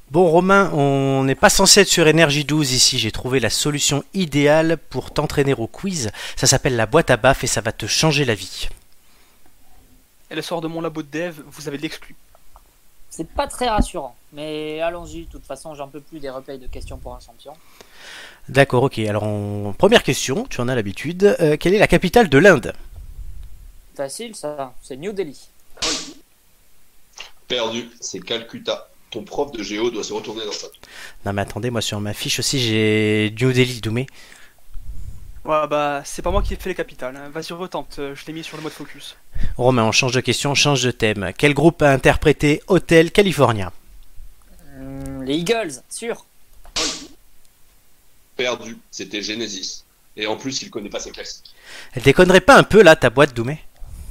Bon Romain, on n'est pas censé être sur Énergie 12 ici, j'ai trouvé la solution idéale pour t'entraîner au quiz. Ça s'appelle la boîte à baffes et ça va te changer la vie. Elle sort de mon labo de dev, vous avez l'exclu. C'est pas très rassurant, mais allons-y, de toute façon j'en peux plus des replays de questions pour un champion. D'accord, ok. Alors première question, tu en as l'habitude. Quelle est la capitale de l'Inde? Facile ça, c'est New Delhi. Perdu, c'est Calcutta. Ton prof de géo doit se retourner dans sa tête. Non mais attendez, moi sur ma fiche aussi j'ai New Delhi, Doumé. Ouais, bah, c'est pas moi qui ai fait les capitales. Hein. Vas-y, retente, je l'ai mis sur le mode focus. Romain, on change de question, on change de thème. Quel groupe a interprété Hotel California? Les Eagles, sûr. Perdu, c'était Genesis. Et en plus, il connaît pas ses classiques. Elle déconnerait pas un peu là, ta boîte, Doumé?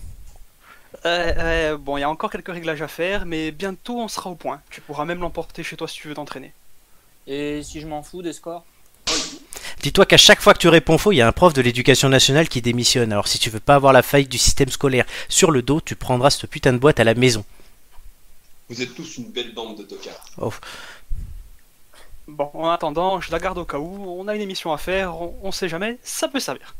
Bon, il y a encore quelques réglages à faire, mais bientôt on sera au point. Tu pourras même l'emporter chez toi si tu veux t'entraîner. Et si je m'en fous des scores? Dis-toi qu'à chaque fois que tu réponds faux, il y a un prof de l'éducation nationale qui démissionne. Alors si tu veux pas avoir la faillite du système scolaire sur le dos, tu prendras cette putain de boîte à la maison. Vous êtes tous une belle bande de tocards. Oh. Bon, en attendant, je la garde au cas où. On a une émission à faire, on sait jamais, ça peut servir.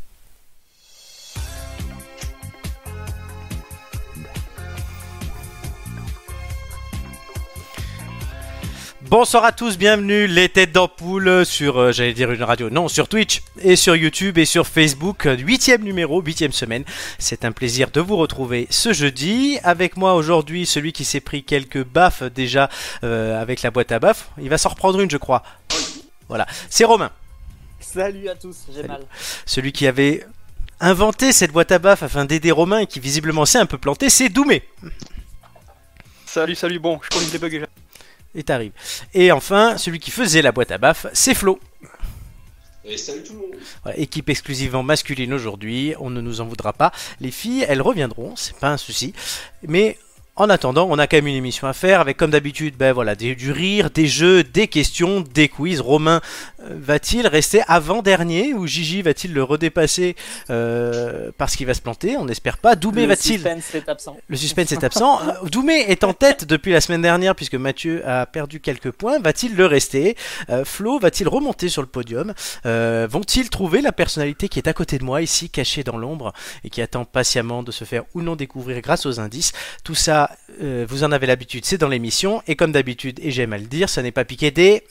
Bonsoir à tous, bienvenue les têtes d'ampoule sur, j'allais dire une radio, non, sur Twitch et sur YouTube et sur Facebook, 8e numéro, 8e semaine. C'est un plaisir de vous retrouver ce jeudi. Avec moi aujourd'hui, celui qui s'est pris quelques baffes déjà avec la boîte à baffes. Il va s'en reprendre une, je crois. Voilà, c'est Romain. Salut à tous, j'ai mal. Celui qui avait inventé cette boîte à baffes afin d'aider Romain et qui visiblement s'est un peu planté, c'est Doumé. Salut, bon, je corrige les bugs déjà. Et t'arrives. Et enfin, celui qui faisait la boîte à baffes, c'est Flo. Et salut tout le monde. Voilà, équipe exclusivement masculine aujourd'hui, on ne nous en voudra pas. Les filles, elles reviendront, c'est pas un souci. Mais en attendant, on a quand même une émission à faire avec comme d'habitude, ben voilà, du rire, des jeux, des questions, des quiz. Romain va-t-il rester avant-dernier ou Gigi va-t-il le redépasser parce qu'il va se planter? On n'espère pas. Doumé va-t-il... Le suspense est absent. Le suspense est absent. Doumé est en tête depuis la semaine dernière puisque Mathieu a perdu quelques points. Va-t-il le rester? Flo va-t-il remonter sur le podium? Vont-ils trouver la personnalité qui est à côté de moi ici, cachée dans l'ombre et qui attend patiemment de se faire ou non découvrir grâce aux indices? Tout ça, vous en avez l'habitude, c'est dans l'émission. Et comme d'habitude, et j'aime à le dire, ça n'est pas piqué des...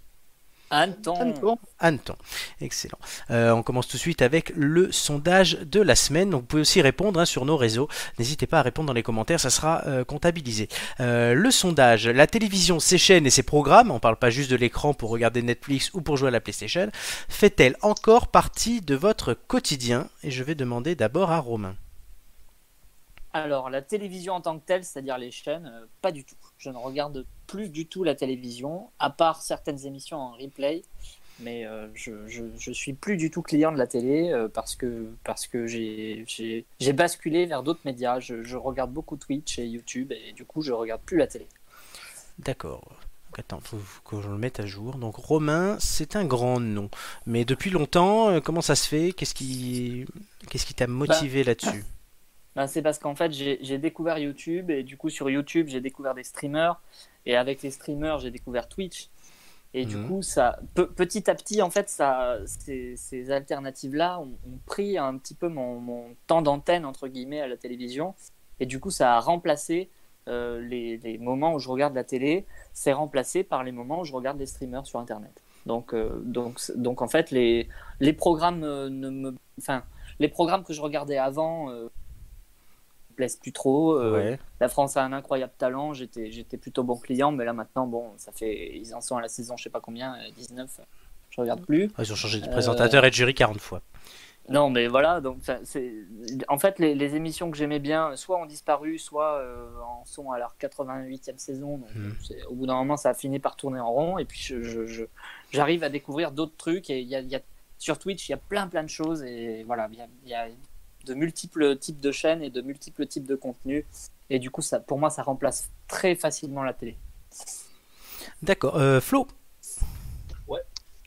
Hanneton. Excellent. On commence tout de suite avec le sondage de la semaine. Donc vous pouvez aussi répondre sur nos réseaux. N'hésitez pas à répondre dans les commentaires, ça sera comptabilisé. Le sondage, la télévision, ses chaînes et ses programmes, on parle pas juste de l'écran pour regarder Netflix ou pour jouer à la PlayStation, fait-elle encore partie de votre quotidien? Et je vais demander d'abord à Romain. Alors, la télévision en tant que telle, c'est-à-dire les chaînes, pas du tout. Je ne regarde plus du tout la télévision, à part certaines émissions en replay. Mais je suis plus du tout client de la télé parce que j'ai basculé vers d'autres médias. Je regarde beaucoup Twitch et YouTube et du coup, je regarde plus la télé. D'accord. Donc, attends, faut que je le mette à jour. Donc Romain, c'est un grand nom. Mais depuis longtemps, comment ça se fait? Qu'est-ce qui t'a motivé là-dessus? C'est parce qu'en fait, j'ai découvert YouTube et du coup, sur YouTube, j'ai découvert des streamers et avec les streamers, j'ai découvert Twitch. Et du coup, petit à petit, en fait, ces alternatives-là ont pris un petit peu mon temps d'antenne, entre guillemets, à la télévision. Et du coup, ça a remplacé les moments où je regarde la télé, c'est remplacé par les moments où je regarde les streamers sur Internet. Donc en fait, les programmes les programmes que je regardais avant plaisent plus trop. Ouais. La France a un incroyable talent, j'étais plutôt bon client, mais là maintenant, bon, ils en sont à la saison, je sais pas combien, 19, je regarde plus. Ils ont changé de présentateur et de jury 40 fois. Non, mais voilà, donc en fait, les émissions que j'aimais bien, soit ont disparu, soit en sont à leur 88e saison. Donc, au bout d'un moment, ça a fini par tourner en rond, et puis j'arrive à découvrir d'autres trucs, et sur Twitch, il y a plein de choses, et voilà, il y a de multiples types de chaînes et de multiples types de contenus. Et du coup, pour moi, ça remplace très facilement la télé. D'accord. Flo? Ouais.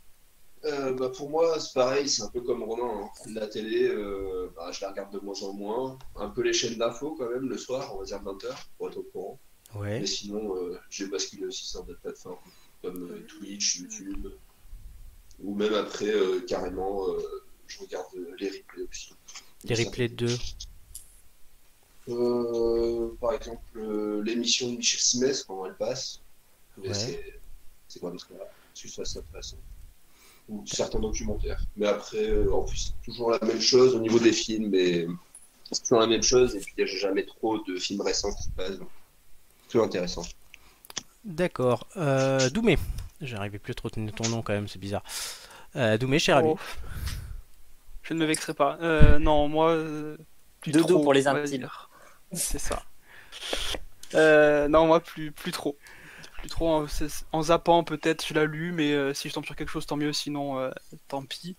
Pour moi, c'est pareil, c'est un peu comme Romain. Hein. La télé, je la regarde de moins en moins. Un peu les chaînes d'infos quand même, le soir, on va dire 20h, pour être au courant. Ouais. Mais sinon, j'ai basculé aussi sur d'autres plateformes. comme Twitch, YouTube, ou même après, carrément, je regarde les replays aussi. Les replays de... Par exemple, l'émission de Michel Simès, quand elle passe, Ouais. c'est quand même ça, c'est intéressant. Ou certains documentaires. Mais après, en plus, c'est toujours la même chose au niveau des films, mais c'est toujours la même chose, et puis il n'y a jamais trop de films récents qui passent. Donc, c'est toujours intéressant. D'accord. Doumé. J'arrivais plus à trop tenir ton nom quand même, c'est bizarre. Doumé, cher ami. Oh, je ne me vexerai pas. Non, moi, plus Dodo trop, pour les on va intimes. dire. C'est ça. Non, moi, plus trop. Plus trop. En zappant, peut-être, je l'allume, mais si je tombe sur quelque chose, tant mieux. Sinon, tant pis.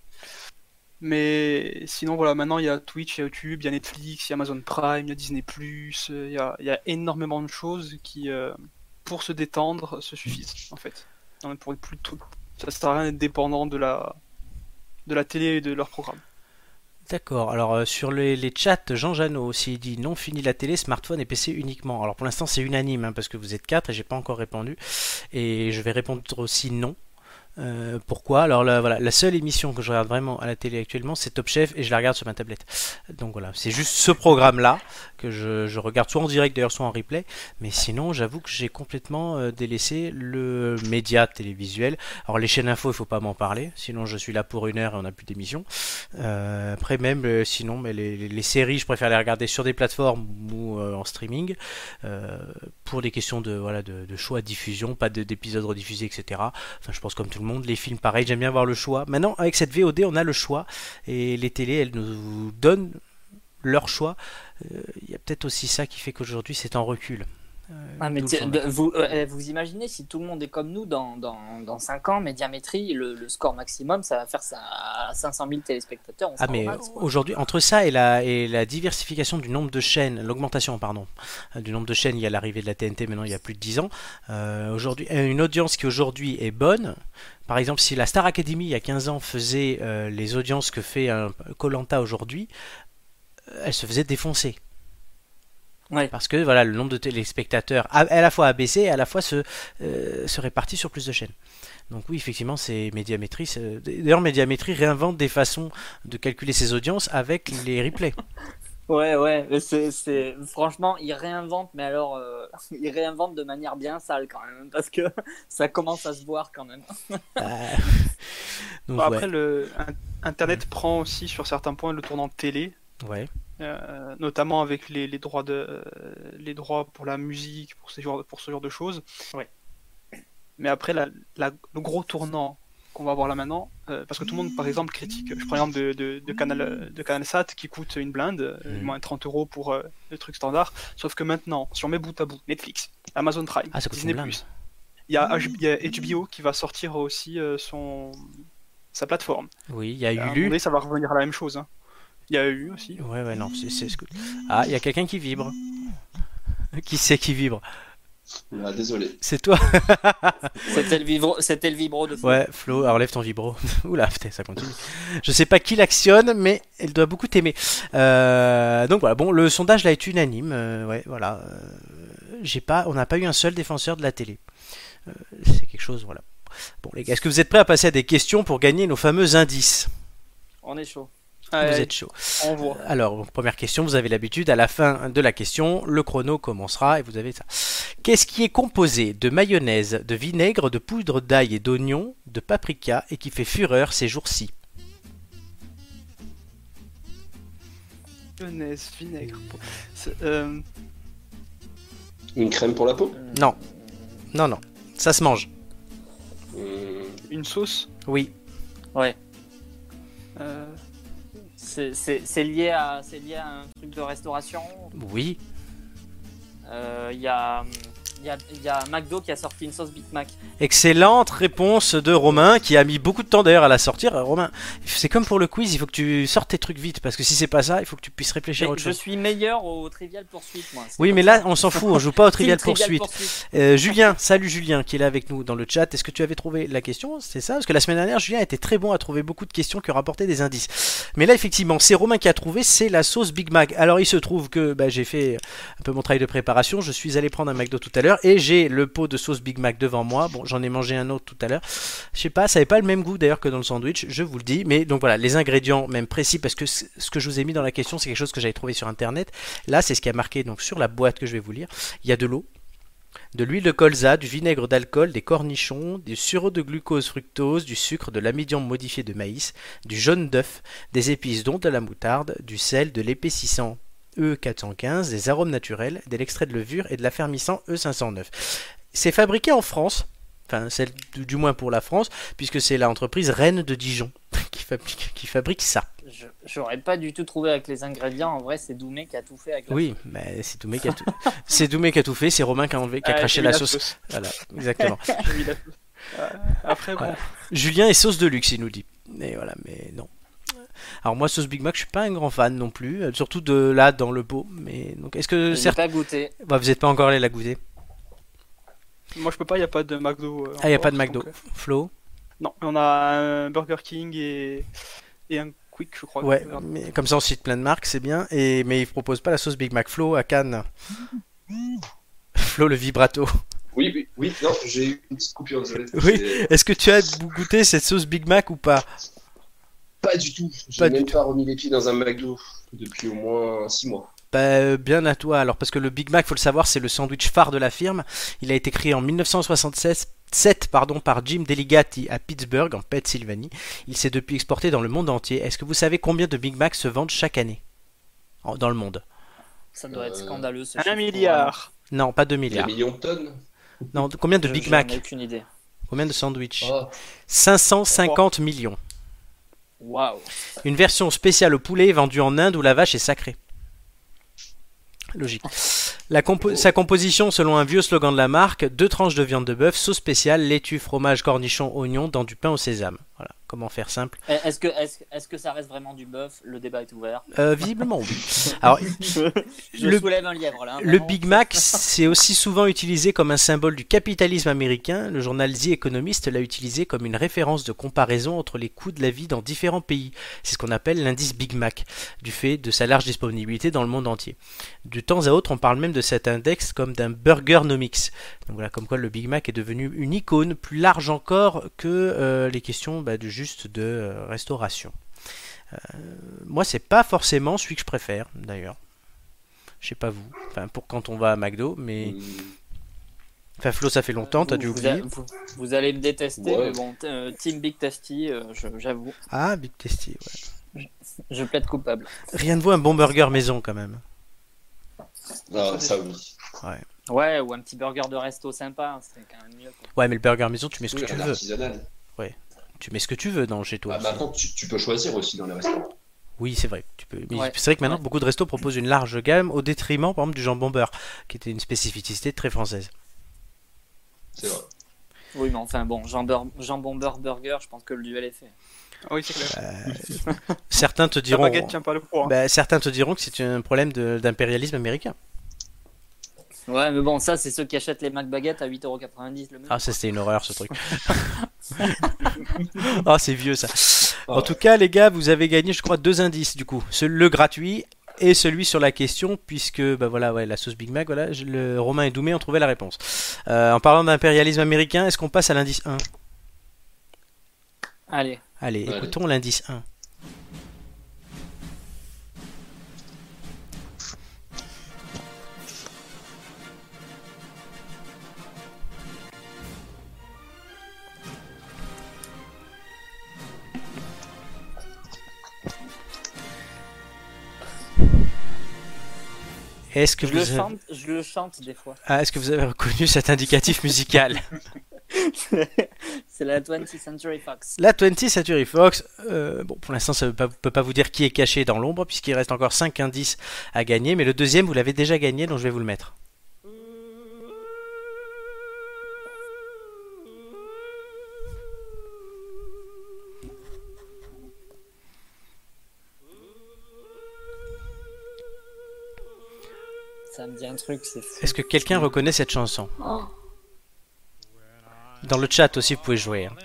Mais sinon, voilà, maintenant, il y a Twitch, il y a YouTube, il y a Netflix, il y a Amazon Prime, il y a Disney+, il y a énormément de choses qui, pour se détendre, se suffisent, en fait. Non, pour être plus tout. Ça sert à rien d'être dépendant de la télé et de leur programme. D'accord. Alors sur les chats, Jean Janot aussi dit non, fini la télé, smartphone et PC uniquement. Alors pour l'instant c'est unanime parce que vous êtes 4 et j'ai pas encore répondu. Et je vais répondre aussi non. Pourquoi? Alors là, voilà, la seule émission que je regarde vraiment à la télé actuellement c'est Top Chef et je la regarde sur ma tablette. Donc voilà, c'est juste ce programme là que je regarde soit en direct d'ailleurs soit en replay. Mais sinon j'avoue que j'ai complètement délaissé le média télévisuel. Alors les chaînes info il faut pas m'en parler, sinon je suis là pour 1 heure et on n'a plus d'émission. Après même sinon mais les séries je préfère les regarder sur des plateformes ou en streaming pour des questions de choix de diffusion, pas d'épisodes rediffusés etc. Enfin je pense comme tout le monde, les films pareil, j'aime bien voir le choix. Maintenant avec cette VOD on a le choix et les télés elles nous donnent leur choix. Il y a peut-être aussi ça qui fait qu'aujourd'hui c'est en recul. Ah, mais D'où le changement. vous imaginez si tout le monde est comme nous dans 5 ans, Médiamétrie, le score maximum, ça va faire ça à 500 000 téléspectateurs. On Ah sera au mais max, quoi. aujourd'hui entre ça et la diversification du nombre de chaînes, l'augmentation pardon du nombre de chaînes, il y a l'arrivée de la TNT maintenant il y a plus de 10 ans. Aujourd'hui une audience qui aujourd'hui est bonne. Par exemple si la Star Academy il y a 15 ans faisait les audiences que fait un Koh-Lanta aujourd'hui, elle se faisait défoncer. Ouais. Parce que voilà, le nombre de téléspectateurs à la fois a baissé et à la fois se répartit sur plus de chaînes. Donc oui, effectivement, c'est Médiamétrie. D'ailleurs, Médiamétrie réinvente des façons de calculer ses audiences avec les replays. Ouais, mais franchement, ils réinventent, mais alors, ils réinventent de manière bien sale quand même, parce que ça commence à se voir quand même. Donc, Bon, après, Internet prend aussi sur certains points le tournant télé. ouais. Notamment avec les droits pour la musique, pour ce genre de choses. Ouais. Mais après, le gros tournant qu'on va voir là maintenant, parce que tout le monde, par exemple, critique. Je prends l'exemple de CanalSat qui coûte une blinde, moins 30 € pour le truc standard. Sauf que maintenant, si on met bout à bout, Netflix, Amazon Prime, Ah, ça coûte Disney+, une blinde. il y a HBO qui va sortir aussi sa plateforme. Oui, il y a À un moment Hulu. donné, ça va revenir à la même chose. Hein. Il y a eu aussi. Ouais, non, c'est ce que... Ah, il y a quelqu'un qui vibre. Qui c'est qui vibre? Ah, désolé. C'est toi? C'était le vibro de Flo. Ouais, Flo, alors lève ton vibro. Oula, putain, ça continue. Je sais pas qui l'actionne, mais elle doit beaucoup t'aimer. Donc voilà, bon, le sondage là est unanime. Ouais, voilà. On n'a pas eu un seul défenseur de la télé. C'est quelque chose, voilà. Bon, les gars, est-ce que vous êtes prêts à passer à des questions pour gagner nos fameux indices? On est chaud. Vous êtes chaud. On voit. Alors, première question, vous avez l'habitude, à la fin de la question, le chrono commencera et vous avez ça. Qu'est-ce qui est composé de mayonnaise, de vinaigre, de poudre d'ail et d'oignon, de paprika et qui fait fureur ces jours-ci? Mayonnaise, vinaigre. Une crème pour la peau? Non, ça se mange. Une sauce. Oui, Ouais. euh, C'est lié à un truc de restauration. oui. Il y a McDo qui a sorti une sauce Big Mac. Excellente réponse de Romain qui a mis beaucoup de temps d'ailleurs à la sortir. Romain, c'est comme pour le quiz, il faut que tu sortes tes trucs vite parce que si c'est pas ça, il faut que tu puisses réfléchir à Mais autre je chose. suis meilleur au Trivial Poursuite, moi. C'est Oui, comme mais ça. là, on s'en fout, on joue pas au Trivial Team Poursuite. Julien, salut Julien qui est là avec nous dans le chat. Est-ce que tu avais trouvé la question? C'est ça? Parce que la semaine dernière, Julien était très bon à trouver beaucoup de questions qui rapportaient des indices. Mais là, effectivement, c'est Romain qui a trouvé, c'est la sauce Big Mac. Alors, il se trouve que j'ai fait un peu mon travail de préparation. Je suis allé prendre un McDo tout à l'heure. burger et j'ai le pot de sauce Big Mac devant moi. Bon, j'en ai mangé un autre tout à l'heure. Je sais pas, ça n'avait pas le même goût d'ailleurs que dans le sandwich, je vous le dis. Mais donc voilà, les ingrédients même précis, parce que ce que je vous ai mis dans la question, c'est quelque chose que j'avais trouvé sur internet. Là, c'est ce qui a marqué donc sur la boîte que je vais vous lire. Il y a de l'eau, de l'huile de colza, du vinaigre d'alcool, des cornichons, du sirop de glucose fructose, du sucre, de l'amidium modifié de maïs, du jaune d'œuf, des épices dont de la moutarde, du sel, de l'épaississant E415, des arômes naturels, de l'extrait de levure et de l'affermissant E509. C'est fabriqué en France, enfin celle du moins pour la France, puisque c'est l'entreprise Reine de Dijon qui fabrique ça. J'aurais pas du tout trouvé avec les ingrédients. En vrai, c'est Doumé qui a tout fait avec la Oui, mais c'est Doumé qui a tout. C'est Doumé qui a tout fait. C'est Romain qui a craché la sauce. Voilà, exactement. J'ai mis la sauce. Après, bon. Voilà. Julien est sauce de luxe, il nous dit. Mais voilà, mais non. Alors moi, sauce Big Mac, je suis pas un grand fan non plus, surtout de là dans le pot. Mais donc, est-ce que Je n'ai pas goûté. Bah, vous n'êtes pas encore allé la goûter? Moi, je peux pas, il n'y a pas de McDo. Ah, il n'y a encore, pas de McDo. donc, Flo? Non, on a un Burger King et un Quick, je crois. Ouais, mais comme ça on cite plein de marques, c'est bien. Mais ils proposent pas la sauce Big Mac. Flo à Cannes. Flo le vibrato. Oui, non, j'ai eu une petite coupure, désolé. Oui, est-ce que tu as goûté cette sauce Big Mac ou pas? Pas du tout. J'ai Pas même du pas remis les pieds dans un McDo depuis au moins 6 mois. Bah, bien à toi alors, parce que le Big Mac, faut le savoir, c'est le sandwich phare de la firme. Il a été créé en 1967 par Jim Deligatti à Pittsburgh, en Pennsylvanie. Il s'est depuis exporté dans le monde entier. Est-ce que vous savez combien de Big Mac se vendent chaque année dans le monde? Ça doit être scandaleux. Ce 1 chiffre, milliard. Non, pas 2 Des milliards. millions de tonnes. Non, combien de vraiment. Big J'en Mac? ai aucune idée. Combien de sandwichs? Oh. 550 millions. Waouh. Une version spéciale au poulet est vendue en Inde où la vache est sacrée. Logique. Sa composition, selon un vieux slogan de la marque, 2 tranches de viande de bœuf, sauce spéciale, laitue, fromage, cornichons, oignons, dans du pain au sésame. Voilà, comment faire simple. Est-ce que ça reste vraiment du bœuf? Le débat est ouvert. Visiblement, oui. Alors, Je soulève un lièvre là. le Big Mac, c'est aussi souvent utilisé comme un symbole du capitalisme américain. Le journal The Economist l'a utilisé comme une référence de comparaison entre les coûts de la vie dans différents pays. C'est ce qu'on appelle l'indice Big Mac, du fait de sa large disponibilité dans le monde entier. De temps à autre, on parle même de cet index comme d'un burgernomics. Donc voilà, comme quoi le Big Mac est devenu une icône plus large encore que les questions de restauration. Moi, c'est pas forcément celui que je préfère, d'ailleurs. Je sais pas vous. Enfin, pour quand on va à McDo, mais. Enfin, Flo, ça fait longtemps, t'as dû oublier. Vous allez me détester, Ouais. mais bon, Team Big Tasty, j'avoue. Ah, Big Tasty, ouais. Je plaide coupable. Rien de vaut un bon burger maison, quand même. Ah, ça oui. Ouais, ou un petit burger de resto sympa, c'est quand même mieux. Quoi. Ouais, mais le burger maison, tu mets ce que Oui, tu un veux. artisanal. Tu mets ce que tu veux dans chez toi. Ah, maintenant, tu peux choisir aussi dans les restaurants. Oui, c'est vrai. Tu peux. Mais Ouais. c'est vrai que maintenant, Ouais. beaucoup de restos proposent une large gamme au détriment, par exemple, du jambon beurre, qui était une spécificité très française. C'est vrai. Oui, mais enfin bon, jambon beurre burger, je pense que le duel est fait. Ah oui, c'est clair. Certains te La diront. baguette tient pas le poids. Certains te diront que c'est un problème d'impérialisme américain. Ouais, mais bon, ça, c'est ceux qui achètent les McBaguettes à 8,90€ le menu. Ah, ça c'était une horreur ce truc. Ah, c'est vieux ça. En tout cas, les gars, vous avez gagné, je crois, 2 indices du coup. Le gratuit et celui sur la question, puisque bah voilà, ouais, la sauce Big Mac, voilà, le Romain et Doumé ont trouvé la réponse. En parlant d'impérialisme américain, est-ce qu'on passe à l'indice 1? Allez. Allez, écoutons l'indice 1. Est-ce que Je le chante des fois. est-ce que vous avez reconnu cet indicatif musical? C'est la 20th Century Fox. La 20th Century Fox, bon, pour l'instant, ça ne peut pas vous dire qui est caché dans l'ombre, puisqu'il reste encore 5 indices à gagner, mais le deuxième, vous l'avez déjà gagné, donc je vais vous le mettre. Ça me dit un truc, c'est fou. Est-ce que quelqu'un reconnaît cette chanson? Dans le chat aussi, vous pouvez jouer. Hein.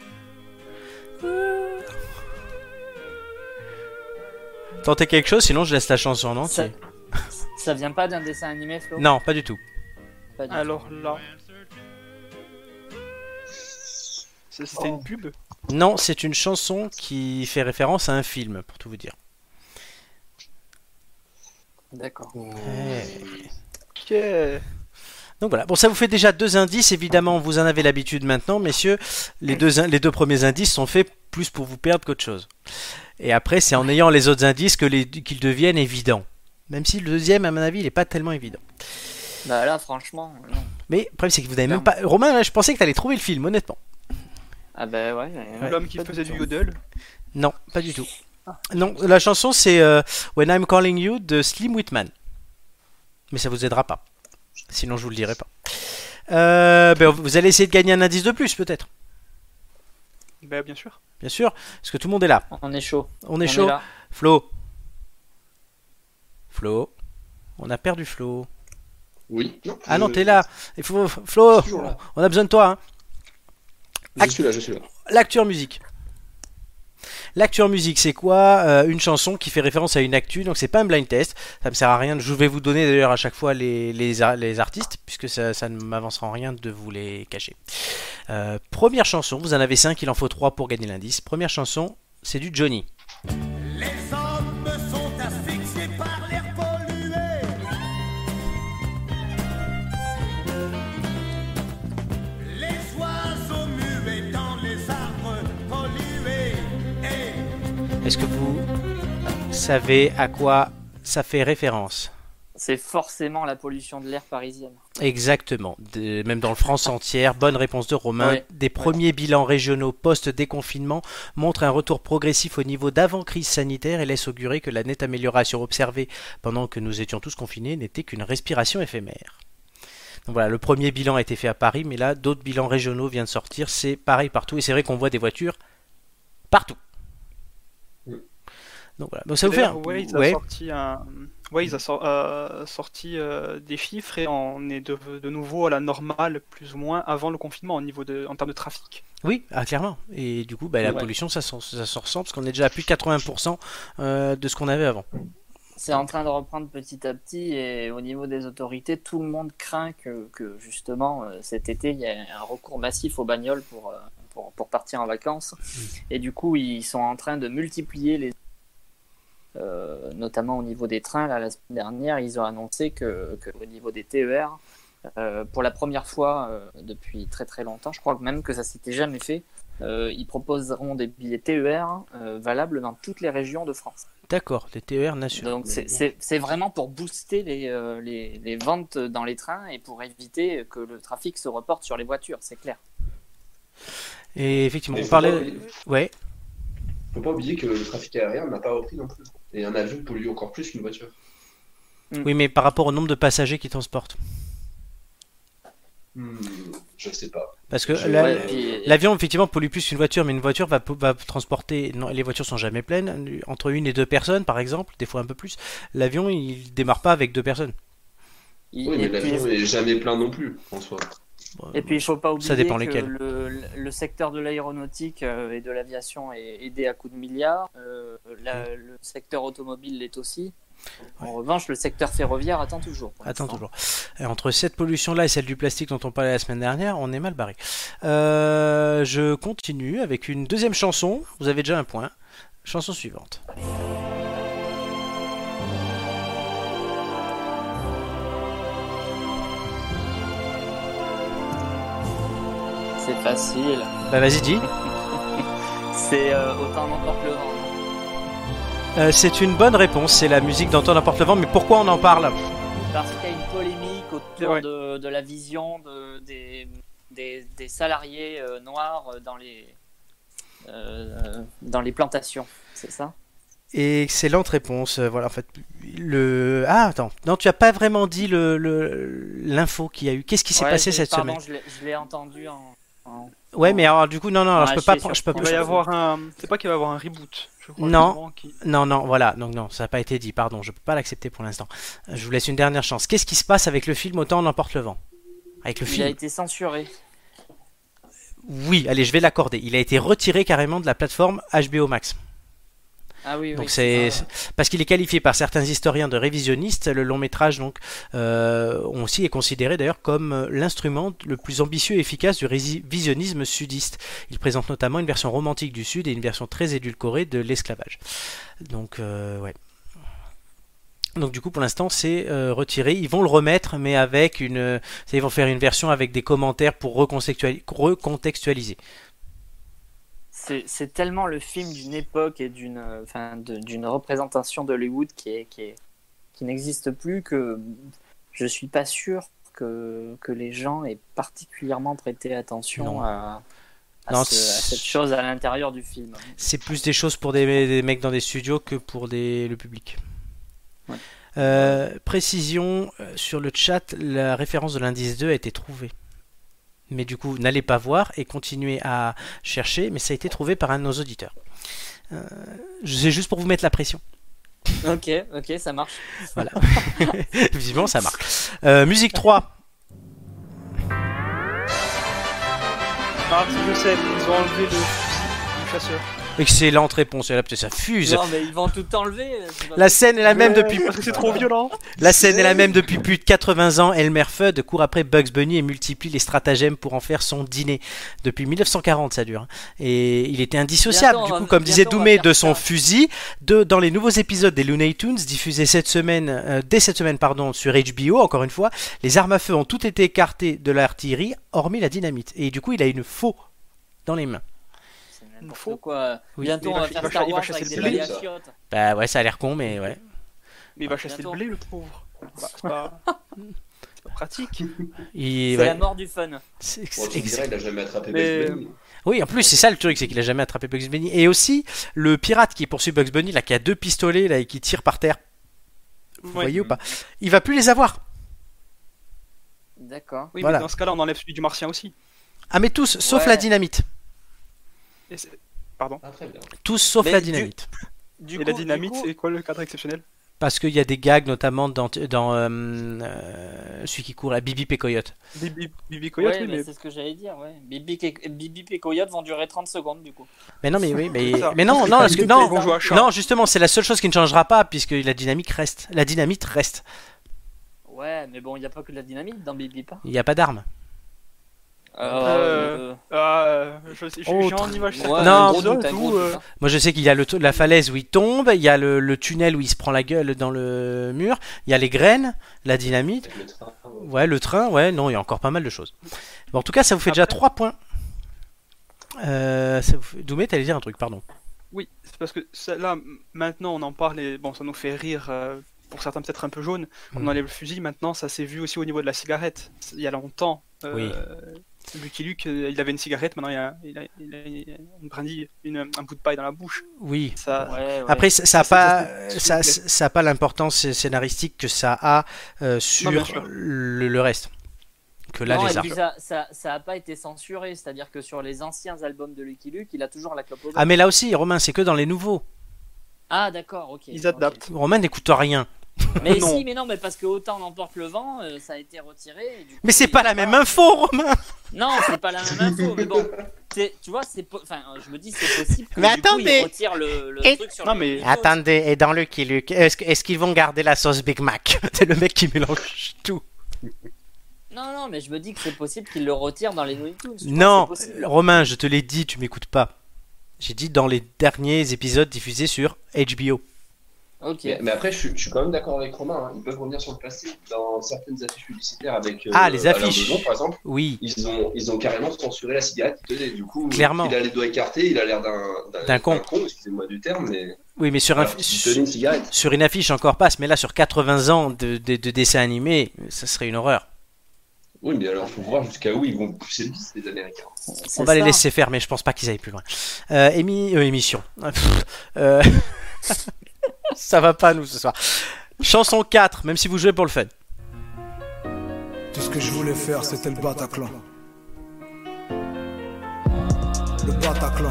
Tentez quelque chose, sinon je laisse la chanson en entier. Ça vient pas d'un dessin animé, Flo? Non, pas du tout. Pas du Alors là. C'était une pub? Non, c'est une chanson qui fait référence à un film, pour tout vous dire. tout. D'accord. Ok. Donc voilà, bon, ça vous fait déjà 2 indices, évidemment vous en avez l'habitude maintenant, messieurs, les deux premiers indices sont faits plus pour vous perdre qu'autre chose. Et après c'est en ayant les autres indices qu'ils deviennent évidents. Même si le deuxième, à mon avis, il n'est pas tellement évident. Bah là, franchement, non. Mais le problème c'est que vous n'avez même pas... Romain, là, je pensais que tu allais trouver le film, honnêtement. Ah bah ouais. L'homme qui faisait du yodel. Non, pas du tout. Non, la chanson c'est When I'm Calling You de Slim Whitman. Mais ça vous aidera pas. Sinon je vous le dirai pas. Vous allez essayer de gagner un indice de plus peut-être. Bah bien sûr. Bien sûr, parce que tout le monde est là. On est chaud. On est chaud. là. Flo. On a perdu Flo. Oui. Non, t'es là. Il faut... Flo, Je suis toujours là. on a besoin de toi. Hein. Je suis là. L'actu en musique. L'actu en musique, c'est quoi? Une chanson qui fait référence à une actu, donc c'est pas un blind test. Ça me sert à rien. Je vais vous donner d'ailleurs à chaque fois les artistes, puisque ça ne m'avancera en rien de vous les cacher. Première chanson, vous en avez 5, il en faut 3 pour gagner l'indice. Première chanson, c'est du Johnny. Les hommes sont asphyxiés par l'air pollué. Les oiseaux muets dans les arbres pollués. Est-ce que vous savez à quoi ça fait référence? C'est forcément la pollution de l'air parisienne. Exactement, même dans le France entière. Bonne réponse de Romain. Ouais. Des premiers bilans régionaux post-déconfinement montrent un retour progressif au niveau d'avant-crise sanitaire et laissent augurer que la nette amélioration observée pendant que nous étions tous confinés n'était qu'une respiration éphémère. Donc voilà, le premier bilan a été fait à Paris, mais là, d'autres bilans régionaux viennent de sortir. C'est pareil partout et c'est vrai qu'on voit des voitures partout. Donc voilà, donc ça vous fait un... Waze a sorti Waze a sorti des chiffres et on est de nouveau à la normale, plus ou moins, avant le confinement en termes de trafic. Oui, clairement. Et du coup, la pollution, ça se ressent parce qu'on est déjà à plus de 80% de ce qu'on avait avant. C'est en train de reprendre petit à petit et au niveau des autorités, tout le monde craint que justement cet été, il y ait un recours massif aux bagnoles pour partir en vacances. Et du coup, ils sont en train de multiplier les... notamment au niveau des trains. Là, la semaine dernière, ils ont annoncé que au niveau des TER, pour la première fois depuis très très longtemps, je crois même que ça s'était jamais fait, ils proposeront des billets TER valables dans toutes les régions de France. D'accord, des TER nationaux. Donc c'est vraiment pour booster les ventes dans les trains et pour éviter que le trafic se reporte sur les voitures, c'est clair. Et effectivement, Mais on parlait... Ouais. Faut pas oublier que le trafic aérien n'a pas repris non plus. Et un avion pollue encore plus qu'une voiture. Oui, mais par rapport au nombre de passagers qui transportent. Je sais pas. Parce que puis... l'avion, effectivement, pollue plus qu'une voiture, mais une voiture va transporter... Non, les voitures sont jamais pleines. Entre 1 et 2 personnes, par exemple, des fois un peu plus. L'avion, il démarre pas avec 2 personnes. Oui, mais l'avion est jamais plein non plus, en soi. Et puis il ne faut pas oublier ça dépend que lesquels. le secteur de l'aéronautique et de l'aviation est aidé à coups de milliards. Le secteur automobile l'est aussi. En revanche, le secteur ferroviaire attend toujours. Et entre cette pollution-là et celle du plastique dont on parlait la semaine dernière, on est mal barré. Je continue avec une deuxième chanson. Vous avez déjà un point. Chanson suivante. C'est facile. Bah vas-y, dis. C'est Autant n'emporte le vent. C'est une bonne réponse, c'est la musique d'Antoine n'importe le vent, mais pourquoi on en parle? Parce qu'il y a une polémique autour de la vision des salariés noirs dans les plantations, c'est ça? Excellente réponse. Voilà, en fait, attends, non, tu as pas vraiment dit l'info qu'il y a eu. Qu'est-ce qui s'est passé cette semaine? Je l'ai entendu en... Ouais, mais alors du coup, non, je peux pas. Il va y avoir c'est pas qu'il va y avoir un reboot. Je crois, non, voilà, donc non, ça n'a pas été dit. Pardon, je peux pas l'accepter pour l'instant. Je vous laisse une dernière chance. Qu'est-ce qui se passe avec le film Autant n'emporte le vent? Avec le film. Il a été censuré. Oui, allez, je vais l'accorder. Il a été retiré carrément de la plateforme HBO Max. Ah oui, Donc oui, c'est ça. parce qu'il est qualifié par certains historiens de révisionniste. Le long métrage donc aussi est considéré d'ailleurs comme l'instrument le plus ambitieux et efficace du révisionnisme sudiste. Il présente notamment une version romantique du Sud et une version très édulcorée de l'esclavage. Donc ouais. Donc du coup pour l'instant c'est retiré. Ils vont le remettre mais avec ils vont faire une version avec des commentaires pour recontextualiser. C'est tellement le film d'une époque et d'une représentation d'Hollywood qui n'existe plus que je suis pas sûr que les gens aient particulièrement prêté attention Non. à Non, cette chose à l'intérieur du film. C'est plus des choses pour des mecs dans des studios que pour le public. Ouais. Précision sur le chat, la référence de l'indice 2 a été trouvée. Mais du coup, n'allez pas voir et continuez à chercher, mais ça a été trouvé par un de nos auditeurs. C'est juste pour vous mettre la pression. Ok, ça marche. Voilà. Visiblement, ça marche. Musique 3. Ah, je sais, ils ont enlevé le fusil du chasseur. Excellente réponse. Et là, peut-être ça fuse. Non, mais ils vont tout enlever. La scène est la même depuis. Parce que c'est trop violent. La scène est la même depuis plus de 80 ans. Elmer Fudd court après Bugs Bunny et multiplie les stratagèmes pour en faire son dîner. Depuis 1940, ça dure. Et il était indissociable, Bientôt, du coup, comme disait bientôt, on va Doumé, faire de son ça. fusil. Dans les nouveaux épisodes des Looney Tunes, diffusés dès cette semaine, sur HBO, encore une fois, les armes à feu ont toutes été écartées de l'artillerie, hormis la dynamite. Et du coup, il a une faux dans les mains. C'est n'importe Faux. quoi. Oui. Bientôt, Mais on va il faire va Star chasser Wars le avec des blé, balais à ça. chiottes. Bah ouais, ça a l'air con, mais ouais. Mais il va chasser Bientôt. le blé, le pauvre. Bah, c'est pas pratique. Il- C'est ouais. la mort du fun. C'est- Bon, tu me dirais, il a jamais attrapé Mais- Bugs Bunny. Oui, en plus, c'est ça le truc, c'est qu'il a jamais attrapé Bugs Bunny. Et aussi, le pirate qui poursuit Bugs Bunny, là, qui a 2 pistolets, là, et qui tire par terre. Vous Ouais. voyez ou pas? Il va plus les avoir. D'accord. Oui, Voilà. mais dans ce cas-là, on enlève celui du martien aussi. Ah, mais tous, sauf Ouais. la dynamite. Et pardon. Ah, très bien. Tous, sauf Mais la du- dynamite. Du Et la dynamite, c'est quoi le cadre exceptionnel? Parce qu'il y a des gags, notamment dans celui qui court, là, Bibi Coyote. Bibi Coyote, Ouais, oui, mais mais c'est ce que j'allais dire, ouais. Bibi et Coyote vont durer 30 secondes, du coup. Mais non, mais oui, C'est ça. mais non, non, parce que, Ils non, vont jouer à chat. non, justement, c'est la seule chose qui ne changera pas, puisque la dynamite reste. La dynamite reste. Ouais, mais bon, il n'y a pas que de la dynamite dans Bibi, pas. Il n'y a pas d'armes. j'ai en image. Ouais, Non, un gros épisode doute, un où, gros doute, hein. Moi, je sais qu'il y a la falaise où il tombe, il y a le tunnel où il se prend la gueule dans le mur, il y a les graines, la dynamite, Avec le train. ouais, le train, ouais, non, il y a encore pas mal de choses. Bon, en tout cas, ça vous fait déjà Après- 3 points. Doumé, t'allais dire un truc, pardon. Oui, c'est parce que là, maintenant, on en parle et bon, ça nous fait rire. Pour certains, peut-être un peu jaune. On Mm. enlève le fusil. Maintenant, ça s'est vu aussi au niveau de la cigarette. Il y a longtemps. Oui. Lucky Luke, il avait une cigarette. Maintenant, il a une brindille, un bout de paille dans la bouche. Oui. Ça, Ouais, ouais. Après, ça n'a Ça, pas, c'est- ça, ça a pas l'importance scénaristique que ça a Non, sur bien sûr. le reste. Que là, Non, les et armes. puis ça a pas été censuré, c'est-à-dire que sur les anciens albums de Lucky Luke, il a toujours la clope au bec. Ah, mais là aussi, Romain, c'est que dans les nouveaux. Ah, d'accord, ok. Ils adaptent. Romain n'écoute rien. Mais Non. si, mais non, mais parce que autant n'emporte le vent, ça a été retiré. Et du coup, Mais c'est il pas est la même info, Romain. Non, c'est pas la même info, mais bon, tu vois, enfin, je me dis c'est possible que Mais du coup, attendez. il retire le Et- truc sur Non, le. mais- le- Attendez, et dans Lucky Luke, est-ce qu'ils vont garder la sauce Big Mac? C'est le mec qui mélange tout. Non, mais je me dis que c'est possible qu'il le retire dans les Looney Tunes. Je pense Non, que c'est possible. Romain, je te l'ai dit, tu m'écoutes pas. J'ai dit dans les derniers épisodes diffusés sur HBO. Ok. Mais après, je suis quand même d'accord avec Romain. Hein. Ils peuvent revenir sur le passé. Dans certaines affiches publicitaires avec Les Alain affiches. Delon, par exemple, Oui, ils ont carrément censuré la cigarette qu'il tenait. Du coup, Clairement. il a les doigts écartés, il a l'air D'un con. excusez-moi du terme, mais oui, mais alors qu'il tenait une cigarette. sur une affiche encore passe, mais là sur 80 ans de dessins animés, ça serait une horreur. Oui, mais alors, faut voir jusqu'à où ils vont pousser le vice, les Américains. C'est On va les ça. laisser faire, mais je pense pas qu'ils aillent plus loin. Émission. Euh, ça va pas nous ce soir. Chanson 4, même si vous jouez pour le fun. Tout ce que je voulais faire, c'était le Bataclan. Le Bataclan.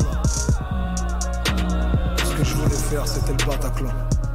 Tout ce que je voulais faire, c'était le Bataclan.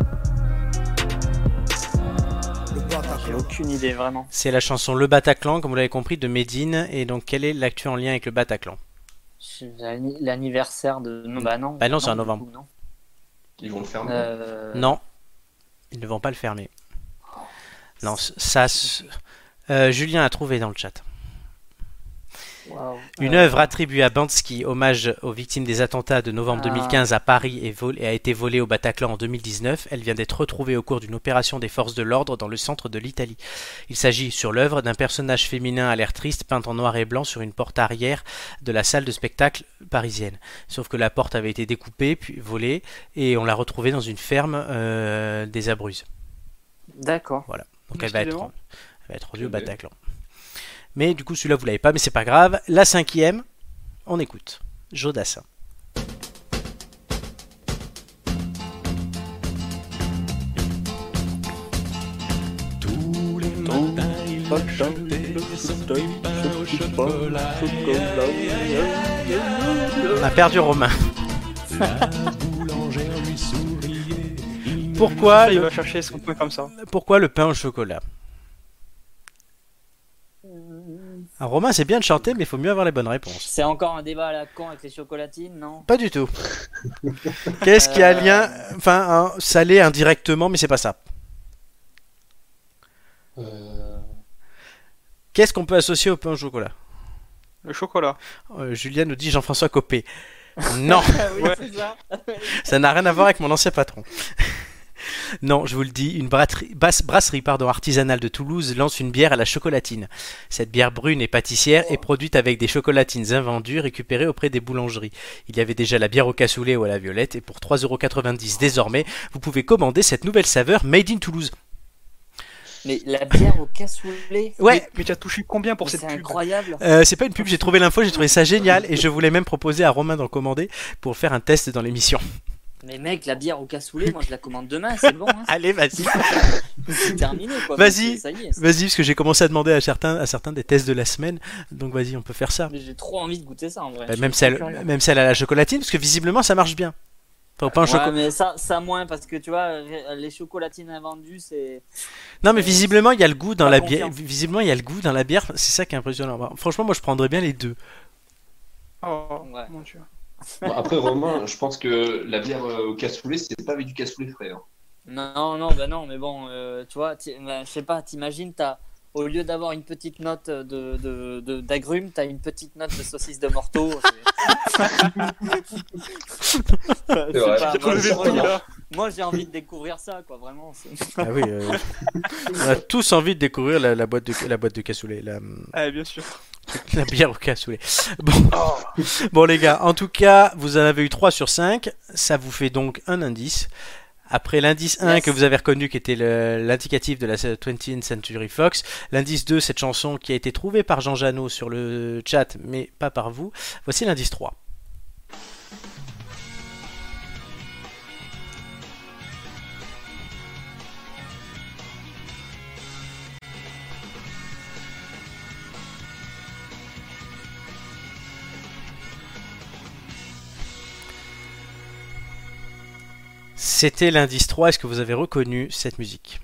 Le J'ai Bataclan. aucune idée vraiment. C'est la chanson Le Bataclan, comme vous l'avez compris, de Medine. Et donc, quel est l'actu en lien avec le Bataclan? L'anniversaire de. Non, bah non. Bah non, c'est en du novembre. coup, non. Ils vont le fermer. Non, ils ne vont pas le fermer. Non, Julien a trouvé dans le chat. Waouh. Une œuvre attribuée à Banksy, hommage aux victimes des attentats de novembre 2015 à Paris et a été volée au Bataclan en 2019. Elle vient d'être retrouvée au cours d'une opération des forces de l'ordre dans le centre de l'Italie. Il s'agit sur l'œuvre d'un personnage féminin à l'air triste peint en noir et blanc sur une porte arrière de la salle de spectacle parisienne. Sauf que la porte avait été découpée puis volée et on l'a retrouvée dans une ferme des Abruzzes. D'accord. Voilà. Donc elle va être rendue au Ok. Bataclan. Mais du coup, celui-là, vous l'avez pas, mais c'est pas grave. La 5e, on écoute. Jodassin. Tous les matins, il achetait son petit pain au chocolat. On a perdu Romain. La boulangère lui souriait. Pourquoi Il le, va chercher son point comme ça. pourquoi le pain au chocolat? Alors, Romain, c'est bien de chanter, mais il faut mieux avoir les bonnes réponses. C'est encore un débat à la con avec les chocolatines, non? Pas du tout. Qu'est-ce qui a lien, enfin, salé indirectement, mais c'est pas ça. Qu'est-ce qu'on peut associer au pain au chocolat? Le chocolat. Julien nous dit Jean-François Copé. Non, Oui, Ouais. c'est ça. ça n'a rien à voir avec mon ancien patron. Non, je vous le dis, une brasserie artisanale de Toulouse lance une bière à la chocolatine. Cette bière brune et pâtissière est produite avec des chocolatines invendues récupérées auprès des boulangeries. Il y avait déjà la bière au cassoulet ou à la violette et pour 3,90€ désormais, vous pouvez commander cette nouvelle saveur Made in Toulouse. Mais la bière au cassoulet. Ouais, Mais tu as touché combien pour Mais cette c'est pub? incroyable. c'est pas une pub, j'ai trouvé l'info, j'ai trouvé ça génial et je voulais même proposer à Romain d'en commander pour faire un test dans l'émission. Mais mec, la bière au cassoulet, moi je la commande demain, c'est bon. Hein. Allez, vas-y. C'est terminé quoi. Vas-y. Ça y est. Vas-y, parce que j'ai commencé à demander à certains des tests de la semaine, donc vas-y, on peut faire ça. Mais j'ai trop envie de goûter ça en vrai. Bah, Je même suis trop celle, curieux. même celle à la chocolatine, parce que visiblement ça marche bien. Enfin, au pain au Ouais, chocolat. mais ça moins parce que tu vois, les chocolatines invendues, c'est. Non, mais visiblement il y a le goût dans Pas la bière. confiant. Visiblement il y a le goût dans la bière. C'est ça qui est impressionnant. Bah, franchement, moi je prendrais bien les deux. Oh, Ouais. mon Dieu. Bon, après, Romain, je pense que la bière au cassoulet, c'est pas avec du cassoulet frais. Hein. Non, mais bon, tu vois, je sais pas, t'imagines, au lieu d'avoir une petite note d'agrumes, t'as une petite note de saucisse de morteau. C'est vrai. J'ai relevé le prix, là. Moi, j'ai envie de découvrir ça, quoi, vraiment. Ah oui. On a tous envie de découvrir la boîte de cassoulet, Ah, bien sûr. la bière au cassoulet. Bon les gars, en tout cas, vous en avez eu 3 sur 5. Ça vous fait donc un indice. Après l'indice 1 Yes. que vous avez reconnu qui était l'indicatif de la 20th Century Fox, l'indice 2 cette chanson qui a été trouvée par Jean Janot sur le chat mais pas par vous, voici l'indice 3. C'était l'indice 3, est-ce que vous avez reconnu cette musique?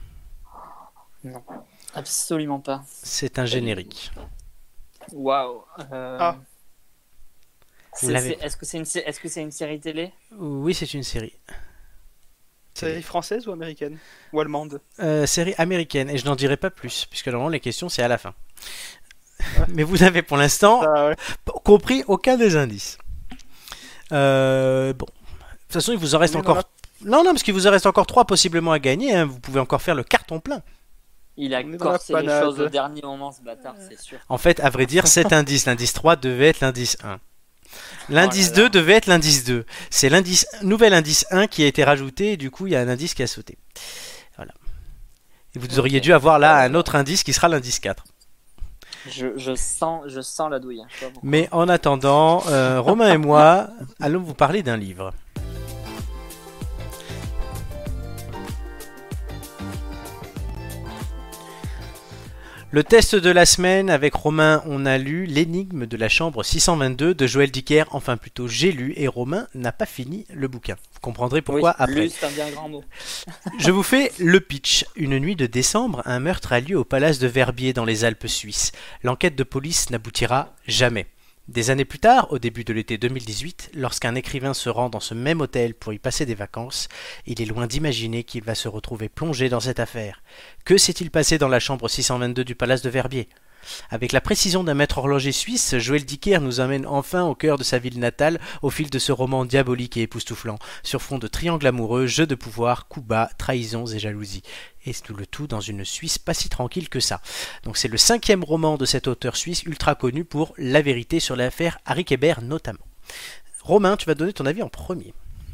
Absolument pas. C'est un générique. Waouh. Ah. Vous l'avez. Est-ce que c'est une série télé? Oui, c'est une série. Série française ou américaine? Ou allemande? Série américaine, et je n'en dirai pas plus, puisque normalement les questions c'est à la fin. Mais vous n'avez pour l'instant Ah, ouais. compris aucun des indices. Bon. De toute façon, il vous en reste On est encore. Non, parce qu'il vous en reste encore 3 possiblement à gagner. Hein. Vous pouvez encore faire le carton plein. Il a On est dans la corsé les panade. choses au dernier moment, ce bâtard, c'est sûr. En fait, à vrai dire, cet indice, l'indice 3 devait être l'indice 1. L'indice Oh là là. 2 devait être l'indice 2. C'est nouvel indice 1 qui a été rajouté et du coup, il y a un indice qui a sauté. Voilà. Et vous auriez dû avoir là un autre indice qui sera l'indice 4. Je sens la douille. Hein, je sais pas pourquoi. Mais en attendant, Romain et moi allons vous parler d'un livre. Le test de la semaine, avec Romain, on a lu L'énigme de la chambre 622 de Joël Dicker. Enfin, plutôt, j'ai lu et Romain n'a pas fini le bouquin. Vous comprendrez pourquoi Oui, après. lu, c'est un bien grand mot. Je vous fais le pitch. Une nuit de décembre, un meurtre a lieu au palace de Verbier dans les Alpes suisses. L'enquête de police n'aboutira jamais. Des années plus tard, au début de l'été 2018, lorsqu'un écrivain se rend dans ce même hôtel pour y passer des vacances, il est loin d'imaginer qu'il va se retrouver plongé dans cette affaire. Que s'est-il passé dans la chambre 622 du palace de Verbier ? Avec la précision d'un maître horloger suisse, Joël Dicker nous amène enfin au cœur de sa ville natale au fil de ce roman diabolique et époustouflant, sur fond de triangle amoureux, jeux de pouvoir, coups bas, trahisons et jalousie. Et le tout dans une Suisse pas si tranquille que ça. Donc c'est le 5e roman de cet auteur suisse ultra connu pour la vérité sur l'affaire Harry Kéber notamment. Romain, tu vas donner ton avis en premier.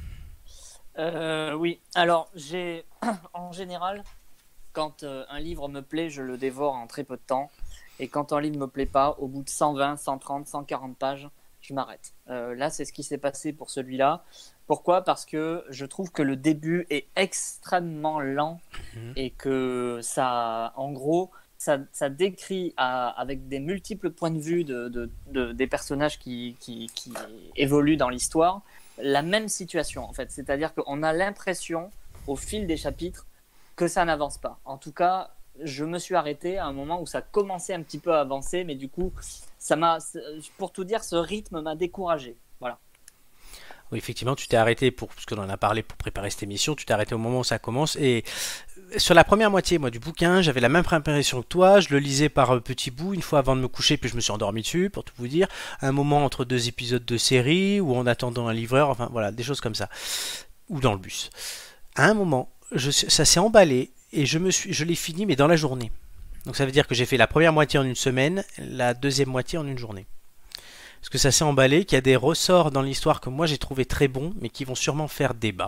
Oui, alors en général, quand un livre me plaît, je le dévore en très peu de temps. Et quand un livre me plaît pas, au bout de 120, 130, 140 pages, je m'arrête. Là, c'est ce qui s'est passé pour celui-là. Pourquoi ? Parce que je trouve que le début est extrêmement lent et que ça, en gros, ça décrit avec des multiples points de vue des personnages qui évoluent dans l'histoire la même situation, en fait. C'est-à-dire qu'on a l'impression, au fil des chapitres, que ça n'avance pas. En tout cas, je me suis arrêté à un moment où ça commençait un petit peu à avancer, mais du coup, pour tout dire, ce rythme m'a découragé. Voilà. Oui, effectivement, tu t'es arrêté parce qu'on en a parlé pour préparer cette émission, tu t'es arrêté au moment où ça commence. Et sur la première moitié, moi, du bouquin, j'avais la même impression que toi. Je le lisais par petits bouts, une fois avant de me coucher, puis je me suis endormi dessus, pour tout vous dire. Un moment entre 2 épisodes de série, ou en attendant un livreur, enfin voilà, des choses comme ça. Ou dans le bus. À un moment, ça s'est emballé. Et je l'ai fini, mais dans la journée. Donc ça veut dire que j'ai fait la première moitié en une semaine, la deuxième moitié en une journée. Parce que ça s'est emballé, qu'il y a des ressorts dans l'histoire que moi j'ai trouvé très bons, mais qui vont sûrement faire débat.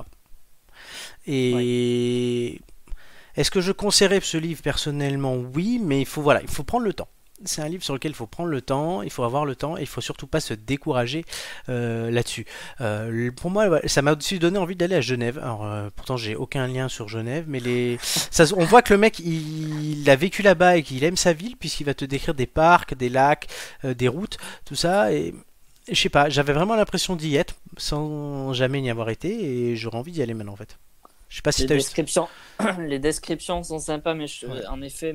Et est-ce que je conseillerais ce livre personnellement ? Oui, mais il faut prendre le temps. C'est un livre sur lequel il faut prendre le temps, il faut avoir le temps et il faut surtout pas se décourager là-dessus. Pour moi, ça m'a aussi donné envie d'aller à Genève. Alors, pourtant, j'ai aucun lien sur Genève, mais on voit que le mec, il a vécu là-bas et qu'il aime sa ville puisqu'il va te décrire des parcs, des lacs, des routes, tout ça. Et je sais pas, j'avais vraiment l'impression d'y être sans jamais y avoir été et j'aurais envie d'y aller maintenant en fait. Je sais pas si Les descriptions sont sympas, mais en effet,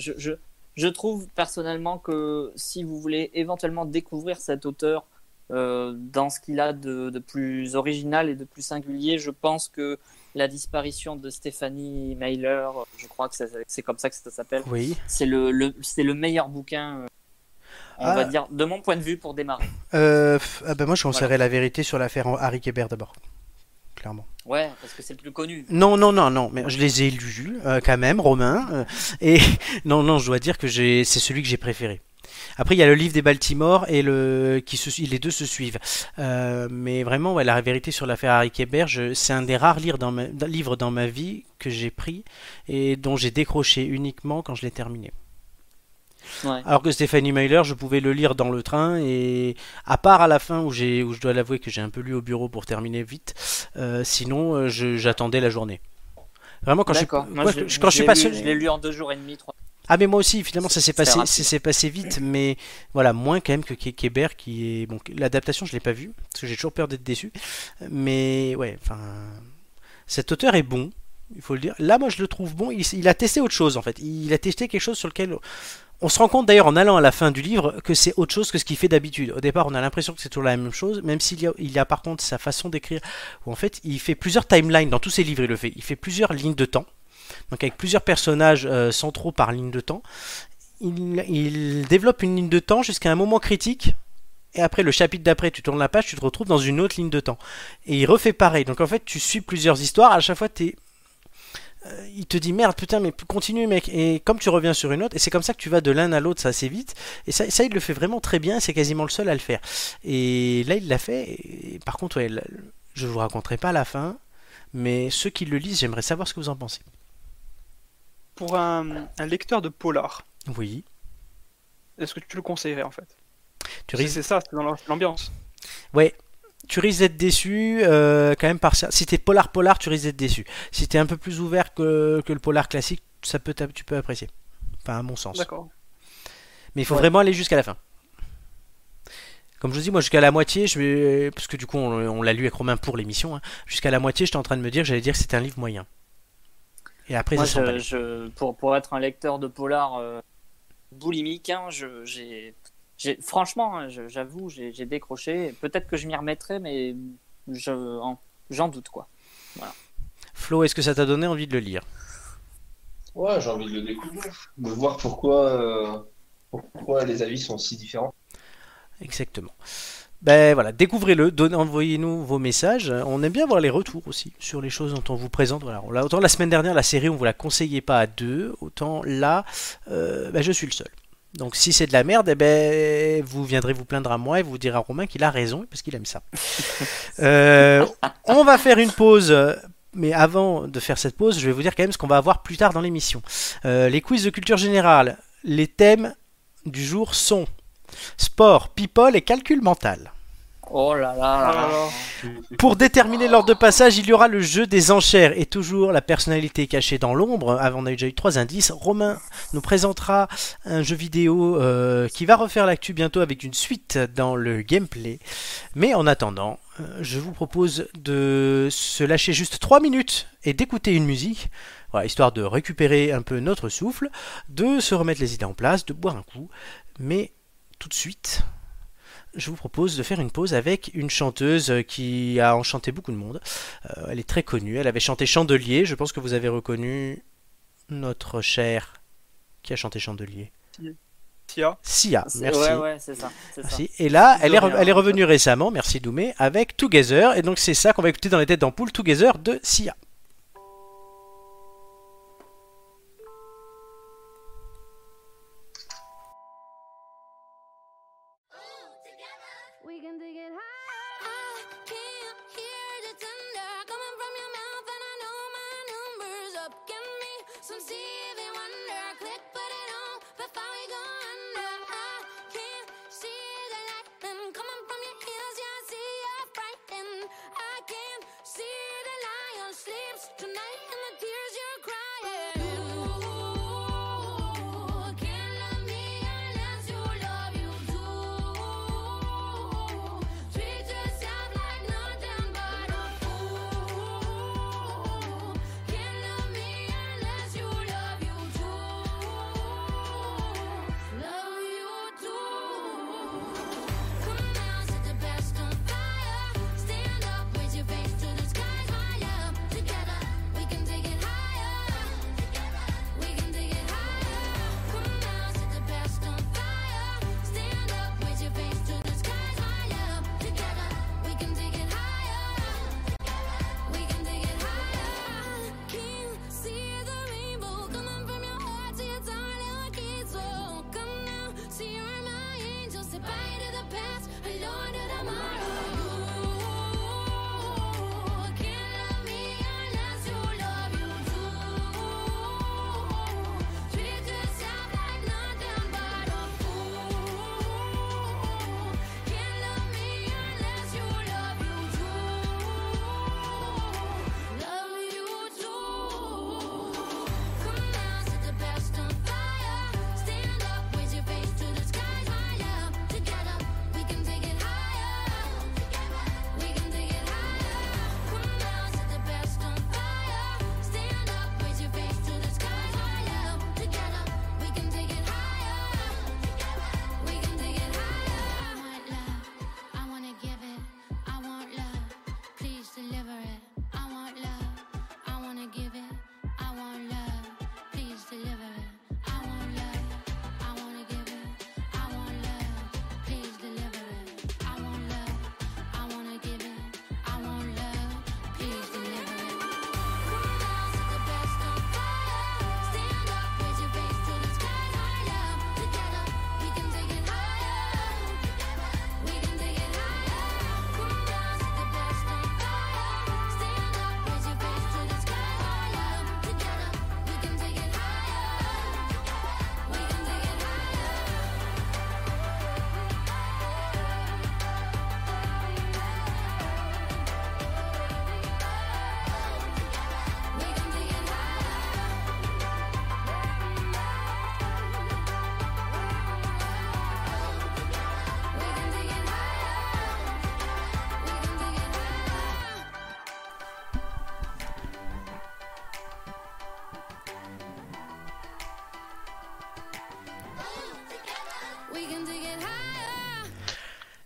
je trouve personnellement que si vous voulez éventuellement découvrir cet auteur dans ce qu'il a de plus original et de plus singulier, je pense que la disparition de Stephanie Meyer, je crois que c'est comme ça que ça s'appelle, oui. c'est le meilleur bouquin, on va dire, de mon point de vue pour démarrer. Moi je conseillerais La vérité sur l'affaire Harry Kéber d'abord. Clairement. Ouais, parce que c'est le plus connu. Non, mais je les ai lus quand même, Romain. Et non, je dois dire que c'est celui que j'ai préféré. Après, il y a le livre des Baltimore et les deux se suivent. Mais vraiment, ouais, La vérité sur l'affaire Harry Kéber, c'est un des rares livres dans ma vie que j'ai pris et dont j'ai décroché uniquement quand je l'ai terminé. Ouais. Alors que Stephanie Meyer, je pouvais le lire dans le train et à part à la fin où je dois l'avouer que j'ai un peu lu au bureau pour terminer vite, sinon j'attendais la journée. Vraiment quand je suis passé, je l'ai lu en 2 jours et demi, 3. Ah mais moi aussi finalement ça s'est passé vite, mais voilà, moins quand même que Kéber qui est bon, l'adaptation je l'ai pas vue parce que j'ai toujours peur d'être déçu, mais ouais, enfin cet auteur est bon, il faut le dire. Là moi je le trouve bon, il a testé autre chose en fait, il a testé quelque chose sur lequel on se rend compte d'ailleurs en allant à la fin du livre que c'est autre chose que ce qu'il fait d'habitude. Au départ, on a l'impression que c'est toujours la même chose, même s'il y a par contre sa façon d'écrire, où en fait il fait plusieurs timelines dans tous ses livres. Il fait plusieurs lignes de temps, donc avec plusieurs personnages centraux par ligne de temps. Il développe une ligne de temps jusqu'à un moment critique. Et après, le chapitre d'après, tu tournes la page, tu te retrouves dans une autre ligne de temps. Et il refait pareil. Donc en fait, tu suis plusieurs histoires. À chaque fois, il te dit merde putain mais continue mec, et comme tu reviens sur une autre, et c'est comme ça que tu vas de l'un à l'autre, ça assez vite, et ça il le fait vraiment très bien, c'est quasiment le seul à le faire, et là il l'a fait, et par contre ouais, je vous raconterai pas la fin, mais ceux qui le lisent, j'aimerais savoir ce que vous en pensez. Pour un lecteur de polar, oui, est-ce que tu le conseillerais en fait? C'est ça, c'est dans l'ambiance. Ouais. Tu risques d'être déçu quand même par ça. Si t'es polar, tu risques d'être déçu. Si t'es un peu plus ouvert que le polar classique, tu peux apprécier. Enfin, à mon sens. D'accord. Mais il faut vraiment aller jusqu'à la fin. Comme je vous dis, moi jusqu'à la moitié, parce que du coup on l'a lu avec Romain pour l'émission, hein, jusqu'à la moitié, j'étais en train de me dire que j'allais dire que c'était un livre moyen. Et après, moi, pour être un lecteur de polar boulimique, hein, franchement, hein, j'avoue, j'ai décroché. Peut-être que je m'y remettrai, mais j'en doute, quoi. Flo, est-ce que ça t'a donné envie de le lire? Ouais, j'ai envie de le découvrir, de voir pourquoi les avis sont si différents. Exactement. Ben voilà, découvrez-le, envoyez-nous vos messages. On aime bien voir les retours aussi sur les choses dont on vous présente. Voilà, autant la semaine dernière, la série, on vous la conseillait pas à deux, autant là, je suis le seul. Donc si c'est de la merde, vous viendrez vous plaindre à moi et vous direz à Romain qu'il a raison parce qu'il aime ça. On va faire une pause. Mais avant de faire cette pause, je vais vous dire quand même ce qu'on va avoir plus tard dans l'émission. Les quiz de culture générale. Les thèmes du jour sont sport, people et calcul mental. Oh là là. Pour déterminer l'ordre de passage, il y aura le jeu des enchères et toujours la personnalité cachée dans l'ombre. On a déjà eu 3 indices. Romain nous présentera un jeu vidéo qui va refaire l'actu bientôt avec une suite dans le gameplay. Mais en attendant, je vous propose de se lâcher juste 3 minutes et d'écouter une musique. Voilà, histoire de récupérer un peu notre souffle, de se remettre les idées en place, de boire un coup. Mais tout de suite, je vous propose de faire une pause avec une chanteuse qui a enchanté beaucoup de monde. Elle est très connue, elle avait chanté Chandelier, je pense que vous avez reconnu notre chère qui a chanté Chandelier. Sia, merci. Ouais, c'est ça. Merci. Et là, elle est revenue récemment, merci Doumé, avec Together, et donc c'est ça qu'on va écouter dans les têtes d'ampoule, Together de Sia. We can take it high. I can't hear the thunder coming from your mouth, and I know my number's up. Give me some Stevie Wonder, click, put it on before we go under. I can't see the lightning coming from your ears, yeah, I see you're frightened. I can't see the lion sleep.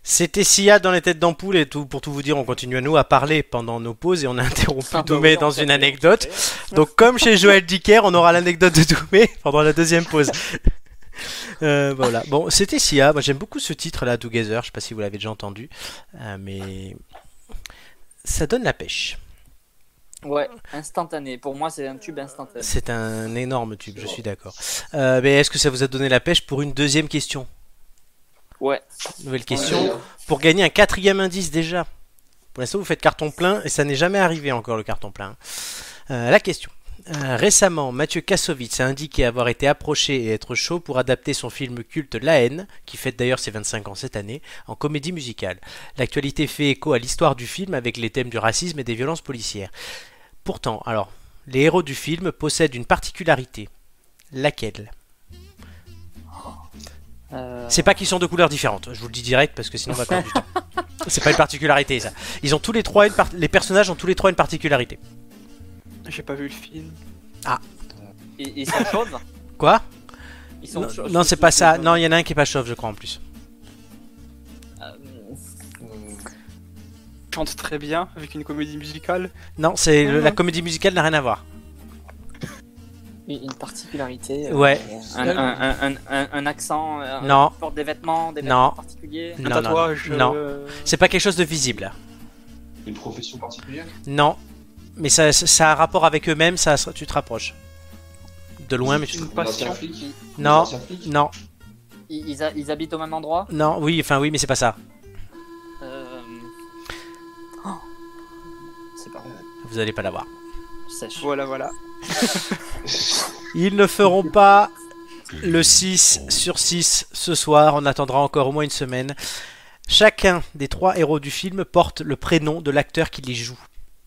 C'était Sia dans les têtes d'ampoule et tout. Pour tout vous dire, on continue à nous à parler pendant nos pauses et on a interrompu Doumé dans une anecdote. Donc comme chez Joël Dicker, on aura l'anecdote de Doumé pendant la deuxième pause. Voilà. Bon, c'était Sia. Moi, j'aime beaucoup ce titre-là, Together. Je sais pas si vous l'avez déjà entendu, mais ça donne la pêche. Ouais, instantané. Pour moi, c'est un tube instantané. C'est un énorme tube, je suis d'accord. Mais est-ce que ça vous a donné la pêche pour une deuxième question? Ouais. Nouvelle question. Pour gagner un quatrième indice déjà. Pour l'instant, vous faites carton plein et ça n'est jamais arrivé encore le carton plein. La question. Récemment, Mathieu Kassovitz a indiqué avoir été approché et être chaud pour adapter son film culte La Haine, qui fête d'ailleurs ses 25 ans cette année, en comédie musicale. L'actualité fait écho à l'histoire du film avec les thèmes du racisme et des violences policières. Pourtant, alors, les héros du film possèdent une particularité. Laquelle ? C'est pas qu'ils sont de couleurs différentes, je vous le dis direct parce que sinon on va perdre du temps. C'est pas une particularité ça. Ils ont tous les trois les personnages ont tous les trois une particularité. J'ai pas vu le film. Ils sont chauves. Quoi ? Ils sont chauves. Non, c'est pas ça. Non, il y en a un qui est pas chauve, je crois en plus. Chante très bien avec une comédie musicale. Non, la comédie musicale n'a rien à voir. Une particularité. Ouais. Un accent. Non. Porte des vêtements Non. particuliers. Un tatouage. Non. C'est pas quelque chose de visible. Une profession particulière? Non. Mais ça a un rapport avec eux-mêmes, tu te rapproches. De loin, mais tu te Une rapproches. passion. Non. Non. Ils habitent au même endroit. Non, oui, mais c'est pas ça. C'est pas vrai. Vous allez pas l'avoir. Sèche. Voilà. Ils ne feront pas le 6 sur 6 ce soir, on attendra encore au moins une semaine. Chacun des trois héros du film porte le prénom de l'acteur qui les joue.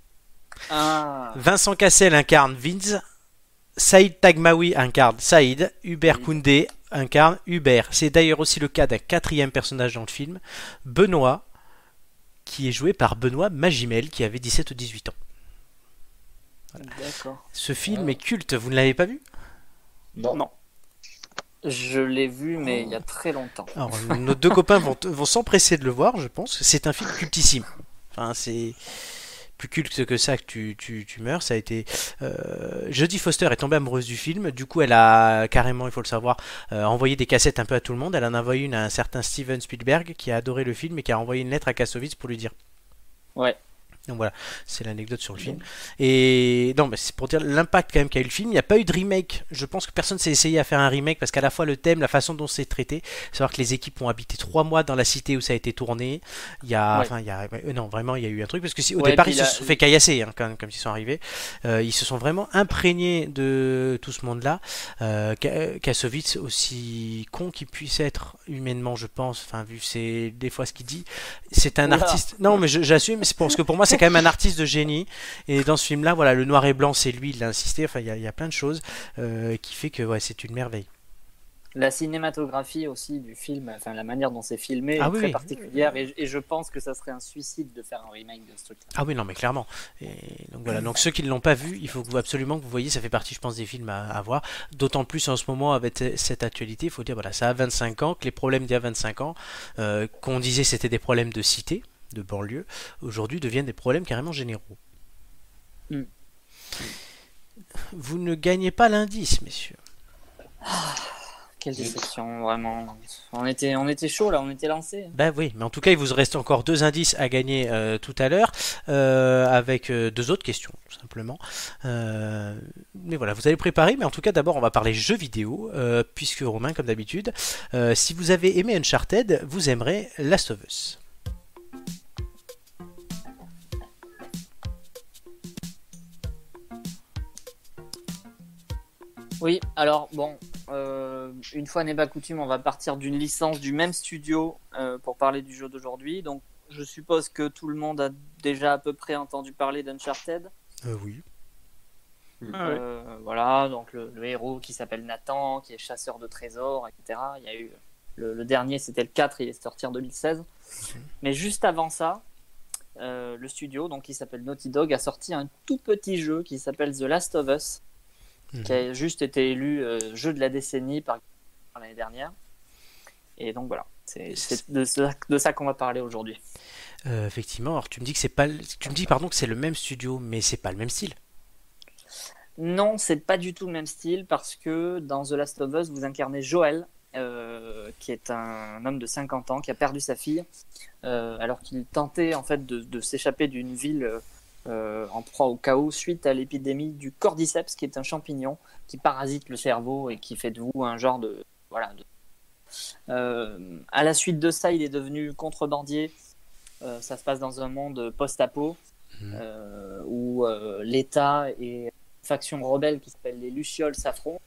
Vincent Cassel incarne Vince, Saïd Tagmaoui incarne Saïd, Hubert Koundé incarne Hubert. C'est d'ailleurs aussi le cas d'un quatrième personnage dans le film, Benoît, qui est joué par Benoît Magimel, qui avait 17 ou 18 ans. Voilà. D'accord. Ce film est culte, vous ne l'avez pas vu ? Non. Je l'ai vu, mais il y a très longtemps. Alors, nos deux copains vont s'empresser de le voir, je pense. C'est un film cultissime. Enfin, c'est plus culte que ça que tu meurs. Ça a été. Jodie Foster est tombée amoureuse du film. Du coup, elle a carrément, il faut le savoir, envoyé des cassettes un peu à tout le monde. Elle en a envoyé une à un certain Steven Spielberg qui a adoré le film et qui a envoyé une lettre à Kassovitz pour lui dire. Ouais. Donc voilà, c'est l'anecdote sur le film. Et non, mais c'est pour dire l'impact quand même qu'a eu le film. Il n'y a pas eu de remake. Je pense que personne s'est essayé à faire un remake parce qu'à la fois le thème, la façon dont c'est traité, savoir que les équipes ont habité 3 mois dans la cité où ça a été tourné. Non, vraiment, il y a eu un truc parce que au départ ils se sont fait caillasser comme ils sont arrivés. Ils se sont vraiment imprégnés de tout ce monde-là. Kassovitz, aussi con qu'il puisse être humainement, je pense. Enfin, vu des fois ce qu'il dit, c'est un artiste. Non, mais j'assume. C'est parce que pour moi c'est quand même un artiste de génie et dans ce film là voilà, le noir et blanc c'est lui, il a insisté, enfin il y a plein de choses qui fait que c'est une merveille. La cinématographie aussi du film, enfin la manière dont c'est filmé est très particulière et je pense que ça serait un suicide de faire un remake de ce truc là. Ah oui, non mais clairement. Et donc voilà, donc ceux qui ne l'ont pas vu, il faut absolument que vous voyez, ça fait partie je pense des films à voir, d'autant plus en ce moment avec cette actualité. Il faut dire voilà, ça a 25 ans, que les problèmes d'il y a 25 ans qu'on disait c'était des problèmes de cité, de banlieue, aujourd'hui deviennent des problèmes carrément généraux. Vous ne gagnez pas l'indice, messieurs. Quelle déception, vraiment. On était chaud là, on était lancé. Ben oui, mais en tout cas, il vous reste encore 2 indices à gagner tout à l'heure, avec 2 autres questions, tout simplement. Mais voilà, vous allez préparer, mais en tout cas, d'abord, on va parler jeux vidéo, puisque Romain, comme d'habitude, si vous avez aimé Uncharted, vous aimerez Last of Us. Oui, alors bon, une fois n'est pas coutume, on va partir d'une licence du même studio pour parler du jeu d'aujourd'hui. Donc, je suppose que tout le monde a déjà à peu près entendu parler d'Uncharted. Oui. Voilà, donc le héros qui s'appelle Nathan, qui est chasseur de trésors, etc. Il y a eu le dernier, c'était le 4, il est sorti en 2016. Mais juste avant ça, le studio, donc qui s'appelle Naughty Dog, a sorti un tout petit jeu qui s'appelle The Last of Us. Qui a juste été élu jeu de la décennie par l'année dernière. Et donc voilà. C'est de ça qu'on va parler aujourd'hui. Effectivement, alors tu me dis que c'est pas, tu me dis pardon que c'est le même studio, mais c'est pas le même style. Non, c'est pas du tout le même style parce que dans The Last of Us, vous incarnez Joel, qui est un homme de 50 ans qui a perdu sa fille alors qu'il tentait en fait de s'échapper d'une ville en proie au chaos suite à l'épidémie du cordyceps, qui est un champignon qui parasite le cerveau et qui fait de vous un genre de voilà. À la suite de ça, il est devenu contrebandier. Ça se passe dans un monde post-apo où l'État et une faction rebelle qui s'appelle les Lucioles s'affrontent.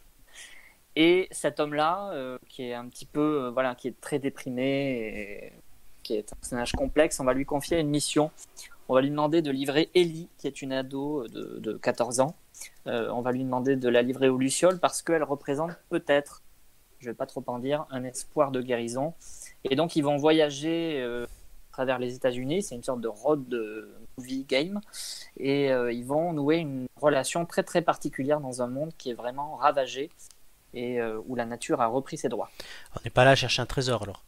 Et cet homme-là, qui est un petit peu, voilà, qui est très déprimé, et qui est un personnage complexe, on va lui confier une mission. On va lui demander de livrer Ellie, qui est une ado de 14 ans. On va lui demander de la livrer aux Lucioles parce qu'elle représente peut-être, je ne vais pas trop en dire, un espoir de guérison. Et donc, ils vont voyager à travers les États-Unis. C'est une sorte de road movie game. Et ils vont nouer une relation très, très particulière dans un monde qui est vraiment ravagé et où la nature a repris ses droits. On n'est pas là à chercher un trésor alors.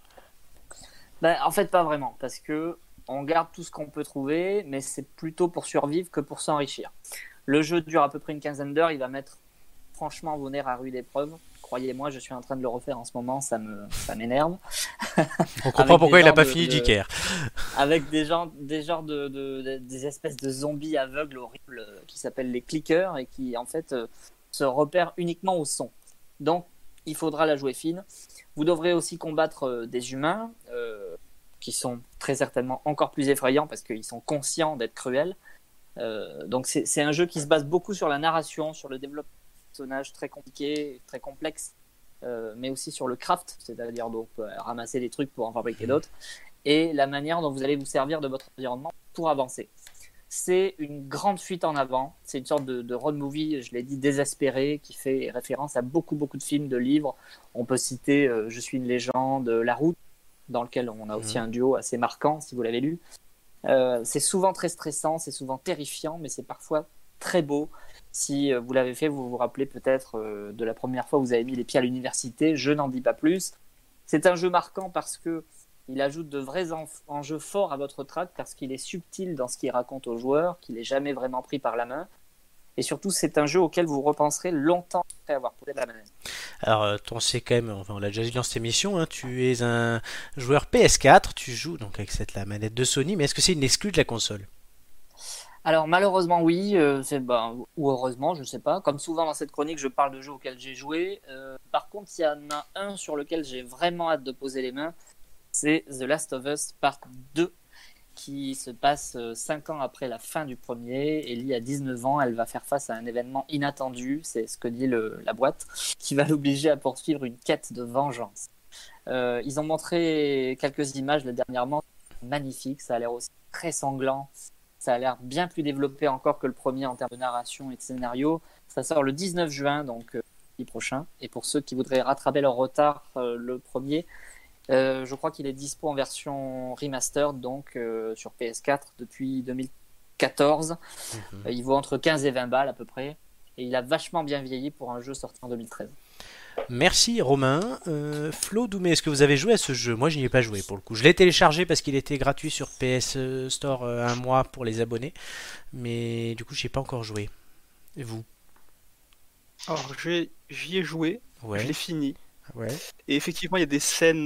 Ben, en fait, pas vraiment, parce que on garde tout ce qu'on peut trouver, mais c'est plutôt pour survivre que pour s'enrichir. Le jeu dure à peu près une quinzaine d'heures. Il va mettre franchement vos nerfs à rude épreuve. Croyez-moi, je suis en train de le refaire en ce moment, ça m'énerve. On comprend pourquoi il n'a pas fini Dicker. Avec des espèces de zombies aveugles horribles qui s'appellent les clickers et qui en fait se repèrent uniquement au son. Donc il faudra la jouer fine. Vous devrez aussi combattre des humains qui sont très certainement encore plus effrayants parce qu'ils sont conscients d'être cruels. Donc c'est un jeu qui se base beaucoup sur la narration, sur le développement de personnages très compliqués, très complexes, mais aussi sur le craft, c'est-à-dire donc ramasser des trucs pour en fabriquer d'autres, et la manière dont vous allez vous servir de votre environnement pour avancer. C'est une grande fuite en avant, c'est une sorte de road movie, je l'ai dit, désespéré, qui fait référence à beaucoup de films, de livres. On peut citer Je suis une légende, La Route, dans lequel on a aussi un duo assez marquant, si vous l'avez lu. C'est souvent très stressant, c'est souvent terrifiant, mais c'est parfois très beau. Si vous l'avez fait, vous vous rappelez peut-être de la première fois où vous avez mis les pieds à l'université. Je n'en dis pas plus. C'est un jeu marquant parce que il ajoute de vrais enjeux forts à votre track, parce qu'il est subtil dans ce qu'il raconte aux joueurs, qu'il n'est jamais vraiment pris par la main. Et surtout, c'est un jeu auquel vous repenserez longtemps après avoir posé la manette. Alors, on sait quand même, enfin, on l'a déjà dit dans cette émission, hein, tu es un joueur PS4, tu joues donc avec la manette de Sony, mais est-ce que c'est une exclue de la console ? Alors malheureusement oui, ou heureusement, je ne sais pas. Comme souvent dans cette chronique, je parle de jeux auxquels j'ai joué. Par contre, il y en a un sur lequel j'ai vraiment hâte de poser les mains, c'est The Last of Us Part 2, qui se passe 5 ans après la fin du premier. Ellie a 19 ans, elle va faire face à un événement inattendu, c'est ce que dit la boîte, qui va l'obliger à poursuivre une quête de vengeance. Ils ont montré quelques images dernièrement, magnifiques, ça a l'air aussi très sanglant. Ça a l'air bien plus développé encore que le premier en termes de narration et de scénario. Ça sort le 19 juin, donc l'année prochain. Et pour ceux qui voudraient rattraper leur retard, le premier, je crois qu'il est dispo en version remastered, donc sur PS4 depuis 2014. Il vaut entre 15 et 20 balles à peu près. Et il a vachement bien vieilli pour un jeu sorti en 2013. Merci Romain. Flo, Doumé, est-ce que vous avez joué à ce jeu ? Moi, je n'y ai pas joué pour le coup. Je l'ai téléchargé parce qu'il était gratuit sur PS Store un mois pour les abonnés, mais du coup, j'y ai pas encore joué. Et vous ? Alors, j'y ai joué, Ouais. je l'ai fini. Ouais. Et effectivement, il y a des scènes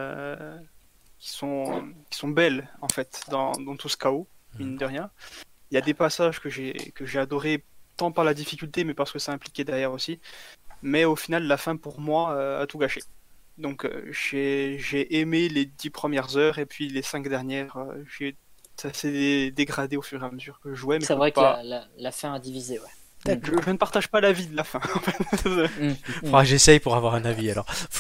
qui sont belles, en fait, dans tout ce chaos, mine de rien. Il y a des passages que j'ai adoré, tant par la difficulté, mais parce que ça impliquait derrière aussi. Mais au final, la fin, pour moi, a tout gâché. Donc, j'ai aimé les 10 premières heures, et puis les 5 dernières, ça s'est dégradé au fur et à mesure que je jouais. Mais C'est je vrai peux que pas... la fin a divisé, ouais. Je ne partage pas l'avis de la fin. En fait. Faudra que j'essaye pour avoir un avis alors. Flo ?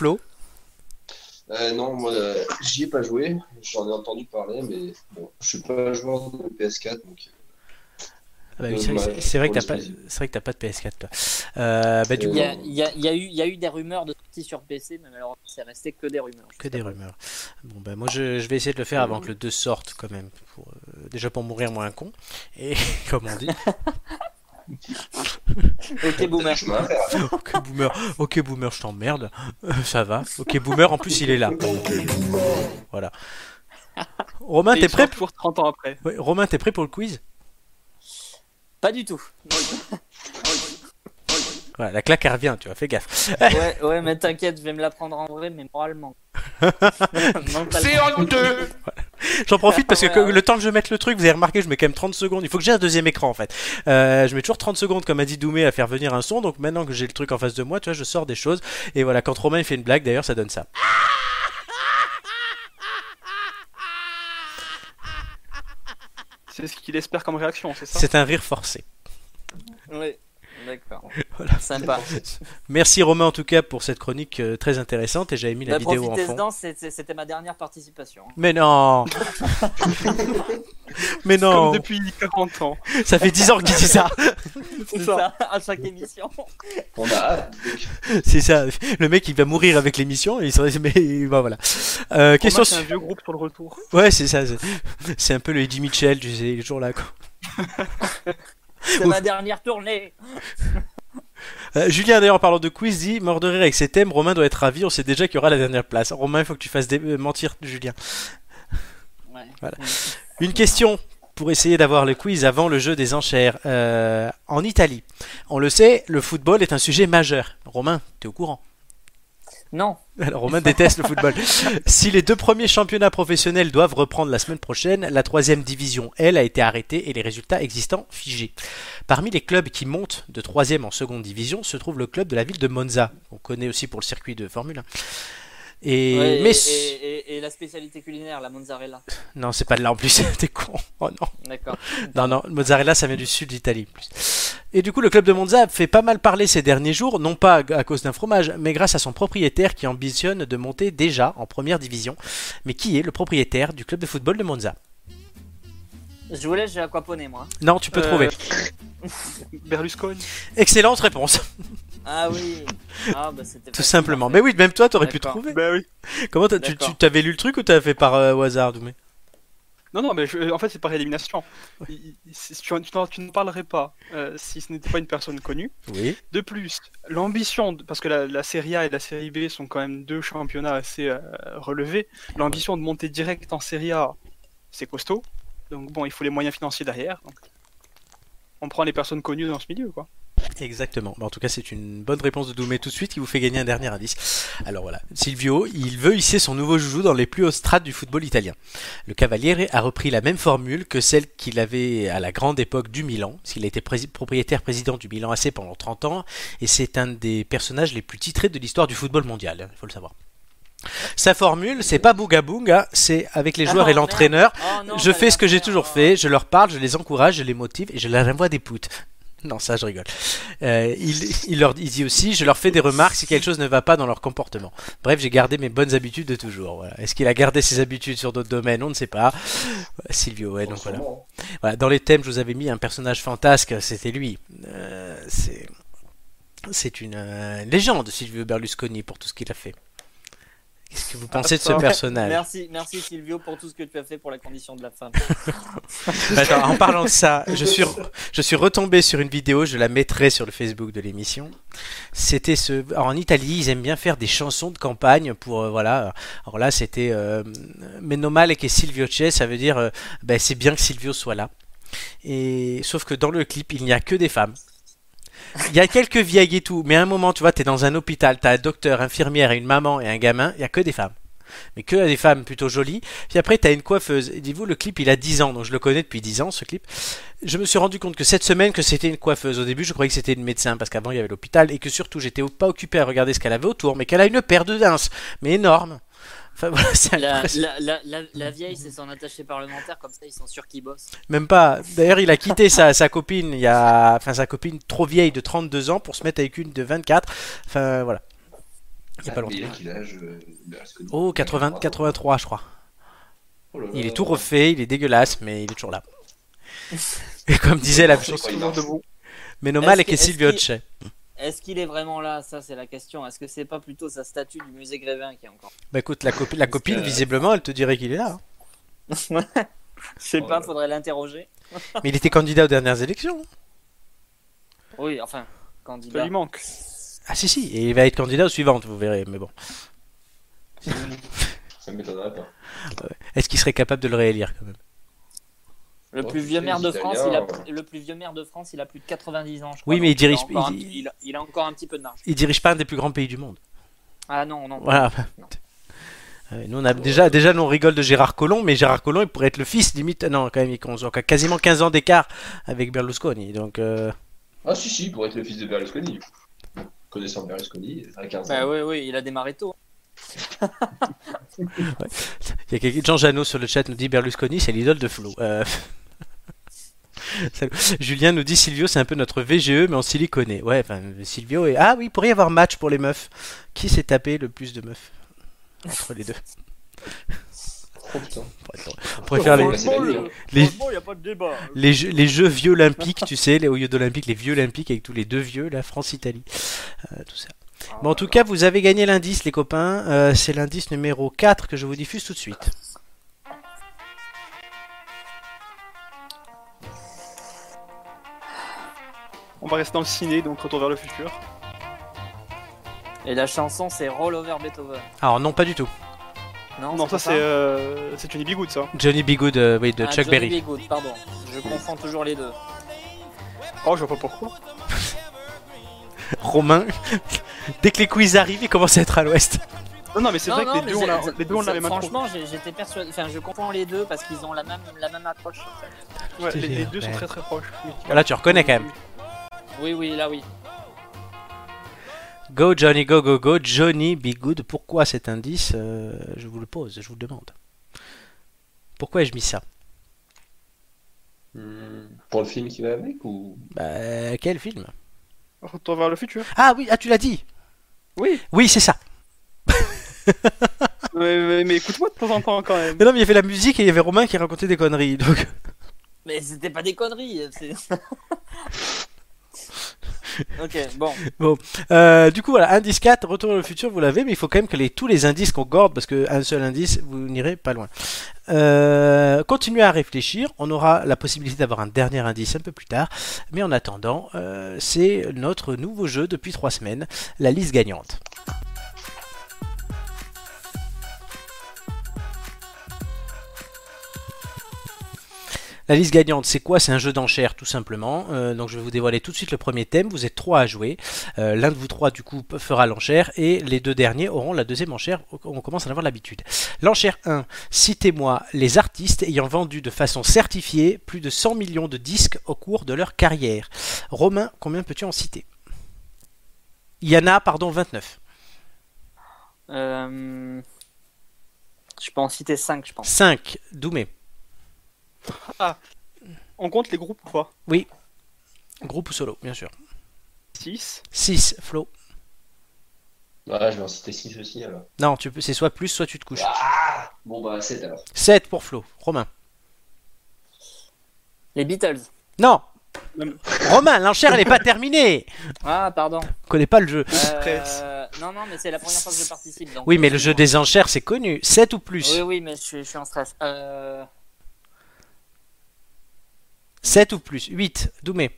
Non, moi, j'y ai pas joué. J'en ai entendu parler, mais bon, je suis pas joueur de PS4, donc. Ah bah oui, c'est vrai que t'as pas de PS4 toi. Du coup, Il y a eu des rumeurs de sortie sur PC, mais malheureusement c'est resté que des rumeurs. que des rumeurs. Bon bah moi je vais essayer de le faire avant que le 2 sorte quand même, déjà pour mourir moins con, et comme on dit. Ok, boomer. Chemin à faire. Ok boomer, je t'emmerde. Ça va. Ok boomer, en plus il est là. Voilà. Romain, Et t'es il sera prêt? toujours 30 ans après. Ouais, Romain, t'es prêt pour le quiz? Pas du tout. Voilà, la claque elle revient, tu vois, fais gaffe. Ouais, mais t'inquiète, je vais me la prendre en vrai, mais moralement. C'est honteux. J'en profite parce que Ouais. le temps que je mette le truc, vous avez remarqué, je mets quand même 30 secondes. Il faut que j'ai un deuxième écran en fait. Je mets toujours 30 secondes, comme a dit Doumé, à faire venir un son. Donc maintenant que j'ai le truc en face de moi, tu vois, je sors des choses. Et voilà, quand Romain il fait une blague, d'ailleurs, ça donne ça. C'est ce qu'il espère comme réaction, c'est ça? C'est un rire forcé. Ouais, d'accord. Voilà. Sympa. Merci Romain en tout cas pour cette chronique très intéressante et j'avais mis la Bah, vidéo en profitez-en, fond. c'était ma dernière participation. Mais non. Mais Comme non. depuis 40 ans. Ça fait 10 ans qu'il dit ça. C'est ça, à chaque émission. On a hâte. C'est ça. Le mec il va mourir avec l'émission et il serait mais bah, voilà. Question Romain, c'est un vieux groupe sur le retour. Ouais, c'est ça. C'est un peu le Eddie Mitchell, tu sais, il est toujours là quoi. C'est ma dernière tournée. Julien d'ailleurs en parlant de quiz dit mort de rire avec ses thèmes, Romain doit être ravi, on sait déjà qu'il y aura la dernière place. Romain, il faut que tu fasses mentir Julien. Ouais. Voilà. Une question pour essayer d'avoir le quiz avant le jeu des enchères. En Italie, on le sait, le football est un sujet majeur. Romain, t'es au courant? Non. Alors Romain déteste le football. Si les deux premiers championnats professionnels doivent reprendre la semaine prochaine, la troisième division, elle, a été arrêtée et les résultats existants figés. Parmi les clubs qui montent de troisième en seconde division se trouve le club de la ville de Monza, qu'on connaît aussi pour le circuit de Formule 1. Et... Ouais, mais... et la spécialité culinaire, la mozzarella. Non, c'est pas de là en plus, t'es con. Oh non. D'accord. Non, mozzarella, ça vient du sud d'Italie. En plus. Et du coup, le club de Monza fait pas mal parler ces derniers jours, non pas à cause d'un fromage, mais grâce à son propriétaire qui ambitionne de monter déjà en première division. Mais qui est le propriétaire du club de football de Monza? Je vous laisse, j'ai aquaponé moi. Non, tu peux trouver. Berlusconi. Excellente réponse, Ah oui. Ah bah c'était tout facile, simplement. en fait. Mais oui, même toi, t'aurais pu D'accord. trouver. Bah oui. Comment tu D'accord. t'avais lu le truc ou t'avais fait par au hasard, Doumé? Non, mais en fait, c'est par élimination. Tu ne parlerais pas si ce n'était pas une personne connue. Oui. De plus, l'ambition, parce que la Serie A et la Série B sont quand même deux championnats assez relevés, l'ambition de monter direct en Serie A, c'est costaud. Donc bon, il faut les moyens financiers derrière. Donc, on prend les personnes connues dans ce milieu, quoi. Exactement. En tout cas, c'est une bonne réponse de Doumé tout de suite qui vous fait gagner un dernier indice. Alors voilà, Silvio, il veut hisser son nouveau joujou dans les plus hauts strates du football italien. Le Cavaliere a repris la même formule que celle qu'il avait à la grande époque du Milan. Il a été propriétaire président du Milan AC pendant 30 ans et c'est un des personnages les plus titrés de l'histoire du football mondial, il faut le savoir. Sa formule, c'est pas bouga bouga, c'est avec les joueurs et l'entraîneur. Oh, non, Je fais ce que j'ai faire, toujours fait, je leur parle, je les encourage, je les motive et je leur envoie des poutres. Non, ça je rigole. Il dit aussi, je leur fais des remarques si quelque chose ne va pas dans leur comportement. Bref, j'ai gardé mes bonnes habitudes de toujours. Voilà. Est-ce qu'il a gardé ses habitudes sur d'autres domaines? On ne sait pas. Silvio, ouais, donc voilà. Voilà. Dans les thèmes, je vous avais mis un personnage fantasque, c'était lui. C'est une légende, Silvio Berlusconi, pour tout ce qu'il a fait. Qu'est-ce que vous pensez de ce personnage? Merci Silvio pour tout ce que tu as fait pour la condition de la femme. Attends, en parlant de ça, je suis retombé sur une vidéo, je la mettrai sur le Facebook de l'émission. C'était alors, en Italie, ils aiment bien faire des chansons de campagne pour voilà. Alors là, c'était Meno male che Silvio c'è, ça veut dire c'est bien que Silvio soit là. Et sauf que dans le clip, il n'y a que des femmes. Il y a quelques vieilles et tout, mais à un moment, tu vois, t'es dans un hôpital, t'as un docteur, infirmière et une maman et un gamin, il y a que des femmes. Mais que des femmes plutôt jolies. Puis après, t'as une coiffeuse. Et dites-vous, le clip, il a 10 ans, donc je le connais depuis 10 ans, ce clip. Je me suis rendu compte que cette semaine, que c'était une coiffeuse. Au début, je croyais que c'était une médecin, parce qu'avant, il y avait l'hôpital, et que surtout, j'étais pas occupé à regarder ce qu'elle avait autour, mais qu'elle a une paire de dinses, mais énorme. Enfin, voilà, c'est La vieille, c'est son attaché parlementaire, comme ça ils sont sûrs qu'ils bossent. Même pas. D'ailleurs, il a quitté sa copine, sa copine trop vieille de 32 ans pour se mettre avec une de 24. Enfin, voilà. Il n'y a pas longtemps. Quel âge Berlusconi? Oh, 83, je crois. Oh là là. Il est tout refait, il est dégueulasse, mais il est toujours là. Et comme disait la chanson, Toujours debout. Meno male che Est-ce Silvio qu'il- c'è. Est-ce qu'il est vraiment là? Ça, c'est la question. Est-ce que c'est pas plutôt sa statue du musée Grévin qui est encore? Bah écoute, la copine, visiblement, elle te dirait qu'il est là. Hein. Je sais pas, faudrait l'interroger. Mais il était candidat aux dernières élections. Oui, enfin, Ça candidat. lui manque. Ah si, et il va être candidat aux suivantes, vous verrez, mais bon. Ça m'étonnerait pas. Est-ce qu'il serait capable de le réélire quand même? Le Oh, plus tu vieux sais, maire les de France, Italiens, le plus vieux maire de France, il a plus de 90 ans, je crois. Oui, mais il donc a dirige- encore il- il a encore un petit peu de marge. Il dirige pas un des plus grands pays du monde. Ah non, non. Voilà. Non. Nous on a déjà nous on rigole de Gérard Collomb, mais Gérard Collomb il pourrait être le fils limite. Non, quand même, ils ont quasiment 15 ans d'écart avec Berlusconi. Donc Ah si, pour être le fils de Berlusconi. Connaissant Berlusconi, à 15 Bah ans. oui, il a démarré tôt. il y a quelqu'un, Jean Janot sur le chat nous dit Berlusconi c'est l'idole de Flo. Salut. Julien nous dit Silvio c'est un peu notre VGE mais en siliconé. Ouais, enfin Silvio et ah oui, il pourrait y avoir match pour les meufs. Qui s'est tapé le plus de meufs entre les deux? Oh putain. On pourrait faire les, c'est la nuit, hein. les- Franchement, il n'y a pas de débat. les jeux vieux olympiques, tu sais, les, au lieu d'olympiques, les vieux olympiques avec tous les deux vieux, la France-Italie, tout ça. Bon, en tout cas, vous avez gagné l'indice, les copains. C'est l'indice numéro 4 que je vous diffuse tout de suite. On va rester dans le ciné, donc Retour vers le futur. Et la chanson, c'est Roll Over Beethoven. Alors, non, pas du tout. Non, ça c'est Johnny B. Good, ça. Johnny B. Good, oui, de Chuck Johnny Berry. B. Good, pardon. Je confonds toujours les deux. Oh, je vois pas pourquoi. Romain, dès que les quiz arrivent, il commence à être à l'ouest. Non, mais c'est vrai que Non, les mais deux, on a la même intro. Franchement, j'étais persuadé. Enfin, je confonds les deux parce qu'ils ont la même approche. Ouais, Je te les jure, deux sont ouais. très très proches. Là, tu reconnais quand même. Oui, là oui. Go Johnny, go, go, go, Johnny Be Good. Pourquoi cet indice je vous le pose, je vous le demande. Pourquoi ai-je mis ça? Pour le film qui va avec ou Bah, quel film? Retour vers le futur. Ah oui, ah tu l'as dit. Oui. Oui, c'est ça. Mais écoute-moi de temps en temps quand même. Mais non, mais il y avait la musique et il y avait Romain qui racontait des conneries. Donc... Mais c'était pas des conneries. Ok, bon. Du coup, voilà, indice 4, Retour vers le futur, vous l'avez, mais il faut quand même que tous les indices concordent parce qu'un seul indice, vous n'irez pas loin. Continuez à réfléchir, on aura la possibilité d'avoir un dernier indice un peu plus tard, mais en attendant, c'est notre nouveau jeu depuis 3 semaines, la liste gagnante. La liste gagnante, c'est quoi? C'est un jeu d'enchères tout simplement. Donc je vais vous dévoiler tout de suite le premier thème. Vous êtes 3 à jouer. L'un de vous 3 du coup fera l'enchère et les 2 derniers auront la deuxième enchère. On commence à en avoir l'habitude. L'enchère 1. Citez-moi les artistes ayant vendu de façon certifiée plus de 100 millions de disques au cours de leur carrière. Romain, combien peux-tu en citer? Il y en a, 29. Je peux en citer 5, je pense. 5. Doumé. On compte les groupes ou pas? Oui. Groupe ou solo, bien sûr. 6. 6. Flo. Ah, je vais en citer 6 aussi alors. Non, c'est soit plus, soit tu te couches. Ah bon bah 7 alors. 7 pour Flo. Romain. Les Beatles. Non. Même- Romain, l'enchère elle n'est pas terminée. Ah, pardon. On connaît pas le jeu. Non, mais c'est la première fois que je participe. Donc, Oui, mais le jeu des enchères c'est connu. 7 ou plus. Oui, mais je suis en stress. 7 ou plus. 8. Doumé.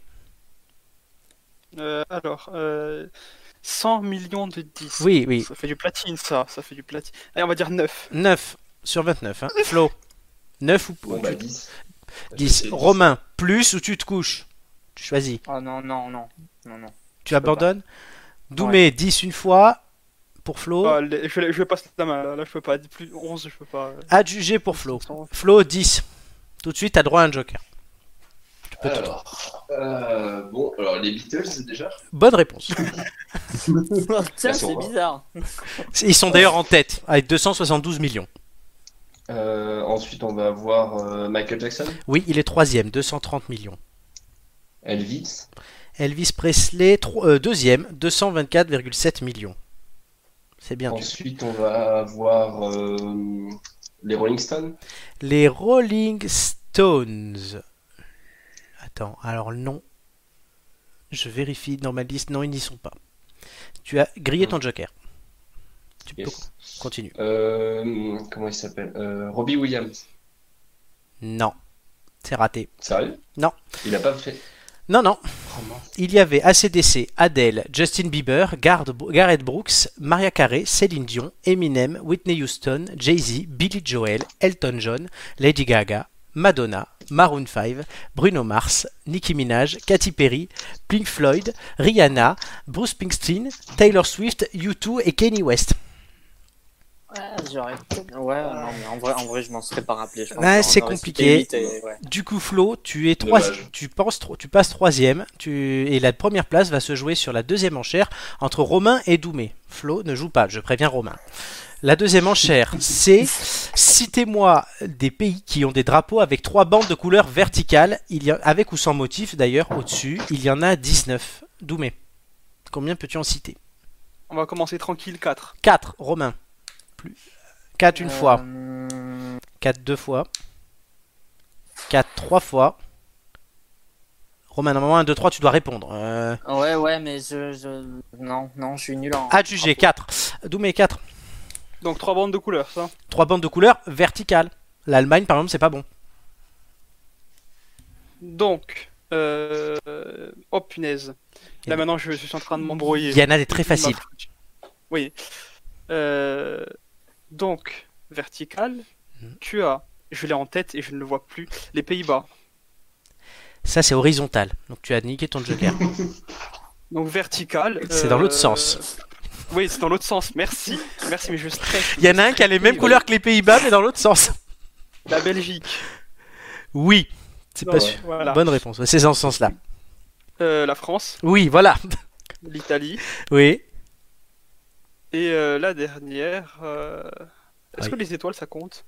Alors, 100 millions de disques. Oui. Ça fait du platine, ça fait du platine. Allez, on va dire 9. 9 sur 29. Hein. Flo. 9 ou Bon bah 10. 10. Romain. Plus ou tu te couches. Tu choisis. Oh non. Tu abandonnes. Doumé, 10 une fois. Pour Flo. Ah, je vais passer la main, là je peux pas. Plus 11, je peux pas. Adjugé pour Flo. Flo, 10. Tout de suite, tu as droit à un joker. Alors, bon, alors les Beatles déjà. Bonne réponse. Tiens, Merci, au c'est revoir. bizarre. Ils sont d'ailleurs en tête avec 272 millions. Ensuite, on va avoir Michael Jackson, Oui, il est 3ème, 230 millions. Elvis, Elvis Presley, 2ème, 224,7 millions. C'est bien. ensuite on va avoir les Rolling Stones, Les Rolling Stones. Attends, alors non. Je vérifie dans ma liste. Non, ils n'y sont pas. Tu as grillé ton joker. Tu peux yes. continuer. Comment il s'appelle Robbie Williams, Non. C'est raté. sérieux? Non. Il a pas fait. Non. Il y avait AC/DC, Adele, Justin Bieber, Gareth Brooks, Mariah Carey, Céline Dion, Eminem, Whitney Houston, Jay-Z, Billy Joel, Elton John, Lady Gaga, Madonna, Maroon 5, Bruno Mars, Nicki Minaj, Katy Perry, Pink Floyd, Rihanna, Bruce Springsteen, Taylor Swift, U2 et Kanye West. Ouais, j'aurais peut-être. Ouais, non, mais en vrai, je m'en serais pas rappelé. Je pense Ouais, qu'on c'est aurait compliqué. cité 8 et- ouais. Du coup, Flo, tu Dommage. passes troisième, et la première place va se jouer sur la deuxième enchère entre Romain et Doumé. Flo ne joue pas, je préviens Romain. La deuxième enchère, c'est citez-moi des pays qui ont des drapeaux avec 3 bandes de couleurs verticales, avec ou sans motif d'ailleurs, au-dessus. Il y en a 19. Doumé, combien peux-tu en citer? On va commencer tranquille, 4. 4, Romain. 4 une fois, Euh, 4 deux fois, 4 trois fois. Romain, normalement 1, 2, 3, tu dois répondre. Ouais, mais non, je suis nul en. Adjugé, 4. Doumé, 4. Donc 3 bandes de couleurs, ça. 3 bandes de couleurs verticales. L'Allemagne, par exemple, c'est pas bon. Donc, oh punaise. Là maintenant, je suis en train de m'embrouiller. Il y en a des très faciles. Oui. Donc, vertical, tu as, je l'ai en tête et je ne le vois plus, les Pays-Bas. Ça, c'est horizontal. Donc tu as niqué ton joker. Donc vertical. C'est dans l'autre sens. Oui, c'est dans l'autre sens. Merci, mais je stresse. Il y en a un qui a les mêmes couleurs que les Pays-Bas, mais dans l'autre sens. La Belgique. Oui. C'est pas Ouais. sûr. Voilà. Bonne réponse. Ouais, c'est dans ce sens-là. La France, Oui, voilà. l'Italie. Oui. Et la dernière. Est-ce Oui. que les étoiles ça compte?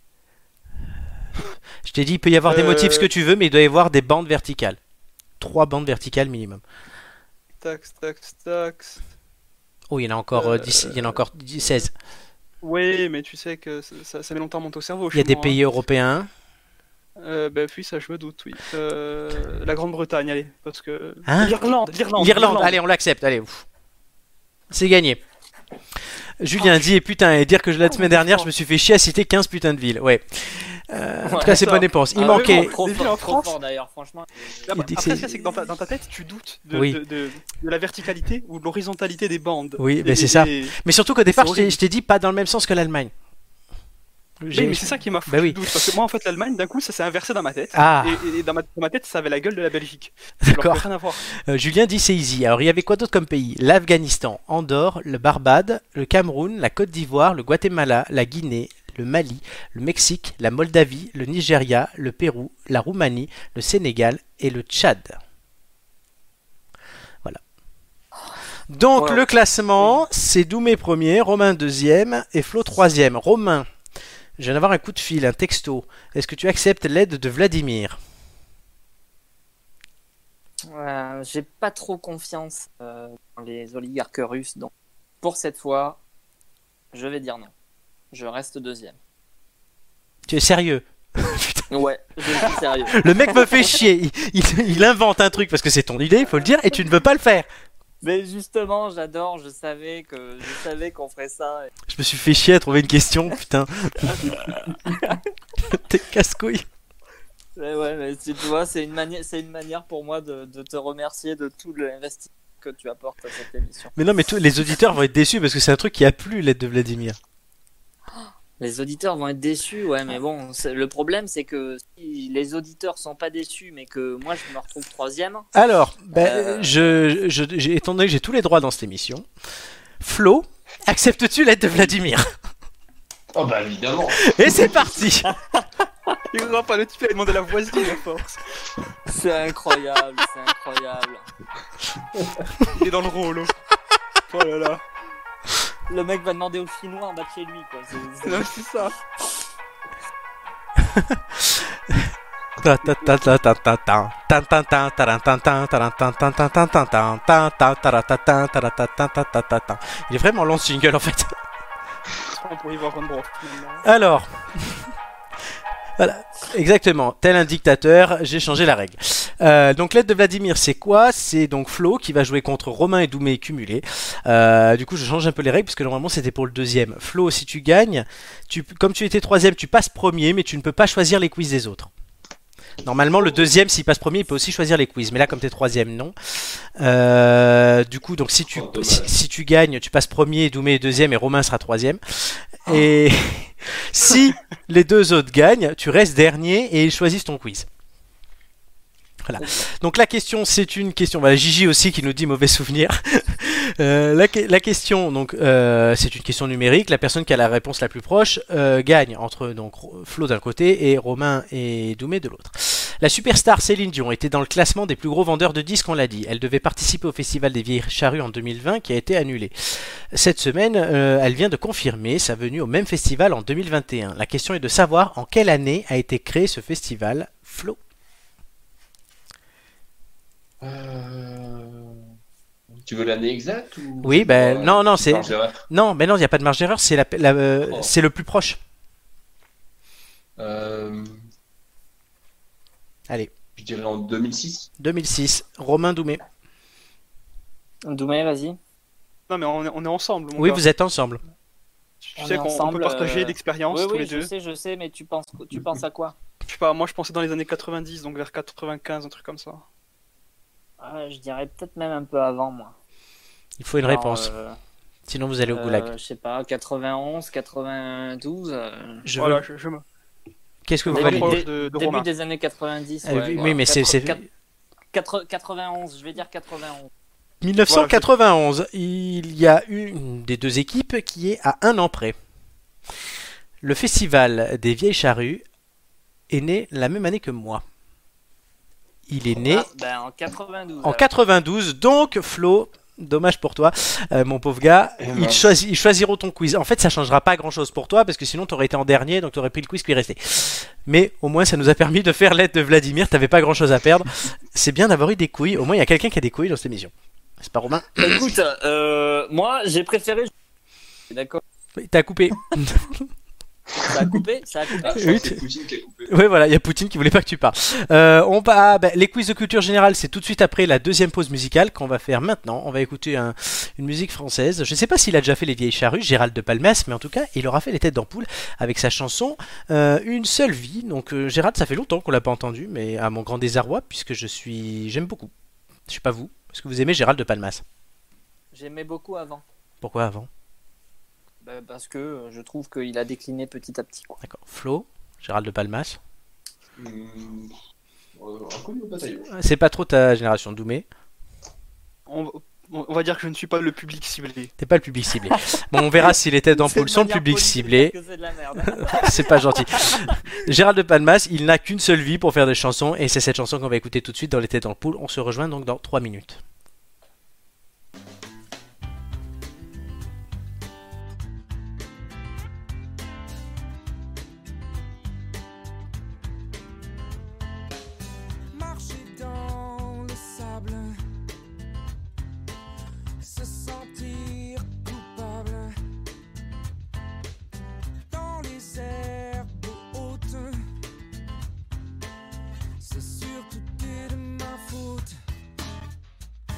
Je t'ai dit, il peut y avoir des motifs ce que tu veux, mais il doit y avoir des bandes verticales. 3 bandes verticales minimum. Tax. Oh, il y en a encore 10, il y en a encore 16. Oui, mais tu sais que ça met longtemps à monter au cerveau. Il y a chez des moi, pays européens. hein. Oui, ça je me doute, oui. La Grande-Bretagne, allez, parce que. Hein L'Irlande. Allez, on l'accepte. Allez, ouf. C'est gagné. Julien dit, et putain, et dire que la semaine dernière, je me suis fait chier à citer 15 putains de villes. Ouais. En tout cas, c'est ça. bonne réponse. Il Ah, manquait. vraiment, trop des villes en fort, trop France. fort d'ailleurs, franchement. Il dit que Après, c'est- c'est que dans ta tête, tu doutes de, Oui. de la verticalité ou de l'horizontalité des bandes. Oui, Des- mais c'est des- ça. des- Mais surtout qu'au départ, C'est je t'ai- horrible. je t'ai dit pas dans le même sens que l'Allemagne. Oui, mais c'est ça qui m'a foutu Bah oui. le doute. Parce que moi, en fait, l'Allemagne, d'un coup, ça s'est inversé dans ma tête. Ah. Et dans ma tête, ça avait la gueule de la Belgique. Alors que D'accord. rien à voir. Julien dit c'est easy. Alors il y avait quoi d'autre comme pays? L'Afghanistan, Andorre, le Barbade, le Cameroun, la Côte d'Ivoire, le Guatemala, la Guinée, le Mali, le Mexique, la Moldavie, le Nigeria, le Pérou, la Roumanie, le Sénégal et le Tchad. Voilà. Donc Ouais. le classement, c'est Doumé premier, Romain deuxième et Flo troisième. Romain, je viens d'avoir un coup de fil, un texto. Est-ce que tu acceptes l'aide de Vladimir? J'ai pas trop confiance dans les oligarques russes, donc pour cette fois, je vais dire non. Je reste deuxième. Tu es sérieux? Ouais, je suis sérieux. Le mec me fait chier. Il invente un truc parce que c'est ton idée, il faut le dire, et tu ne veux pas le faire. Mais justement, j'adore, je savais qu'on ferait ça. Je me suis fait chier à trouver une question, putain. T'es casse-couille. Ouais, mais tu vois, c'est une manière pour moi de te remercier de tout l'investissement que tu apportes à cette émission. Mais non, mais les auditeurs vont être déçus parce que c'est un truc qui a plu, l'aide de Vladimir. Les auditeurs vont être déçus, ouais, mais bon, le problème c'est que si les auditeurs sont pas déçus, mais que moi je me retrouve troisième. Alors, Euh. étant donné que j'ai tous les droits dans cette émission, Flo, acceptes-tu l'aide de Vladimir? Oh bah évidemment. Et c'est parti. Il ne pas le type, il a demandé la voisine à force. C'est incroyable, c'est incroyable. Il est dans le rôle. Oh là là. Le mec va demander au chinois en bas de chez lui, quoi. Non, c'est ça. Il est vraiment long ce jingle en fait. On pourrait y voir Ron Brock, maintenant. Alors, voilà, exactement, tel un dictateur, j'ai changé la règle. Donc l'aide de Vladimir, c'est quoi? C'est donc Flo qui va jouer contre Romain et Doumé cumulés. Du coup, je change un peu les règles parce que normalement c'était pour le deuxième. Flo, si tu gagnes, comme tu étais troisième, tu passes premier, mais tu ne peux pas choisir les quiz des autres. Normalement, le deuxième, s'il passe premier, il peut aussi choisir les quiz. Mais là, comme t'es troisième, non. Du coup, donc si Oh, dommage. si tu gagnes, tu passes premier, Doumé est deuxième et Romain sera troisième. Et si les deux autres gagnent, tu restes dernier et ils choisissent ton quiz. Voilà. Donc la question, c'est une question. Voilà, Gigi aussi qui nous dit mauvais souvenir. La question, donc, c'est une question numérique. La personne qui a la réponse la plus proche gagne entre donc Flo d'un côté et Romain et Doumé de l'autre. La superstar Céline Dion était dans le classement des plus gros vendeurs de disques, on l'a dit. Elle devait participer au Festival des Vieilles Charrues en 2020 qui a été annulé. Cette semaine, elle vient de confirmer sa venue au même festival en 2021. La question est de savoir en quelle année a été créé ce festival. Flo. Tu veux l'année exacte ou Oui, ben non, c'est marge d'erreur non, mais non, il n'y a pas de marge d'erreur. C'est c'est le plus proche. Allez, Je dirais en 2006. 2006. Romain Doumé. Doumé, vas-y. Non, mais on est ensemble. Mon Oui, gars. vous êtes ensemble. Tu On sais est qu'on ensemble, peut partager l'expérience Oui, tous oui, les deux. je sais, mais tu penses à quoi? Je sais pas, moi je pensais dans les années 90, donc vers 95, un truc comme ça. Je dirais peut-être même un peu avant, moi. Il faut une Alors, réponse. Sinon, vous allez au goulag. Je sais pas, 91, 92. Je Voilà, veux- je me Qu'est-ce que vous Début validez de Début Romain. des années 90. Oui, ouais, oui, mais c'est 91, je vais dire 91. 1991. Il y a une des deux équipes qui est à un an près. Le festival des Vieilles Charrues est né la même année que moi. Il est né En 92. en 92, donc Flo, dommage pour toi, mon pauvre gars, ils choisiront ton quiz. En fait, ça changera pas grand chose pour toi parce que sinon tu aurais été en dernier, donc tu aurais pris le quiz qui restait. Mais au moins, ça nous a permis de faire l'aide de Vladimir. T'avais pas grand chose à perdre. C'est bien d'avoir eu des couilles. Au moins, il y a quelqu'un qui a des couilles dans cette émission. C'est pas Romain. Écoute, moi j'ai préféré. D'accord. Oui, t'as coupé. Ça a coupé. Ah, je crois Oui, que c'est Poutine qui a coupé. Oui, voilà, il y a Poutine qui voulait pas que tu parles. Les quiz de culture générale, c'est tout de suite après la deuxième pause musicale qu'on va faire maintenant. On va écouter une musique française. Je sais pas s'il a déjà fait Les Vieilles Charrues, Gérald de Palmas, mais en tout cas, il aura fait Les Têtes d'Ampoule avec sa chanson Une seule vie. Donc, Gérald, ça fait longtemps qu'on l'a pas entendu, mais à mon grand désarroi, puisque j'aime beaucoup. Je sais pas vous. Est-ce que vous aimez Gérald de Palmas? J'aimais beaucoup avant. Pourquoi avant? Parce que je trouve qu'il a décliné petit à petit. Quoi. D'accord. Flo, Gérald de Palmas. Inconnu au bataillon. C'est pas trop ta génération. Doumé. On va dire que je ne suis pas le public ciblé. T'es pas le public ciblé. Bon, on verra si les Têtes d'Ampoule sont le public ciblé. Que c'est de la merde. C'est pas gentil. Gérald de Palmas, il n'a qu'une seule vie pour faire des chansons et c'est cette chanson qu'on va écouter tout de suite dans Les Têtes d'Ampoule. On se rejoint donc dans 3 minutes. Marcher dans le sable, se sentir coupable dans les herbes hautes. C'est sûr tout est de ma faute.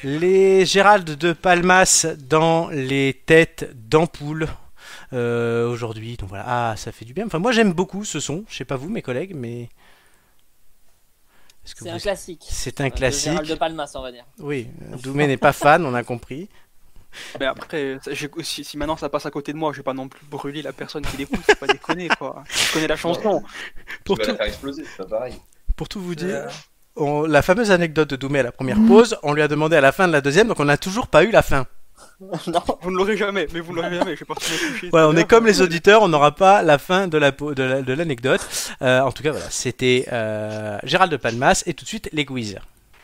Les Gérald de Palmas dans les têtes d'ampoule aujourd'hui. Donc voilà, ah, ça fait du bien. Enfin, moi j'aime beaucoup ce son. Je sais pas vous, mes collègues, mais C'est un classique. C'est un De classique. Gérald de Palmas, on va dire. Oui, Doumé n'est pas fan, on a compris. Mais après, si maintenant ça passe à côté de moi, je vais pas non plus brûler la personne qui l'écoute, faut pas déconner quoi. Je connais la chanson. Pour Tu vas tout, la faire exploser, c'est pas pareil. pour tout vous dire, la fameuse anecdote de Doumé à la première pause, on lui a demandé à la fin de la deuxième, donc on n'a toujours pas eu la fin. Non. Vous ne l'aurez jamais, mais vous ne l'aurez jamais, je vais partir me coucher. Voilà, on est comme les auditeurs, on n'aura pas la fin de l'anecdote. En tout cas, voilà, c'était Gérald de Palmas et tout de suite les quiz.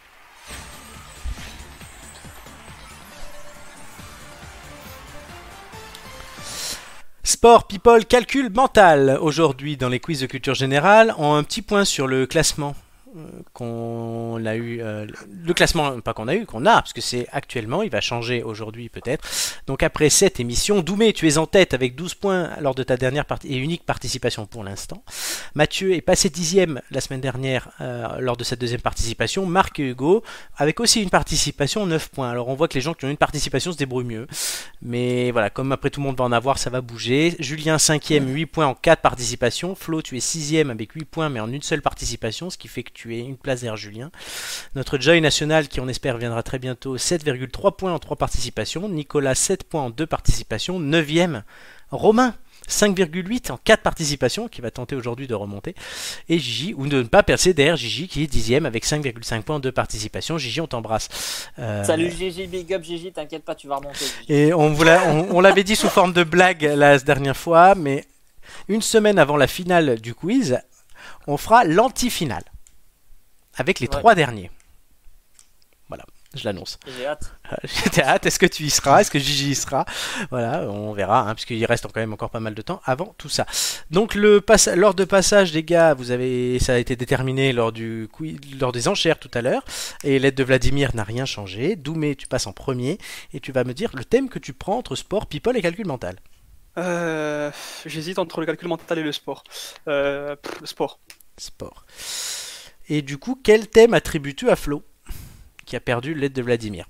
Sport, people, calcul mental. Aujourd'hui, dans les quiz de culture générale, on a un petit point sur le classement qu'on a eu, le classement, pas qu'on a eu, qu'on a, parce que c'est actuellement, il va changer aujourd'hui peut-être. Donc après cette émission, Doumé, tu es en tête avec 12 points lors de ta dernière et unique participation pour l'instant. Mathieu est passé 10e la semaine dernière lors de cette deuxième participation. Marc et Hugo, avec aussi une participation, 9 points. Alors on voit que les gens qui ont une participation se débrouillent mieux. Mais voilà, comme après tout le monde va en avoir, ça va bouger. Julien 5e, 8 points en 4 participations. Flo, tu es 6e avec 8 points mais en une seule participation, ce qui fait que tu es une place derrière Julien. Notre Joy National, qui on espère viendra très bientôt, 7,3 points en 3 participations. Nicolas, 7 points en 2 participations. 9e, Romain, 5,8 en 4 participations, qui va tenter aujourd'hui de remonter. Et Gigi, ou de ne pas percer derrière Gigi, qui est 10e avec 5,5 points en 2 participations. Gigi, on t'embrasse. Salut Gigi, big up Gigi, t'inquiète pas, tu vas remonter. Gigi. Et on l'avait dit sous forme de blague la dernière fois, mais une semaine avant la finale du quiz, on fera l'anti-finale. Avec les 3 derniers. Voilà, je l'annonce. J'ai hâte. J'ai hâte, est-ce que tu y seras? Est-ce que Gigi y sera? Voilà, on verra, hein, puisqu'il reste quand même encore pas mal de temps avant tout ça. Donc l'ordre de passage des gars, ça a été déterminé lors des enchères tout à l'heure. Et l'aide de Vladimir n'a rien changé. Doumé, tu passes en premier. Et tu vas me dire le thème que tu prends entre sport, people et calcul mental. J'hésite entre le calcul mental et le sport. Le sport. Sport. Et du coup, quel thème attribues-tu à Flo, qui a perdu l'aide de Vladimir?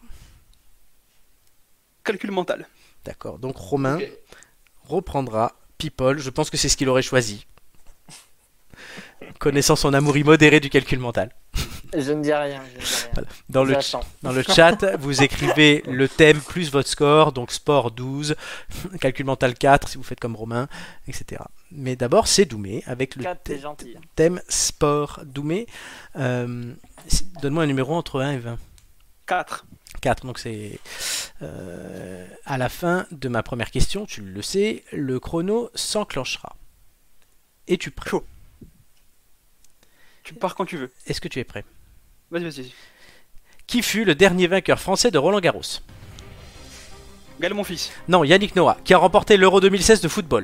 Calcul mental. D'accord, donc Romain reprendra People, je pense que c'est ce qu'il aurait choisi. Connaissant son amour immodéré du calcul mental. Je ne dis rien. Voilà. Dans le chat, vous écrivez le thème plus votre score, donc sport 12, calcul mental 4 si vous faites comme Romain, etc. Mais d'abord, c'est Doumé avec le thème sport. Doumé, donne-moi un numéro entre 1 et 20. 4. 4, donc c'est à la fin de ma première question, tu le sais, le chrono s'enclenchera. Es-tu prêt? Chaud. Tu pars quand tu veux. Est-ce que tu es prêt? Vas-y. Qui fut le dernier vainqueur français de Roland Garros? Gaël Monfils. Non, Yannick Noah, qui a remporté l'Euro 2016 de football.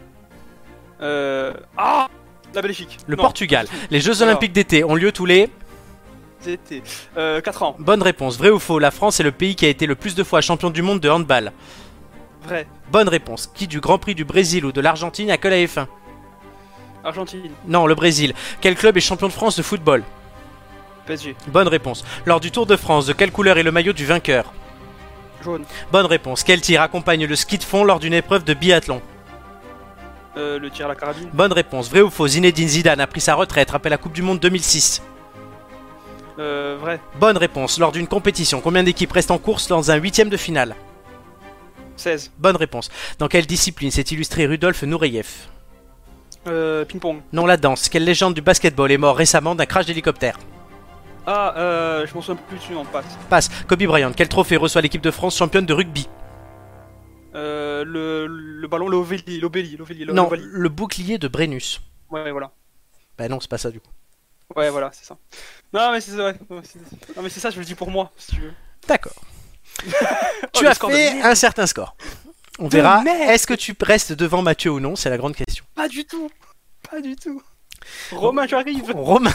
La Belgique. Le Portugal. Les Jeux Olympiques d'été ont lieu tous les... C'était 4 ans. Bonne réponse. Vrai ou faux? La France est le pays qui a été le plus de fois champion du monde de handball. Vrai. Bonne réponse. Qui du Grand Prix du Brésil ou de l'Argentine a que la F1? Argentine. Non, le Brésil. Quel club est champion de France de football? PSG. Bonne réponse. Lors du Tour de France, de quelle couleur est le maillot du vainqueur? Jaune. Bonne réponse. Quel tir accompagne le ski de fond lors d'une épreuve de biathlon? Le tir à la carabine. Bonne réponse. Vrai ou faux? Zinedine Zidane a pris sa retraite après la Coupe du Monde 2006. Vrai. Bonne réponse. Lors d'une compétition, combien d'équipes restent en course dans un 8ème de finale? 16. Bonne réponse. Dans quelle discipline s'est illustré Rudolf Nureyev? Ping-pong. Non, la danse. Quelle légende du basketball est mort récemment d'un crash d'hélicoptère? Je m'en souviens plus dessus, on passe. Passe. Kobe Bryant. Quel trophée reçoit l'équipe de France championne de rugby? Le ballon, l'Ovélie. Non, le bouclier de Brennus. Ouais, voilà. Bah non, c'est pas ça du coup. Ouais, voilà, c'est ça. Non, mais c'est ça, ouais. Non, mais c'est ça, je le dis pour moi, si tu veux. D'accord. Tu as fait un certain score. On verra. Est-ce que tu restes devant Mathieu ou non? C'est la grande question. Pas du tout. Romain, j'arrive.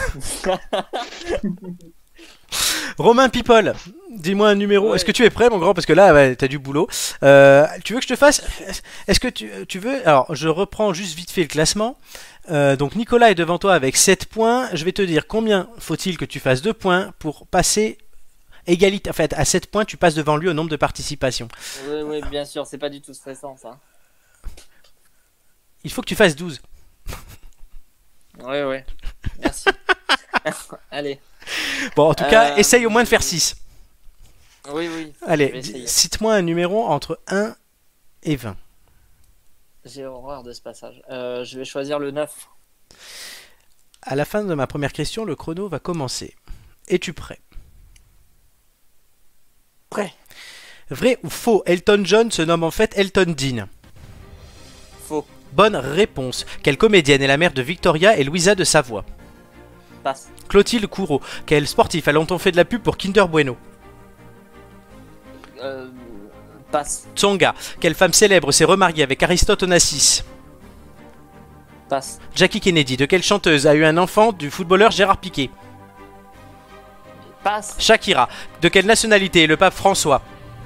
Romain People, dis-moi un numéro. Ouais. Est-ce que tu es prêt, mon grand? Parce que là, t'as du boulot. Tu veux que je te fasse? Est-ce que tu veux? Alors, je reprends juste vite fait le classement. Donc, Nicolas est devant toi avec 7 points. Je vais te dire combien faut-il que tu fasses 2 points pour passer égalité. En fait, à 7 points, tu passes devant lui au nombre de participations. Oui, oui, bien sûr, c'est pas du tout stressant ça. Il faut que tu fasses 12. Oui, oui. Merci. Allez. Bon, en tout cas, essaye au moins de faire 6. Oui, oui. je vais Allez, essayer. cite-moi un numéro entre 1 et 20. J'ai horreur de ce passage. Je vais choisir le 9. À la fin de ma première question, le chrono va commencer. Es-tu prêt? Prêt. Vrai ou faux, Elton John se nomme en fait Elton Dean? Faux. Bonne réponse. Quelle comédienne est la mère de Victoria et Louisa de Savoie? Passe. Clotilde Courreau. Quel sportif a longtemps fait de la pub pour Kinder Bueno? Passe. Tsonga. Quelle femme célèbre s'est remariée avec Aristote Onassis? Passe. Jackie Kennedy. De quelle chanteuse a eu un enfant du footballeur Gérard Piqué? Passe. Shakira. De quelle nationalité est le pape François?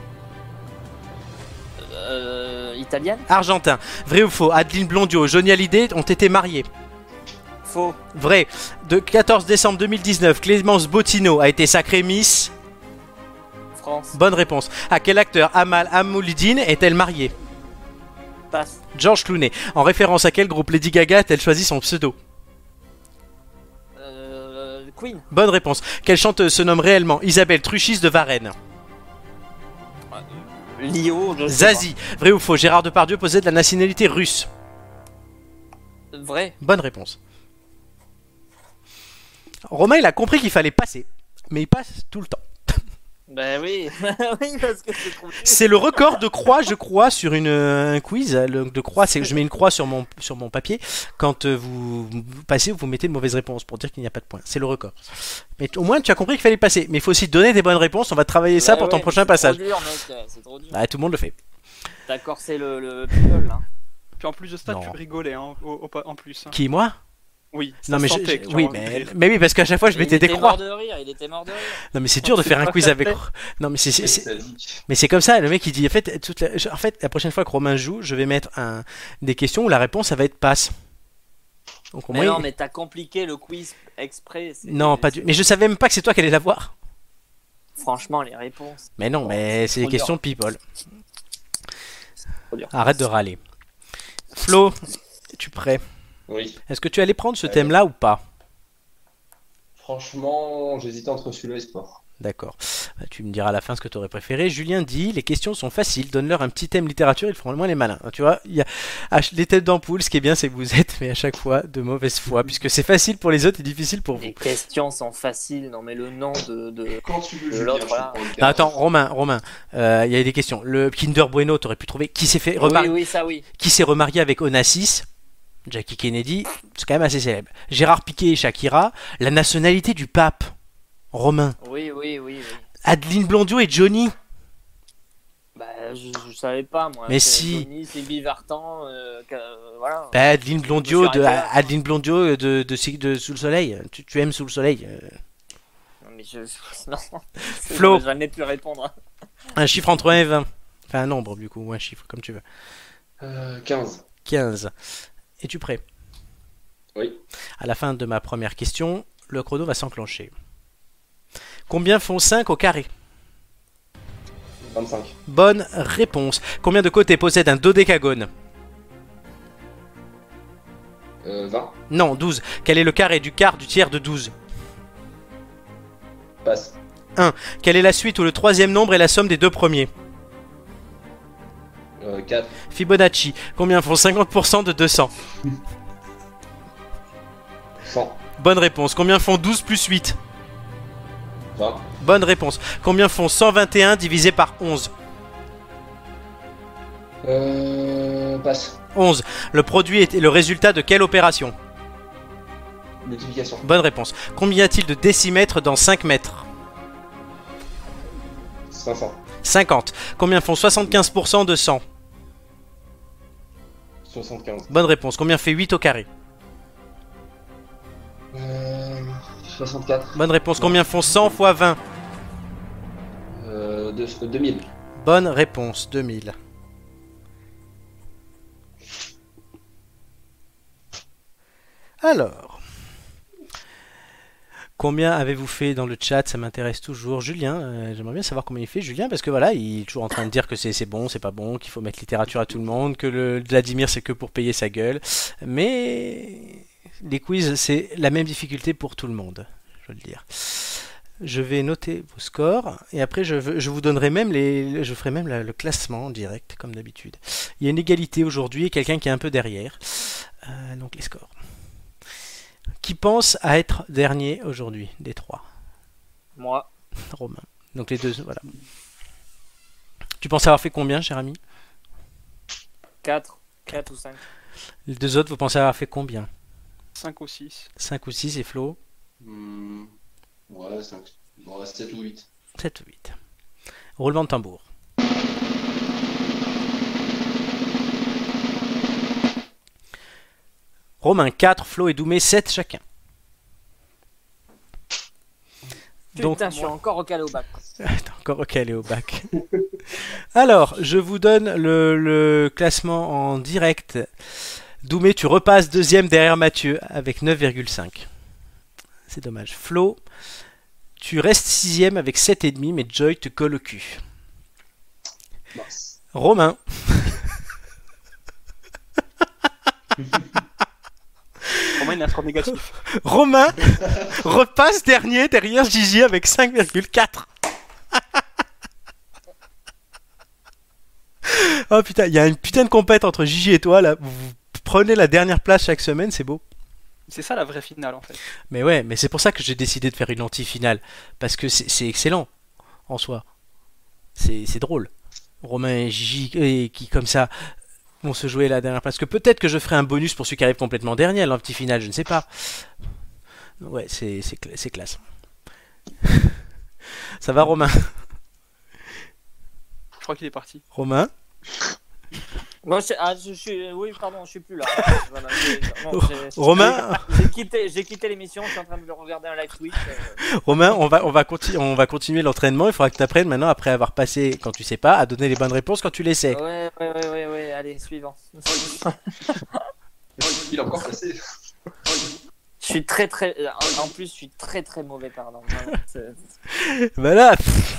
Italienne. Argentin. Vrai ou faux, Adeline Blondio et Johnny Hallyday ont été mariés? Faux. Vrai. De 14 décembre 2019, Clémence Bottineau a été sacrée Miss. France. Bonne réponse. À quel acteur Amal Amouldine est-elle mariée? Passe. George Clooney. En référence à quel groupe Lady Gaga a-t-elle choisi son pseudo? Queen. Bonne réponse. Quelle chanteuse se nomme réellement Isabelle Truchis de Varennes? Lio. Je sais Zazie. Vrai ou faux, Gérard Depardieu possède la nationalité russe? pas. Vrai. Bonne réponse. Romain, il a compris qu'il fallait passer, mais il passe tout le temps. Ben oui. Oui, parce que c'est trop dur. C'est le record de croix, je crois, sur un quiz. De croix, c'est que je mets une croix sur mon papier. Quand vous passez, vous mettez de mauvaises réponses pour dire qu'il n'y a pas de points. C'est le record. Mais au moins, tu as compris qu'il fallait passer. Mais il faut aussi donner des bonnes réponses. On va travailler ça Ouais, pour ton ouais, prochain mais passage. C'est trop dur, mec. C'est trop dur. Ah, tout le monde le fait. T'as corsé le people là. Puis en plus de ça, Non. tu rigolais hein, en plus. Hein. Qui, moi? Oui, Non, ça mais sentait que tu oui, en rire. mais oui, parce qu'à chaque fois, je mettais des croix. Il était mort de rire. Non, mais c'est dur de faire un quiz avec. Non, mais mais c'est comme ça. Le mec, il dit en fait, la prochaine fois que Romain joue, je vais mettre des questions où la réponse, ça va être passe. Donc, au Mais moins, non, mais t'as compliqué le quiz exprès. non, pas du. Mais je savais même pas que c'est toi qui allais l'avoir. Franchement, les réponses. Mais non, mais c'est des trop questions de people. Trop dur. Arrête de râler. Flo, es-tu prêt? Oui. Est-ce que tu allais prendre ce thème-là ou pas? Franchement, j'hésitais entre celui-là et sport. D'accord. Bah, tu me diras à la fin ce que tu aurais préféré. Julien dit, les questions sont faciles, donne-leur un petit thème littérature, ils feront le moins les malins. Tu vois, il y a les têtes d'ampoule, ce qui est bien, c'est que vous êtes, mais à chaque fois, de mauvaise foi, puisque c'est facile pour les autres et difficile pour vous. Les questions sont faciles. Non, mais le nom de Quand tu veux, de Julien, l'autre, je te là. prends le Non, cas. attends, Romain, il y a des questions. Le Kinder Bueno, t'aurais pu trouver. Qui s'est fait Oui, oui, ça oui. Qui s'est remarié avec Onassis? Jackie Kennedy, c'est quand même assez célèbre. Gérard Piqué et Shakira. La nationalité du pape? Romain. Oui, oui, oui, oui. Adeline Blondio et Johnny. Bah, je savais pas, moi. Mais C'est si. Johnny, c'est Bivartan, voilà. Bah, Adeline Blondio Je me suis arrêté là. Adeline Blondio de Sous le Soleil. Tu aimes Sous le Soleil. Non, mais non. Flo. Je n'ai plus répondre. Un chiffre entre 1 et 20. Enfin, un nombre, du coup, ou un chiffre, comme tu veux. 15. 15. Es-tu prêt? Oui. À la fin de ma première question, le chrono va s'enclencher. Combien font 5 au carré? 25. Bonne réponse. Combien de côtés possède un dodécagone? 20. Non, 12. Quel est le carré du quart du tiers de 12? Passe. Quelle est la suite où le troisième nombre est la somme des deux premiers? 4. Fibonacci. Combien font 50% de 200? 100. Bonne réponse. Combien font 12 plus 8? 20. Bonne réponse. Combien font 121 divisé par 11? Passe. 11. Le produit est le résultat de quelle opération? Multiplication. Bonne réponse. Combien y a-t-il de décimètres dans 5 mètres? 500. 50. Combien font 75% de 100? 75. Bonne réponse. Combien fait 8 au carré? 64. Bonne réponse. Combien font 100 fois 20? 2000. Bonne réponse. 2000. Alors. Combien avez-vous fait dans le chat? Ça m'intéresse toujours. Julien, j'aimerais bien savoir combien il fait. Julien, parce que voilà, il est toujours en train de dire que c'est bon, c'est pas bon, qu'il faut mettre littérature à tout le monde, que le Vladimir c'est que pour payer sa gueule. Mais les quiz, c'est la même difficulté pour tout le monde, je veux le dire. Je vais noter vos scores et après je vous donnerai même je ferai même le classement en direct comme d'habitude. Il y a une égalité aujourd'hui et quelqu'un qui est un peu derrière. Donc les scores. Qui pense à être dernier aujourd'hui des trois? Moi, Romain. Donc les deux, voilà. Tu penses avoir fait combien, cher ami? 4 ou 5. Les deux autres, vous pensez avoir fait combien? 5 ou 6. 5 ou 6 et Flo? Ouais, 5. Bon, reste 7 ou 8. 7 ou 8. Roulement de tambour. Romain 4, Flo et Doumé 7 chacun. Donc, Putain, je suis encore recalé au bac. t'es encore recalé au bac. Alors, je vous donne le classement en direct. Doumé, tu repasses deuxième derrière Mathieu avec 9,5. C'est dommage. Flo, tu restes sixième avec 7,5, mais Joy te colle au cul. Mince. Romain. Romain, il a un score négatif. Romain repasse dernier derrière Gigi avec 5,4. Oh putain, il y a une putain de compète entre Gigi et toi là. Vous prenez la dernière place chaque semaine, c'est beau. C'est ça la vraie finale en fait. Mais ouais, mais c'est pour ça que j'ai décidé de faire une anti-finale. Parce que c'est excellent en soi. C'est drôle. Romain et Gigi qui comme ça vont se jouer la dernière place. Que peut-être que je ferai un bonus pour celui qui arrive complètement dernier à l'anti-finale, je ne sais pas. Ouais, c'est classe. Ça va Romain? Je crois qu'il est parti. Romain? Moi, oui, pardon, je suis plus là. Voilà, Romain, j'ai quitté l'émission, je suis en train de regarder un live Twitch. Romain, on va continuer l'entraînement. Il faudra que tu apprennes maintenant, après avoir passé, quand tu sais pas, à donner les bonnes réponses quand tu les sais. Ouais, allez, suivant. Il a encore passé. Je suis très, en plus, je suis très, très mauvais, pardon. Voilà.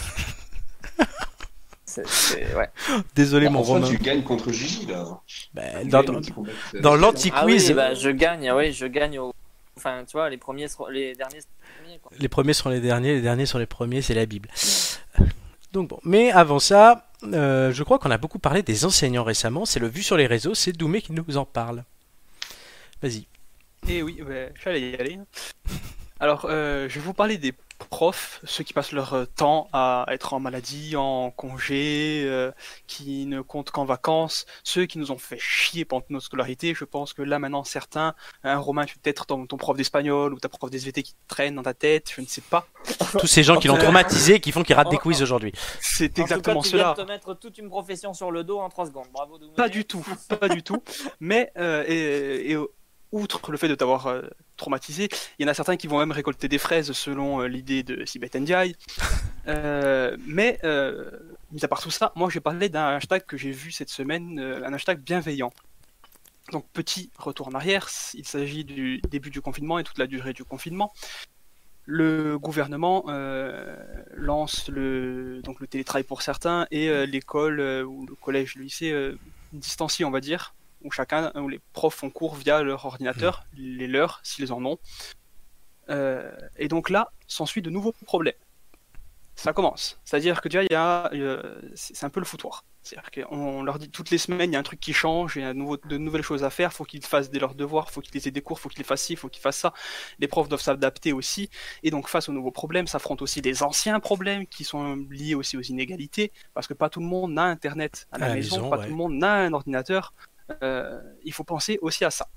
Ouais. Désolé Bon, mon François, Romain. tu gagnes contre Gigi là. Dans l'anti-quiz, Je gagne Enfin, tu vois, les derniers seront les premiers, quoi. les premiers seront les derniers sont les premiers, c'est la Bible. Donc bon, mais avant ça, je crois qu'on a beaucoup parlé des enseignants récemment. C'est le vu sur les réseaux, c'est Doumé qui nous en parle. Vas-y. Et oui, j'allais y aller. Alors, je vais vous parler des profs, ceux qui passent leur temps à être en maladie, en congé, qui ne comptent qu'en vacances, ceux qui nous ont fait chier pendant notre scolarité. Je pense que là maintenant certains, Romain, peut-être ton prof d'espagnol ou ta prof d'SVT qui te traîne dans ta tête, je ne sais pas. Tous ces gens qui l'ont traumatisé et qui font qu'il rate des quiz aujourd'hui. C'est En exactement tout cas, tu viens cela. de te mettre toute une profession sur le dos en 3 secondes. Bravo, Doumé. Pas du tout. Mais outre le fait de t'avoir traumatisé, il y en a certains qui vont même récolter des fraises selon l'idée de Sibeth Ndiaye. Mais mis à part tout ça, moi j'ai parlé d'un hashtag que j'ai vu cette semaine, un hashtag bienveillant. Donc petit retour en arrière, il s'agit du début du confinement et toute la durée du confinement. Le gouvernement lance le télétravail pour certains et l'école ou le collège, le lycée distancié, on va dire, où les profs font cours via leur ordinateur, les leurs s'ils en ont. Et donc là, s'ensuit de nouveaux problèmes. Ça commence. C'est-à-dire que déjà, c'est un peu le foutoir. C'est-à-dire qu'on leur dit toutes les semaines, il y a un truc qui change, il y a de nouvelles choses à faire, il faut qu'ils fassent leurs devoirs, il faut qu'ils aient des cours, il faut qu'ils fassent ci, il faut qu'ils fassent ça. Les profs doivent s'adapter aussi. Et donc face aux nouveaux problèmes, s'affrontent aussi des anciens problèmes qui sont liés aussi aux inégalités, parce que pas tout le monde n'a Internet à la maison, pas tout le monde n'a un ordinateur. Il faut penser aussi à ça.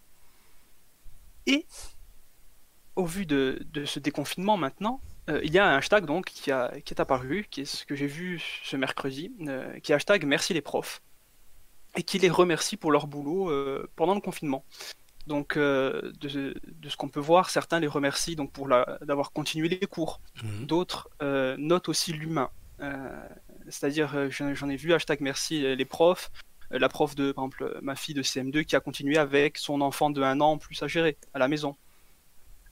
Et au vu de ce déconfinement maintenant, il y a un hashtag donc qui est apparu, qui est ce que j'ai vu ce mercredi, qui est hashtag merci les profs, et qui les remercie pour leur boulot pendant le confinement. Donc de ce qu'on peut voir, certains les remercient donc d'avoir continué les cours, d'autres notent aussi l'humain. C'est-à-dire, j'en ai vu hashtag merci les profs. La prof de, par exemple, ma fille de CM2 qui a continué avec son enfant de 1 an plus à gérer à la maison.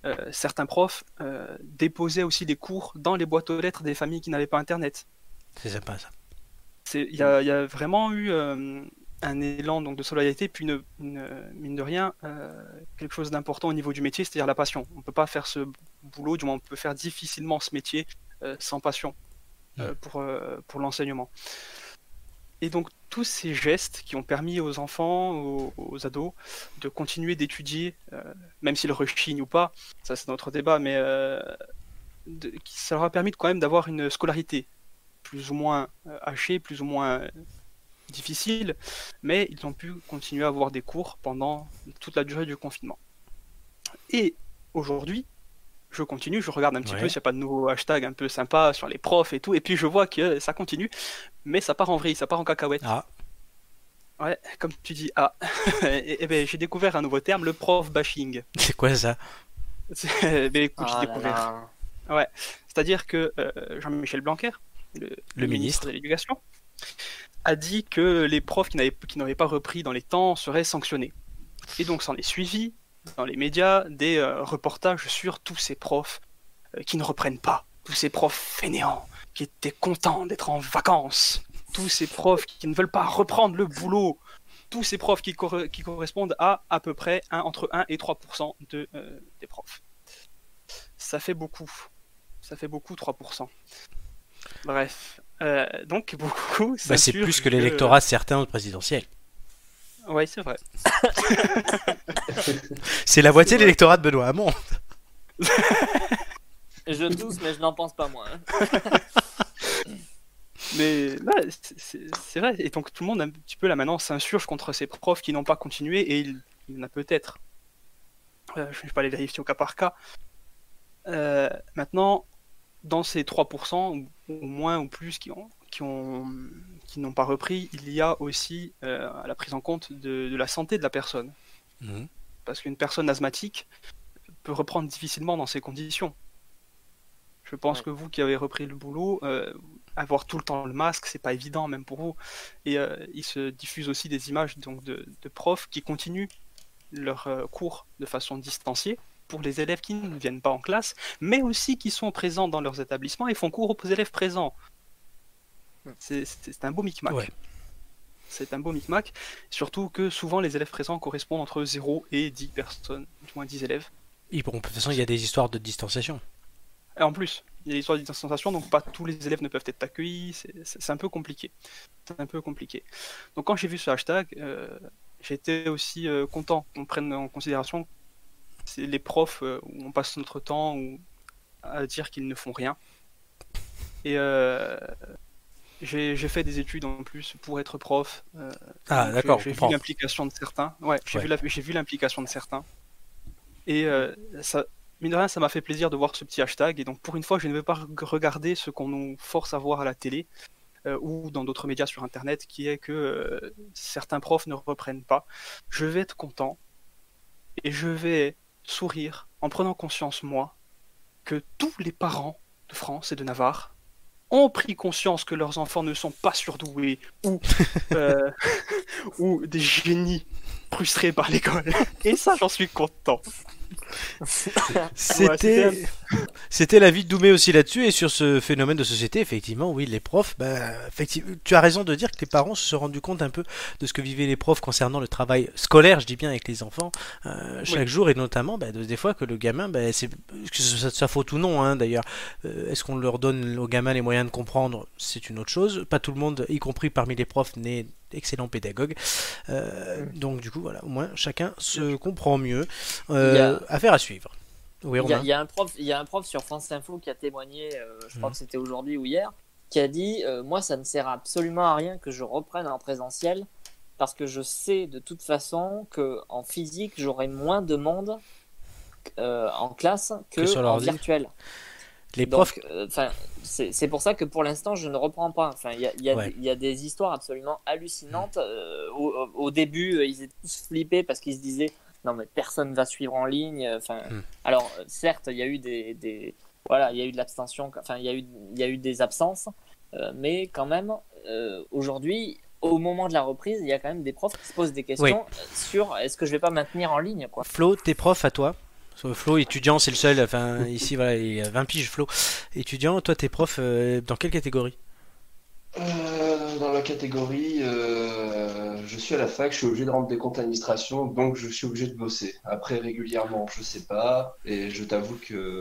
certains profs déposaient aussi des cours dans les boîtes aux lettres des familles qui n'avaient pas Internet. C'est sympa ça. Il y a vraiment eu un élan donc, de solidarité, puis mine de rien, quelque chose d'important au niveau du métier, c'est-à-dire la passion. On ne peut pas faire ce boulot, du moins on peut faire difficilement ce métier sans passion pour l'enseignement. Et donc tous ces gestes qui ont permis aux enfants, aux ados, de continuer d'étudier, même s'ils rechignent ou pas, ça c'est notre débat, mais ça leur a permis quand même d'avoir une scolarité plus ou moins hachée, plus ou moins difficile, mais ils ont pu continuer à avoir des cours pendant toute la durée du confinement. Et aujourd'hui, je continue, je regarde un petit peu s'il n'y a pas de nouveaux hashtags un peu sympas sur les profs et tout, et puis je vois que ça continue, mais ça part en vrille, ça part en cacahuète. Ah. Ouais, comme tu dis, et ben, j'ai découvert un nouveau terme, le prof bashing. C'est quoi ça? Ben, écoute, j'ai découvert. Ouais, c'est-à-dire que Jean-Michel Blanquer, le ministre de l'Éducation, a dit que les profs qui n'avaient pas repris dans les temps seraient sanctionnés. Et donc s'en est suivi dans les médias des reportages sur tous ces profs qui ne reprennent pas, tous ces profs fainéants qui étaient contents d'être en vacances, tous ces profs qui ne veulent pas reprendre le boulot, tous ces profs qui correspondent à peu près entre 1 et 3% des profs. Ça fait beaucoup. Ça fait beaucoup, 3%. Bref. Donc, beaucoup. C'est plus que l'électorat certain au présidentiel. Ouais, c'est vrai. C'est la moitié de l'électorat de Benoît Hamon. Je tousse, mais je n'en pense pas moins. Hein. Mais là, c'est vrai. Et donc, tout le monde, un petit peu là maintenant, s'insurge contre ces profs qui n'ont pas continué, et il y en a peut-être. Je ne vais pas les vérifier au cas par cas. Maintenant, dans ces 3%, ou moins ou plus qui n'ont pas repris, il y a aussi la prise en compte de la santé de la personne. Parce qu'une personne asthmatique peut reprendre difficilement dans ces conditions. Je pense que vous qui avez repris le boulot, avoir tout le temps le masque, c'est pas évident même pour vous. Et il se diffuse aussi des images donc, de profs qui continuent leurs cours de façon distanciée pour les élèves qui ne viennent pas en classe, mais aussi qui sont présents dans leurs établissements et font cours aux élèves présents. C'est un beau micmac. Ouais. C'est un beau micmac, surtout que souvent les élèves présents correspondent entre 0 et 10 personnes, du moins 10 élèves. Et bon, de toute façon, il y a des histoires de distanciation. Et en plus, il y a des histoires de distanciation, donc pas tous les élèves ne peuvent être accueillis, c'est un peu compliqué. C'est un peu compliqué. Donc quand j'ai vu ce hashtag, j'étais aussi content qu'on prenne en considération les profs où on passe notre temps à dire qu'ils ne font rien. Et j'ai fait des études en plus pour être prof. D'accord. J'ai vu l'implication de certains. Ouais, j'ai vu l'implication de certains. Et ça, mine de rien, ça m'a fait plaisir de voir ce petit hashtag. Et donc pour une fois, je ne vais pas regarder ce qu'on nous force à voir à la télé ou dans d'autres médias sur Internet, qui est que certains profs ne reprennent pas. Je vais être content et je vais sourire en prenant conscience, moi, que tous les parents de France et de Navarre ont pris conscience que leurs enfants ne sont pas surdoués ou des génies frustrés par l'école. Et ça, j'en suis content. C'était l'avis de Doumé aussi là-dessus, et sur ce phénomène de société, effectivement, oui, les profs, effectivement, tu as raison de dire que tes parents se sont rendus compte un peu de ce que vivaient les profs concernant le travail scolaire, je dis bien, avec les enfants, chaque jour, et notamment des fois que le gamin, c'est que sa faute ou non, hein, d'ailleurs, est-ce qu'on leur donne aux gamins les moyens de comprendre, c'est une autre chose. Pas tout le monde, y compris parmi les profs, n'est excellent pédagogue, donc du coup voilà, au moins chacun se comprend mieux. Affaire à suivre. Oui, il y a un prof sur France Info qui a témoigné, je crois que c'était aujourd'hui ou hier, qui a dit moi ça ne sert absolument à rien que je reprenne en présentiel parce que je sais de toute façon que en physique j'aurai moins de monde en classe que en virtuel. Les profs... c'est pour ça que pour l'instant je ne reprends pas. Enfin, il y a des histoires absolument hallucinantes. Au début, ils étaient tous flippés parce qu'ils se disaient non mais personne va suivre en ligne. Alors certes, il y a eu il y a eu de l'abstention. Enfin, il y a eu des absences, mais quand même, aujourd'hui, au moment de la reprise, il y a quand même des profs qui se posent des questions sur est-ce que je vais pas maintenir en ligne, quoi. Flo, tes profs à toi, Flo, étudiant, c'est le seul. Enfin, ici, voilà, il y a 20 piges, Flo. Étudiant, toi, t'es prof dans quelle catégorie? Dans la catégorie, je suis à la fac, je suis obligé de rendre des comptes à l'administration, donc je suis obligé de bosser. Après, régulièrement, je sais pas, et je t'avoue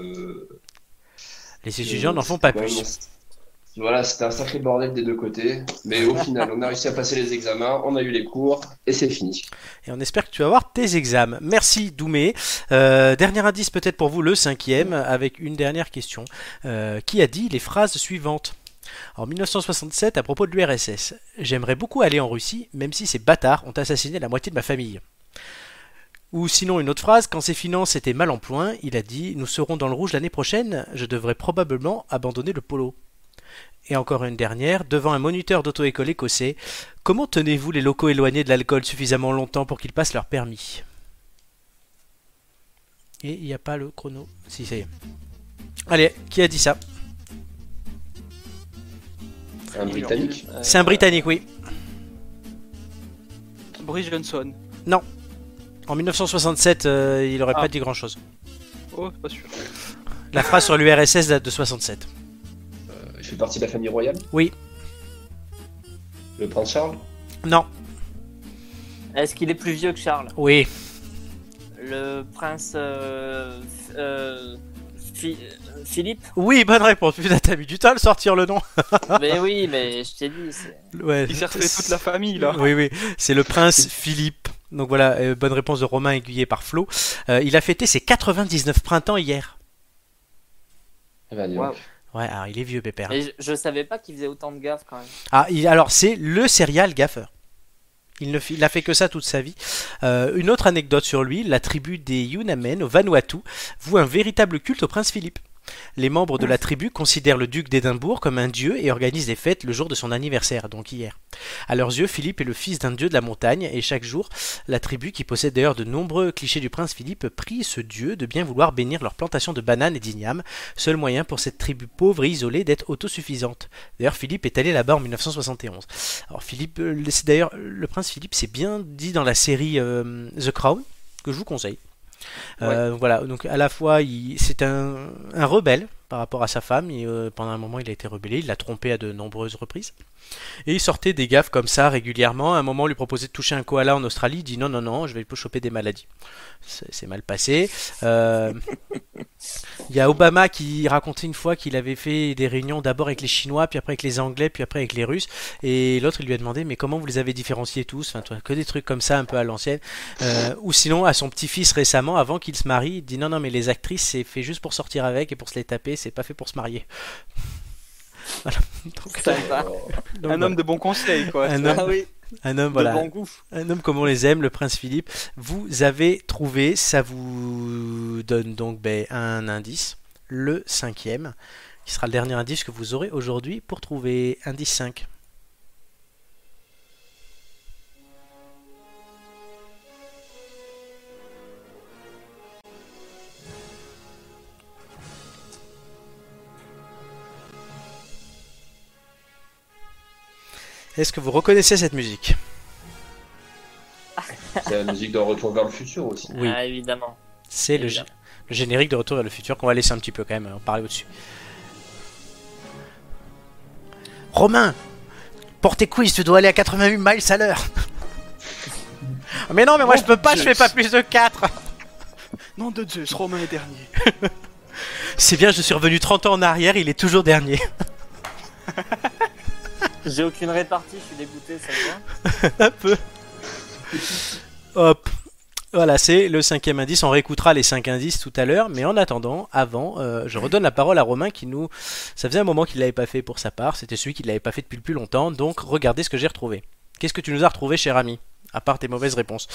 Les étudiants que n'en font pas quand même, plus. voilà, c'était un sacré bordel des deux côtés, mais au final, on a réussi à passer les examens, on a eu les cours, et c'est fini. Et on espère que tu vas avoir tes examens. Merci, Doumé. Dernier indice peut-être pour vous, le 5e, avec une dernière question. Qui a dit les phrases suivantes? En 1967, à propos de l'URSS, j'aimerais beaucoup aller en Russie, même si ces bâtards ont assassiné la moitié de ma famille. Ou sinon une autre phrase, quand ses finances étaient mal en point, il a dit nous serons dans le rouge l'année prochaine, je devrais probablement abandonner le polo. Et encore une dernière, devant un moniteur d'auto-école écossais, comment tenez-vous les locaux éloignés de l'alcool suffisamment longtemps pour qu'ils passent leur permis? Et il n'y a pas le chrono. Si, ça y est. Allez, qui a dit ça? Un Britannique? C'est un Britannique, oui. Boris Johnson. Non. En 1967, il aurait pas dit grand-chose. Oh, pas sûr. La phrase sur l'URSS date de 67. Il fait partie de la famille royale? Oui. Le prince Charles? Non. Est-ce qu'il est plus vieux que Charles? Oui. Le prince Philippe? Oui, bonne réponse. Putain, t'as mis du temps à le sortir le nom. Mais oui, mais je t'ai dit. Ouais. Il s'est refait toute la famille là. Oui, oui. C'est le prince Philippe. Donc voilà, bonne réponse de Romain aiguillé par Flo. Il a fêté ses 99 printemps hier. Eh ben, dis donc. Waouh. Ouais, alors il est vieux, Pépère. Et je savais pas qu'il faisait autant de gaffes quand même. Ah, alors c'est le serial gaffeur. Il a fait que ça toute sa vie. Une autre anecdote sur lui, la tribu des Yunamen au Vanuatu voue un véritable culte au prince Philippe. Les membres de la tribu considèrent le duc d'Édimbourg comme un dieu et organisent des fêtes le jour de son anniversaire, donc hier. À leurs yeux, Philippe est le fils d'un dieu de la montagne et chaque jour, la tribu, qui possède d'ailleurs de nombreux clichés du prince Philippe, prie ce dieu de bien vouloir bénir leurs plantations de bananes et d'ignames, seul moyen pour cette tribu pauvre et isolée d'être autosuffisante. D'ailleurs, Philippe est allé là-bas en 1971. Alors Philippe, c'est d'ailleurs le prince Philippe, c'est bien dit dans la série The Crown, que je vous conseille. Voilà, donc à la fois c'est un rebelle par rapport à sa femme et pendant un moment il a été rebellé, il l'a trompé à de nombreuses reprises et il sortait des gaffes comme ça régulièrement. À un moment on lui proposait de toucher un koala en Australie, il dit non non non, je vais pas choper des maladies. C'est mal passé. Il y a Obama qui racontait une fois qu'il avait fait des réunions d'abord avec les Chinois, puis après avec les Anglais, puis après avec les Russes. Et l'autre, il lui a demandé, mais comment vous les avez différenciés tous? Enfin, toi, que des trucs comme ça, un peu à l'ancienne. Ou sinon, à son petit-fils récemment, avant qu'il se marie, il dit non, non, mais les actrices, c'est fait juste pour sortir avec et pour se les taper, c'est pas fait pour se marier. Voilà. Donc, Sympa. Un homme de bon conseil, quoi. Un homme, Ah oui, un homme, de voilà. bon goût. Un homme comme on les aime, le prince Philippe. Vous avez trouvé, ça vous donne donc un indice, le 5e, qui sera le dernier indice que vous aurez aujourd'hui pour trouver indice 5. Est-ce que vous reconnaissez cette musique? C'est la musique de Retour vers le futur aussi. Oui. Ah, évidemment. C'est le générique de Retour vers le futur qu'on va laisser un petit peu quand même en parler au-dessus. Romain, pour tes quiz, tu dois aller à 88 miles à l'heure. Mais non, mais moi je peux pas, je fais pas plus de 4. Nom de Zeus, Romain est dernier. C'est bien, je suis revenu 30 ans en arrière, il est toujours dernier. J'ai aucune répartie, je suis dégoûté, ça me va. Un peu. Hop. Voilà, c'est le 5e indice. On réécoutera les 5 indices tout à l'heure. Mais en attendant, avant, je redonne la parole à Romain qui nous... Ça faisait un moment qu'il ne l'avait pas fait pour sa part. C'était celui qui ne l'avait pas fait depuis le plus longtemps. Donc, regardez ce que j'ai retrouvé. Qu'est-ce que tu nous as retrouvé, cher ami? À part tes mauvaises réponses.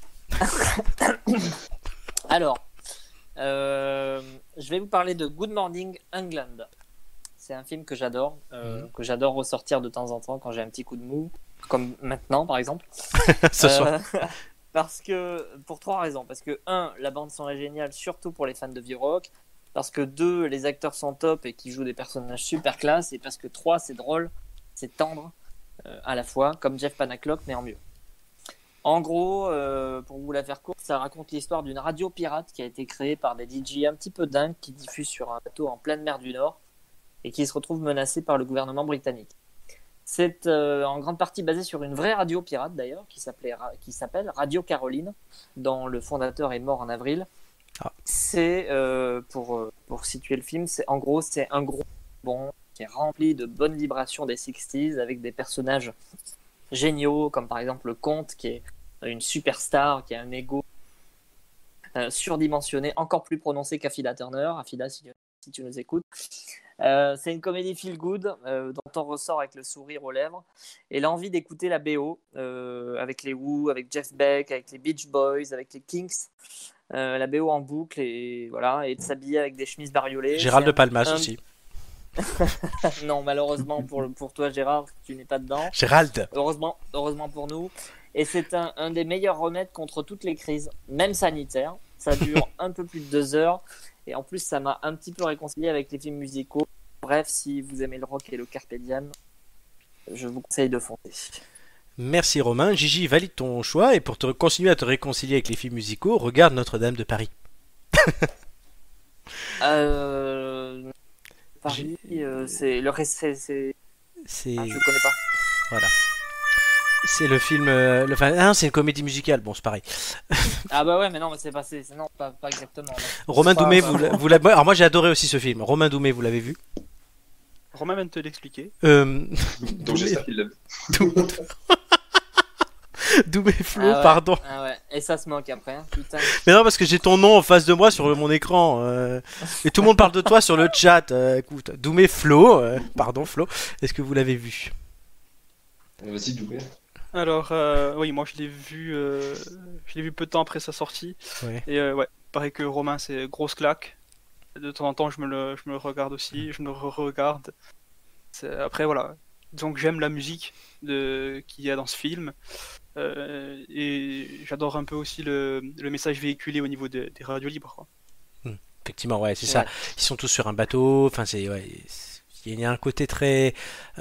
Alors, je vais vous parler de Good Morning England. C'est un film que j'adore ressortir de temps en temps quand j'ai un petit coup de mou, comme maintenant par exemple. Ce soir. Parce que, pour 3 raisons. Parce que 1, la bande son est géniale, surtout pour les fans de vieux rock. Parce que 2, les acteurs sont top et qui jouent des personnages super classe. Et parce que 3, c'est drôle, c'est tendre à la fois, comme Jeff Panaclock, mais en mieux. En gros, pour vous la faire courte, ça raconte l'histoire d'une radio pirate qui a été créée par des DJ un petit peu dingues qui diffusent sur un bateau en pleine mer du Nord et qui se retrouve menacée par le gouvernement britannique. C'est en grande partie basé sur une vraie radio pirate d'ailleurs qui s'appelle Radio Caroline, dont le fondateur est mort en avril. Ah. C'est pour situer le film, c'est un gros bon qui est rempli de bonnes vibrations des 60s avec des personnages géniaux comme par exemple le comte qui est une superstar, qui a un ego surdimensionné, encore plus prononcé qu'Affida Turner. Affida, si tu nous écoutes. C'est une comédie feel good dont on ressort avec le sourire aux lèvres et l'envie d'écouter la BO avec les Who, avec Jeff Beck, avec les Beach Boys, avec les Kinks, la BO en boucle et voilà, et de s'habiller avec des chemises bariolées. Gérald de Palmas aussi. Non, malheureusement pour toi Gérard, tu n'es pas dedans. Gérald. Heureusement pour nous. Et c'est un des meilleurs remèdes contre toutes les crises, même sanitaires. Ça dure un peu plus de 2 heures. Et en plus, ça m'a un petit peu réconcilié avec les films musicaux. Bref, si vous aimez le rock et le carpe diem, je vous conseille de foncer. Merci Romain. Gigi valide ton choix. Et pour continuer à te réconcilier avec les films musicaux, regarde Notre-Dame de Paris. Paris, c'est le reste, c'est... Ah, je connais pas. Voilà. C'est le film. C'est une comédie musicale. Bon, c'est pareil. Ah bah ouais, mais non, mais c'est pas exactement. Non. Romain Doumé, vous l'avez. Alors moi, j'ai adoré aussi ce film. Romain Doumé, vous l'avez vu? Romain vient de te l'expliquer. Donc j'espère qu'il l'a vu. Doumé Flo, Ah ouais, pardon. Ah ouais, et ça se moque après, hein, putain. Mais non, parce que j'ai ton nom en face de moi sur mon écran. Et tout le monde parle de toi sur le chat. Écoute, Doumé Flo, pardon Flo, est-ce que vous l'avez vu? Vas-y, Doumé. Alors, oui, moi je l'ai vu peu de temps après sa sortie. Ouais. Et ouais, pareil que Romain, c'est grosse claque. De temps en temps, je me le regarde aussi, je me le re-regarde. Après, voilà. Donc j'aime la musique qu'il y a dans ce film. Et j'adore un peu aussi le message véhiculé au niveau des radios libres, quoi. Effectivement, ouais, c'est ça. Ils sont tous sur un bateau. Enfin, il y a un côté très,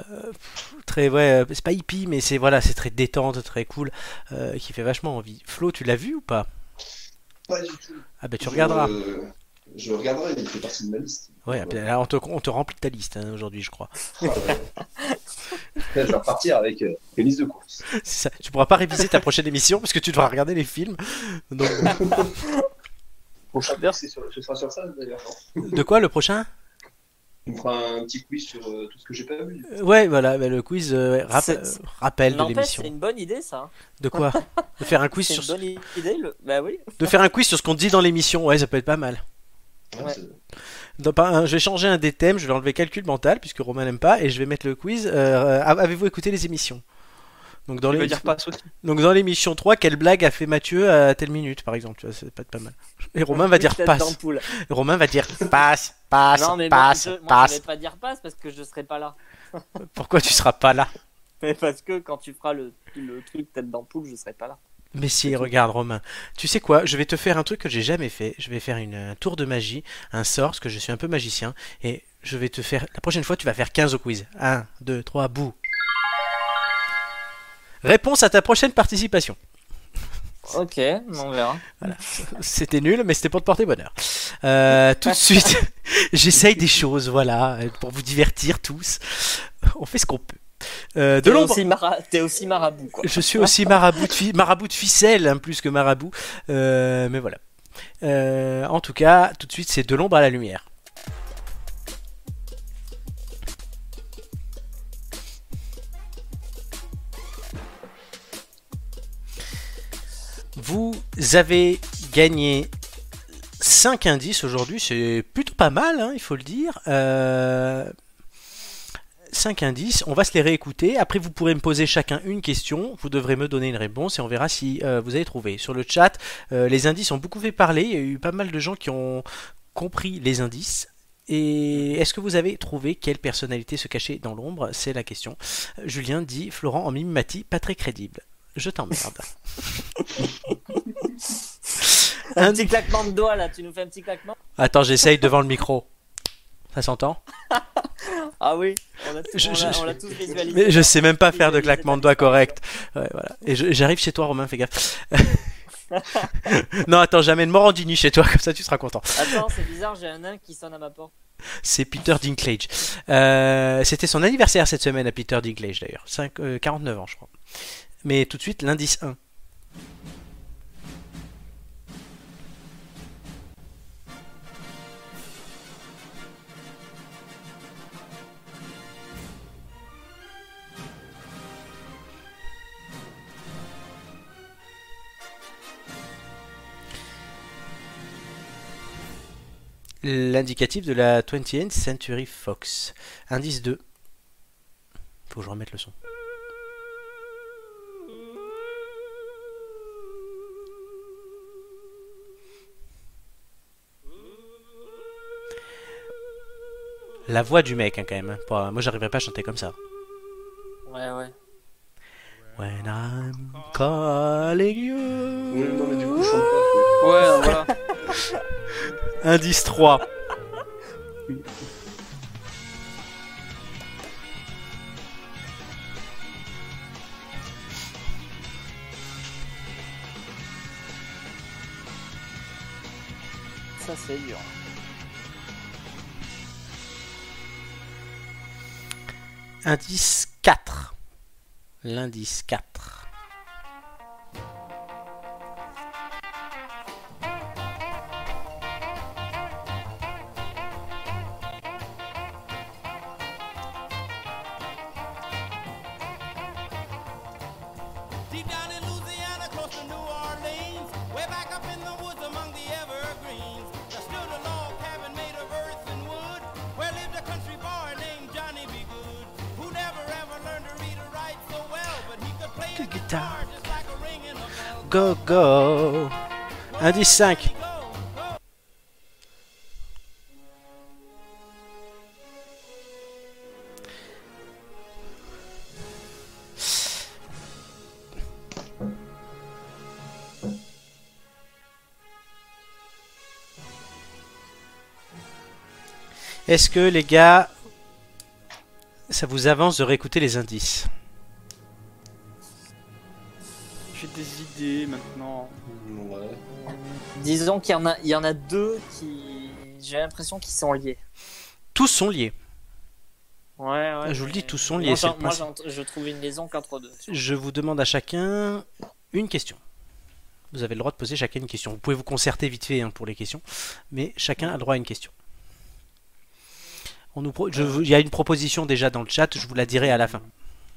ouais, c'est pas hippie, mais c'est très détente, très cool, qui fait vachement envie. Flo, tu l'as vu ou pas? Pas du tout. Ah bah tu regarderas. Je regarderai, il fait partie de ma liste. Ouais, là, on te remplit ta liste aujourd'hui, je crois. Ah, ouais. Là, je vais repartir avec une liste de courses. C'est ça. Tu pourras pas réviser ta prochaine émission parce que tu devras regarder les films. Donc... Prochain verre, ce sera sur ça d'ailleurs. De quoi le prochain? On fera un petit quiz sur tout ce que j'ai pas vu. Ouais, voilà, le quiz rappel de N'empêche, l'émission. c'est une bonne idée ça. De quoi? De faire un quiz C'est sur. une bonne idée, bah oui. De faire un quiz sur ce qu'on dit dans l'émission, ouais, ça peut être pas mal. Ouais. Je vais changer un des thèmes, je vais enlever calcul mental puisque Romain n'aime pas et je vais mettre le quiz. Avez-vous écouté les émissions? Donc dans dans l'émission 3, quelle blague a fait Mathieu à telle minute par exemple, tu vois, ça peut être pas mal. Et Romain va dire passe. Romain va dire passe, Non, mais passe. moi je vais pas dire passe parce que je serai pas là. Pourquoi tu seras pas là? Mais parce que quand tu feras le truc tête d'ampoule, je serai pas là. Mais si, regarde Romain, tu sais quoi, je vais te faire un truc que j'ai jamais fait, je vais faire un tour de magie, un sort, parce que je suis un peu magicien, et je vais te faire, la prochaine fois tu vas faire 15 au quiz. 1, 2, 3, bout. Réponse à ta prochaine participation. Ok, on verra. Voilà. C'était nul, mais c'était pour te porter bonheur. Tout de suite, j'essaye des choses, voilà, pour vous divertir tous. On fait ce qu'on peut. T'es aussi marabout, quoi. Je suis aussi marabout de ficelle, hein, plus que marabout. Mais voilà. En tout cas, tout de suite, c'est de l'ombre à la lumière. Vous avez gagné 5 indices aujourd'hui, c'est plutôt pas mal, hein, il faut le dire. 5 indices, on va se les réécouter. Après, vous pourrez me poser chacun une question. Vous devrez me donner une réponse et on verra si vous avez trouvé. Sur le chat, les indices ont beaucoup fait parler. Il y a eu pas mal de gens qui ont compris les indices. Et est-ce que vous avez trouvé quelle personnalité se cachait dans l'ombre? C'est la question. Julien dit Florent en mime Mati, pas très crédible. Je t'emmerde. Un petit claquement de doigts là, tu nous fais un petit claquement? Attends, j'essaye devant le micro. Ça s'entend? Ah oui, on l'a Je- on l'a tous visualisé. Mais je sais même pas faire de Visualiser claquement de ta doigts disparition. correct. Ouais, voilà. Et j'arrive chez toi, Romain, fais gaffe. Non, attends, j'amène Morandini chez toi, comme ça tu seras content. Attends, c'est bizarre, j'ai un nain qui sonne à ma porte. C'est Peter Dinklage. C'était son anniversaire cette semaine à Peter Dinklage d'ailleurs. 49 ans, je crois. Mais tout de suite, l'indice 1. L'indicatif de la 20th Century Fox. Indice 2. Faut que je remette le son. La voix du mec, hein, quand même. Moi, j'arriverais pas à chanter comme ça. Ouais, ouais. When I'm calling you. Ouais, non, mais du coup, je chante pas. Ouais, voilà. Indice 3. Ça, c'est dur. Indice 4. L'indice 4. Deep down in Louisiana, close to New Orleans, way back up in the woods among the evergreens, there stood a log cabin made of earth and wood, where lived a country boy named Johnny B. Good, who never ever learned to read or write so well, but he could play the guitar just like a ringing a bell. Go, go. Indice 5. Est-ce que les gars, ça vous avance de réécouter les indices? J'ai des idées maintenant. Ouais. Disons qu'il y en a deux qui. J'ai l'impression qu'ils sont liés. Tous sont liés. Ouais, ouais. Je vous le dis, mais- tous sont Moi, liés, c'est le moi, principe. je trouve une liaison qu'entre deux. Je vous demande à chacun une question. Vous avez le droit de poser chacun une question. Vous pouvez vous concerter vite fait, hein, pour les questions, mais chacun a le droit à une question. Il y a une proposition déjà dans le chat, je vous la dirai à la fin.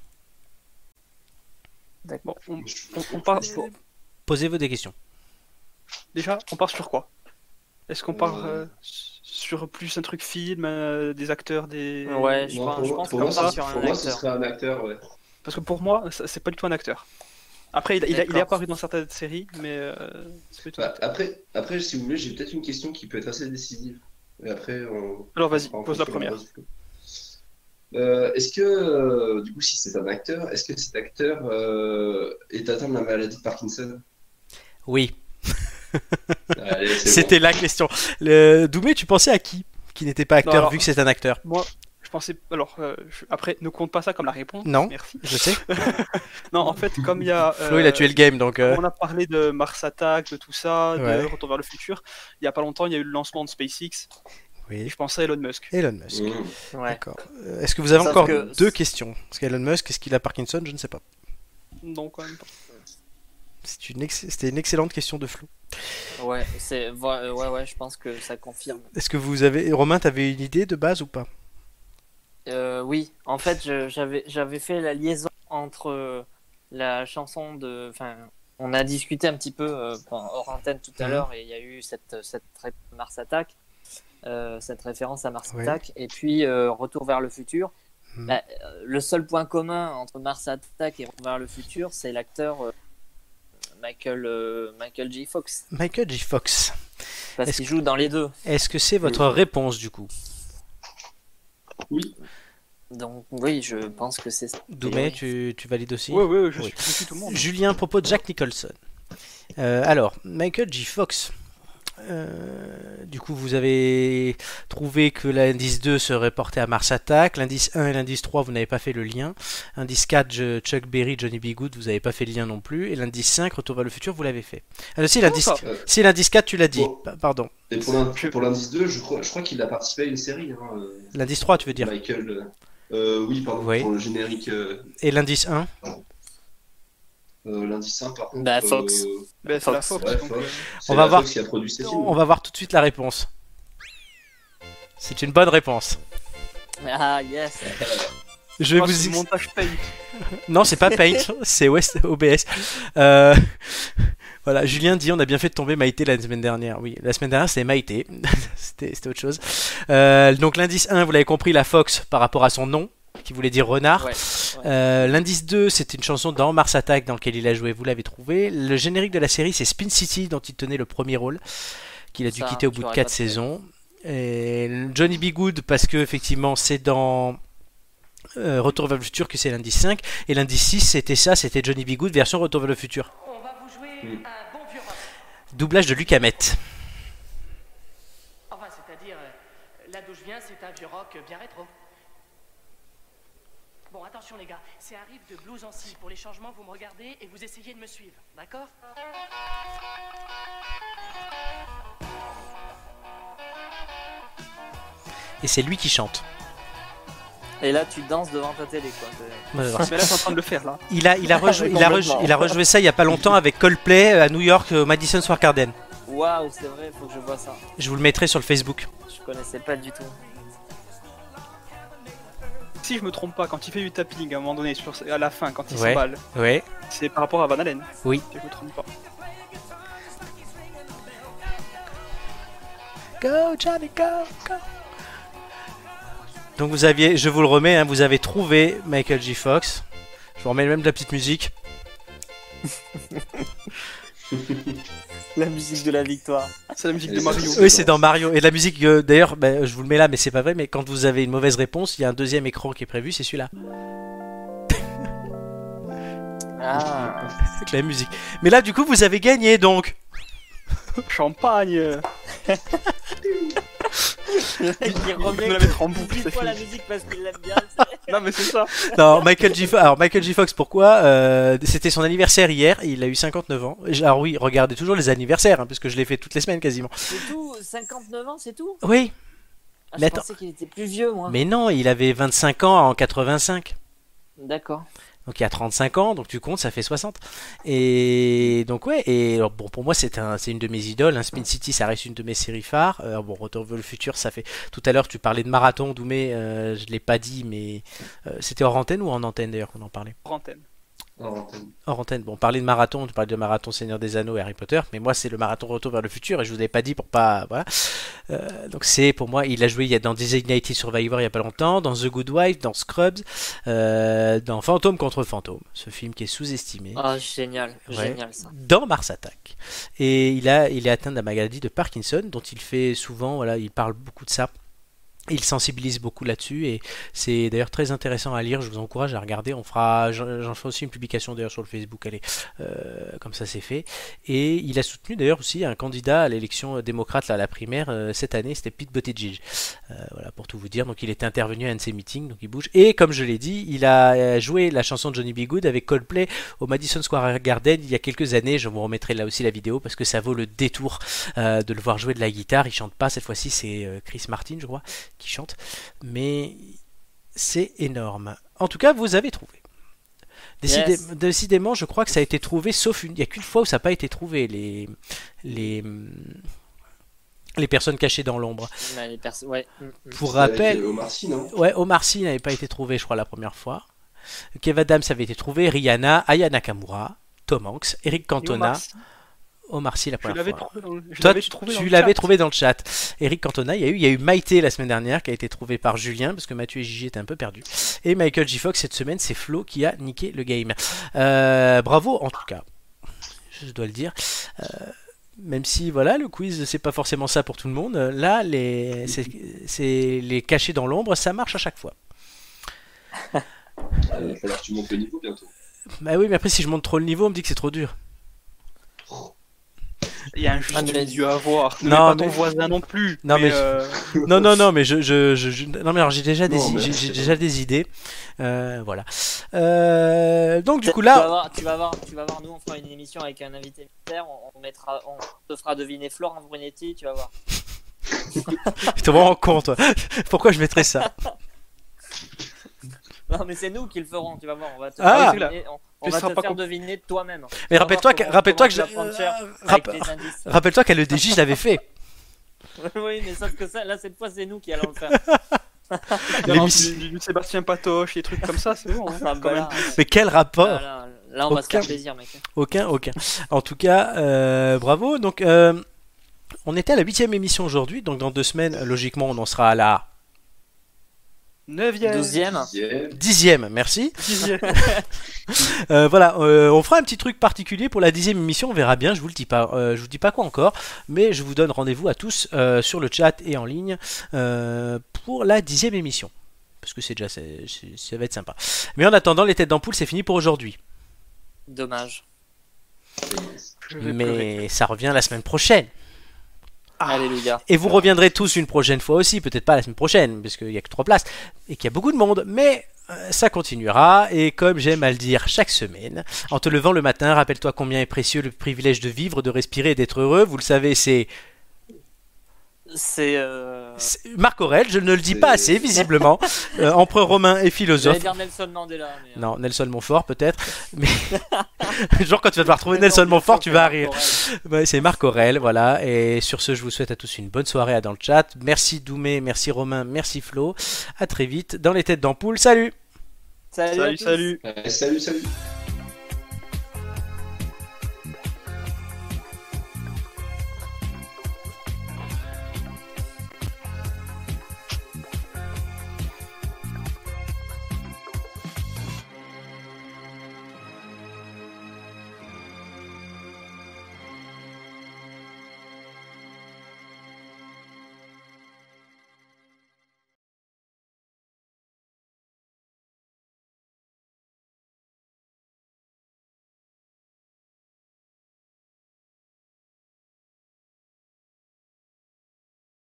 Bon, on part. Bon, Posez-vous des questions. déjà, on part sur quoi? Est-ce qu'on part sur plus un truc film, des acteurs, des. Ouais, je Non, pense pour qu'on moi, part ça- sur un pour moi, ce acteur. serait un acteur, ouais. Parce que pour moi, c'est pas du tout un acteur. Après, il est D'accord. apparu dans certaines séries, mais c'est pas du tout un Bah, acteur. après, si vous voulez, j'ai peut-être une question qui peut être assez décisive. Et après, Alors vas-y, on pose la fait première. pause. Est-ce que, du coup, si c'est un acteur, est-ce que cet acteur est atteint de la maladie de Parkinson? Oui, Allez, c'est c'était la question. Doumé, tu pensais à qui n'était pas acteur Non, alors- vu que c'est un acteur? Moi, je pensais. Alors, après, ne compte pas ça comme la réponse. Non. Merci. Je sais. Non, en fait, comme il y a. Flo, il a tué le game, donc. On a parlé de Mars Attack, de tout ça, Ouais. de Retour vers le futur. Il y a pas longtemps, il y a eu le lancement de SpaceX. Et Oui. je pensais à Elon Musk. Elon Musk. bon. Ouais. D'accord. Est-ce que vous avez Sauf encore que- deux questions? Parce qu'Elon Musk, est-ce qu'il a Parkinson? Je ne sais pas. Non, quand même pas. C'était une excellente question de Flo. Ouais, ouais, je pense que ça confirme. Est-ce que vous avez. Romain, t'avais une idée de base ou pas? Oui, en fait, j'avais fait la liaison entre la chanson de. Enfin, on a discuté un petit peu hors antenne tout à Mhm. l'heure et il y a eu cette Mars Attack, cette référence à Mars Oui. Attack, et puis Retour vers le futur. Mhm. Bah, le seul point commun entre Mars Attack et Retour vers le futur, c'est l'acteur Michael J. Fox, Michael J. Fox. parce Est-ce qu'il joue dans les deux. Est-ce que c'est votre réponse du coup? Oui. Donc oui, je pense que c'est ça. Doumé, Oui. tu valides aussi? Ouais, je Oui. suis tout le monde. Julien propose Jack Nicholson. Alors, Michael J. Fox. Du coup, vous avez trouvé que l'indice 2 serait porté à Mars Attack. L'indice 1 et l'indice 3, vous n'avez pas fait le lien. Indice 4, Chuck Berry, Johnny B. Good, vous n'avez pas fait le lien non plus. Et l'indice 5, Retour vers le futur, vous l'avez fait. Si, l'indice 4, tu l'as dit. Bon. Pardon. Et pour l'indice 2, je crois qu'il a participé à une série. Hein, L'indice 3, tu veux dire? Michael. Oui, pardon, Oui. pour le générique. Et l'indice 1? L'indice 1, par contre. Bah, Fox. Ben, c'est la Fox. Ouais, donc, Fox. C'est On va la voir. Fox qui a produit ces films. On va voir tout de suite la réponse. C'est une bonne réponse. Ah, yes. Je vais oh, vous c'est ex- montage paye. Non, c'est pas Paint, c'est OBS. Voilà, Julien dit on a bien fait de tomber Maïté la semaine dernière. Oui, la semaine dernière c'était Maïté, c'était autre chose. Donc l'indice 1, vous l'avez compris, la Fox par rapport à son nom, qui voulait dire renard. Ouais. L'indice 2, c'était une chanson dans Mars Attack dans laquelle il a joué, vous l'avez trouvé. Le générique de la série, c'est Spin City dont il tenait le premier rôle, qu'il a dû Ça, quitter au tu bout de l'aurais 4 pas trouvé. saisons. Et Johnny B. Good, parce que effectivement c'est dans Retour vers le futur que c'est l'indice 5. Et l'indice 6, c'était Johnny B. Good version Retour vers le futur. On va vous jouer un bon vieux rock. Doublage de Luc Hamet. Enfin, c'est-à-dire, là d'où je viens, c'est un vieux rock bien rétro. Bon, attention les gars, c'est un riff de blues en si. Pour les changements, vous me regardez et vous essayez de me suivre, d'accord? Et c'est lui qui chante. Et là, tu danses devant ta télé, quoi. Mais là, je suis en train de le faire, là. Il a rejoué, Complètement. il a rejoué ça il y a pas longtemps avec Coldplay à New York au Madison Square Garden. Waouh, c'est vrai, faut que je vois ça. Je vous le mettrai sur le Facebook. Je connaissais pas du tout. Si je me trompe pas, quand il fait du tapping à un moment donné, à la fin, quand il Ouais. s'emballe, Ouais. c'est par rapport à Van Halen. Oui. Si je me trompe pas. Go Johnny, go, go. Donc je vous le remets, hein, vous avez trouvé Michael J. Fox. Je vous remets même de la petite musique. La musique de la victoire. C'est la musique Et de ça, Mario. Oui, c'est dans Mario. Et la musique, d'ailleurs, je vous le mets là, mais c'est pas vrai. Mais quand vous avez une mauvaise réponse, il y a un deuxième écran qui est prévu, c'est celui-là. Ah. Avec la musique. Mais là, du coup, vous avez gagné donc. Champagne. Il Je remet vais la mettre en boucle. 10 c'est fois la fini. musique parce qu'il l'aime bien. Non, mais c'est ça. Non, Michael J. Fox, pourquoi c'était son anniversaire hier, il a eu 59 ans. Alors oui, regardez toujours les anniversaires, hein, parce que je les fais toutes les semaines quasiment. C'est tout, 59 ans, c'est tout. Oui, Ah, Mais je pensais qu'il était plus vieux, moi. mais non, il avait 25 ans en 85. D'accord. Donc il y a 35 ans, donc tu comptes, ça fait 60. Et donc ouais, et alors, bon, pour moi c'est une de mes idoles, hein. Spin City ça reste une de mes séries phares. Bon, Retour vers le futur, ça fait... Tout à l'heure tu parlais de Marathon, Doumé, je l'ai pas dit, mais c'était hors antenne ou en antenne d'ailleurs qu'on en parlait? Hors antenne. Hors antenne. Bon, parler de marathon, tu parlais de marathon Seigneur des Anneaux et Harry Potter, mais moi c'est le marathon Retour vers le futur et je vous avais pas dit pour pas. Voilà. Donc c'est pour moi, il a joué dans Designated Survivor il y a pas longtemps, dans The Good Wife, dans Scrubs, dans Fantôme contre Fantôme, ce film qui est sous-estimé. Ah, génial, Ouais. génial ça. Dans Mars Attack. Et il est atteint de la maladie de Parkinson, dont il fait souvent, voilà, il parle beaucoup de ça. Il sensibilise beaucoup là-dessus et c'est d'ailleurs très intéressant à lire. Je vous encourage à regarder. J'en ferai aussi une publication d'ailleurs sur le Facebook. Allez, comme ça c'est fait. Et il a soutenu d'ailleurs aussi un candidat à l'élection démocrate là, à la primaire cette année. C'était Pete Buttigieg. Voilà pour tout vous dire. Donc il était intervenu à un de ses meetings, donc il bouge. Et comme je l'ai dit, il a joué la chanson de Johnny B. Good avec Coldplay au Madison Square Garden il y a quelques années. Je vous remettrai là aussi la vidéo parce que ça vaut le détour de le voir jouer de la guitare. Il chante pas cette fois-ci, c'est Chris Martin, je crois, qui chante, mais c'est énorme. En tout cas, vous avez trouvé. Décidément, je crois que ça a été trouvé, sauf il n'y a qu'une fois où ça n'a pas été trouvé, les personnes cachées dans l'ombre. Ouais, ouais. Pour C'était avec, rappel, Omar Sy, non ouais, Omar Sy n'avait pas été trouvé, je crois, la première fois. Kev Adams avait été trouvé, Rihanna, Aya Nakamura, Tom Hanks, Eric Cantona. Omar Sy la Je première l'avais fois. trouvé dans le... je Toi, l'avais tu trouvé dans le l'avais chat. trouvé dans le chat. Eric Cantona, il y a eu Maïté la semaine dernière qui a été trouvé par Julien parce que Mathieu et Gigi étaient un peu perdus. Et Michael J. Fox cette semaine, c'est Flo qui a niqué le game. Bravo en tout cas, je dois le dire. Même si voilà, le quiz c'est pas forcément ça pour tout le monde. Là, c'est les cachés dans l'ombre, ça marche à chaque fois. Il va falloir que tu montes le niveau bientôt. Bah oui, mais après si je monte trop le niveau, on me dit que c'est trop dur. Il y a un juste Ah, mais- milieu à voir. Non, Non, pas mais- ton voisin non plus. Non, mais- Non, mais non, mais alors j'ai déjà Non, mais- j'ai déjà des idées. Voilà. Donc du coup Tu vas là, voir, nous on fera une émission avec un invité mystère, on te fera deviner Florent Brunetti, tu vas voir. tu te rends compte, toi. Pourquoi je mettrais ça? Non mais c'est nous qui le ferons, tu vas voir, on va te Ah, faire deviner, on Tu va seras te pas faire con- deviner toi-même. Mais rappelle-toi Rappelle-toi que je- avec rapp- les indices. rappelle-toi qu'à l'EDJ je l'avais fait. Oui, mais sauf que ça, là cette fois c'est nous qui allons le faire. L'émission- Du Sébastien Patoche, des trucs comme ça, c'est bon. Hein, Ah, quand bah, même. là, Mais quel rapport? là, on va se Aucun. faire plaisir, mec. Aucun. En tout cas, bravo. Donc, on était à la 8e émission aujourd'hui. Donc, dans 2 semaines, logiquement, on en sera à la 9e. 12e. 10e. Merci. 10e. Voilà, on fera un petit truc particulier pour la 10e émission. On verra bien. Je vous le dis pas. Je vous dis pas quoi encore, mais je vous donne rendez-vous à tous sur le chat et en ligne pour la 10e émission. Parce que ça va être sympa. Mais en attendant, les têtes d'ampoule, c'est fini pour aujourd'hui. Dommage. Je vais pleurer. Mais ça revient la semaine prochaine. Alléluia. Et vous reviendrez tous une prochaine fois aussi, peut-être pas la semaine prochaine, parce qu'il n'y a que 3 places, et qu'il y a beaucoup de monde, mais ça continuera, et comme j'aime à le dire chaque semaine, en te levant le matin, rappelle-toi combien est précieux le privilège de vivre, de respirer et d'être heureux, vous le savez, c'est C'est. Marc Aurèle, je ne le dis pas assez, visiblement, empereur romain et J'allais philosophe. dire Nelson Mandela. Mais, Non, Nelson Montfort peut-être, mais genre quand tu vas devoir trouver Nelson Montfort, tu vas rire. Ouais, c'est Marc Aurèle, voilà. Et sur ce, je vous souhaite à tous une bonne soirée dans le chat. Merci Doumé, merci Romain, merci Flo. À très vite dans les têtes d'ampoule. Salut! Salut, à tous. Salut. Salut.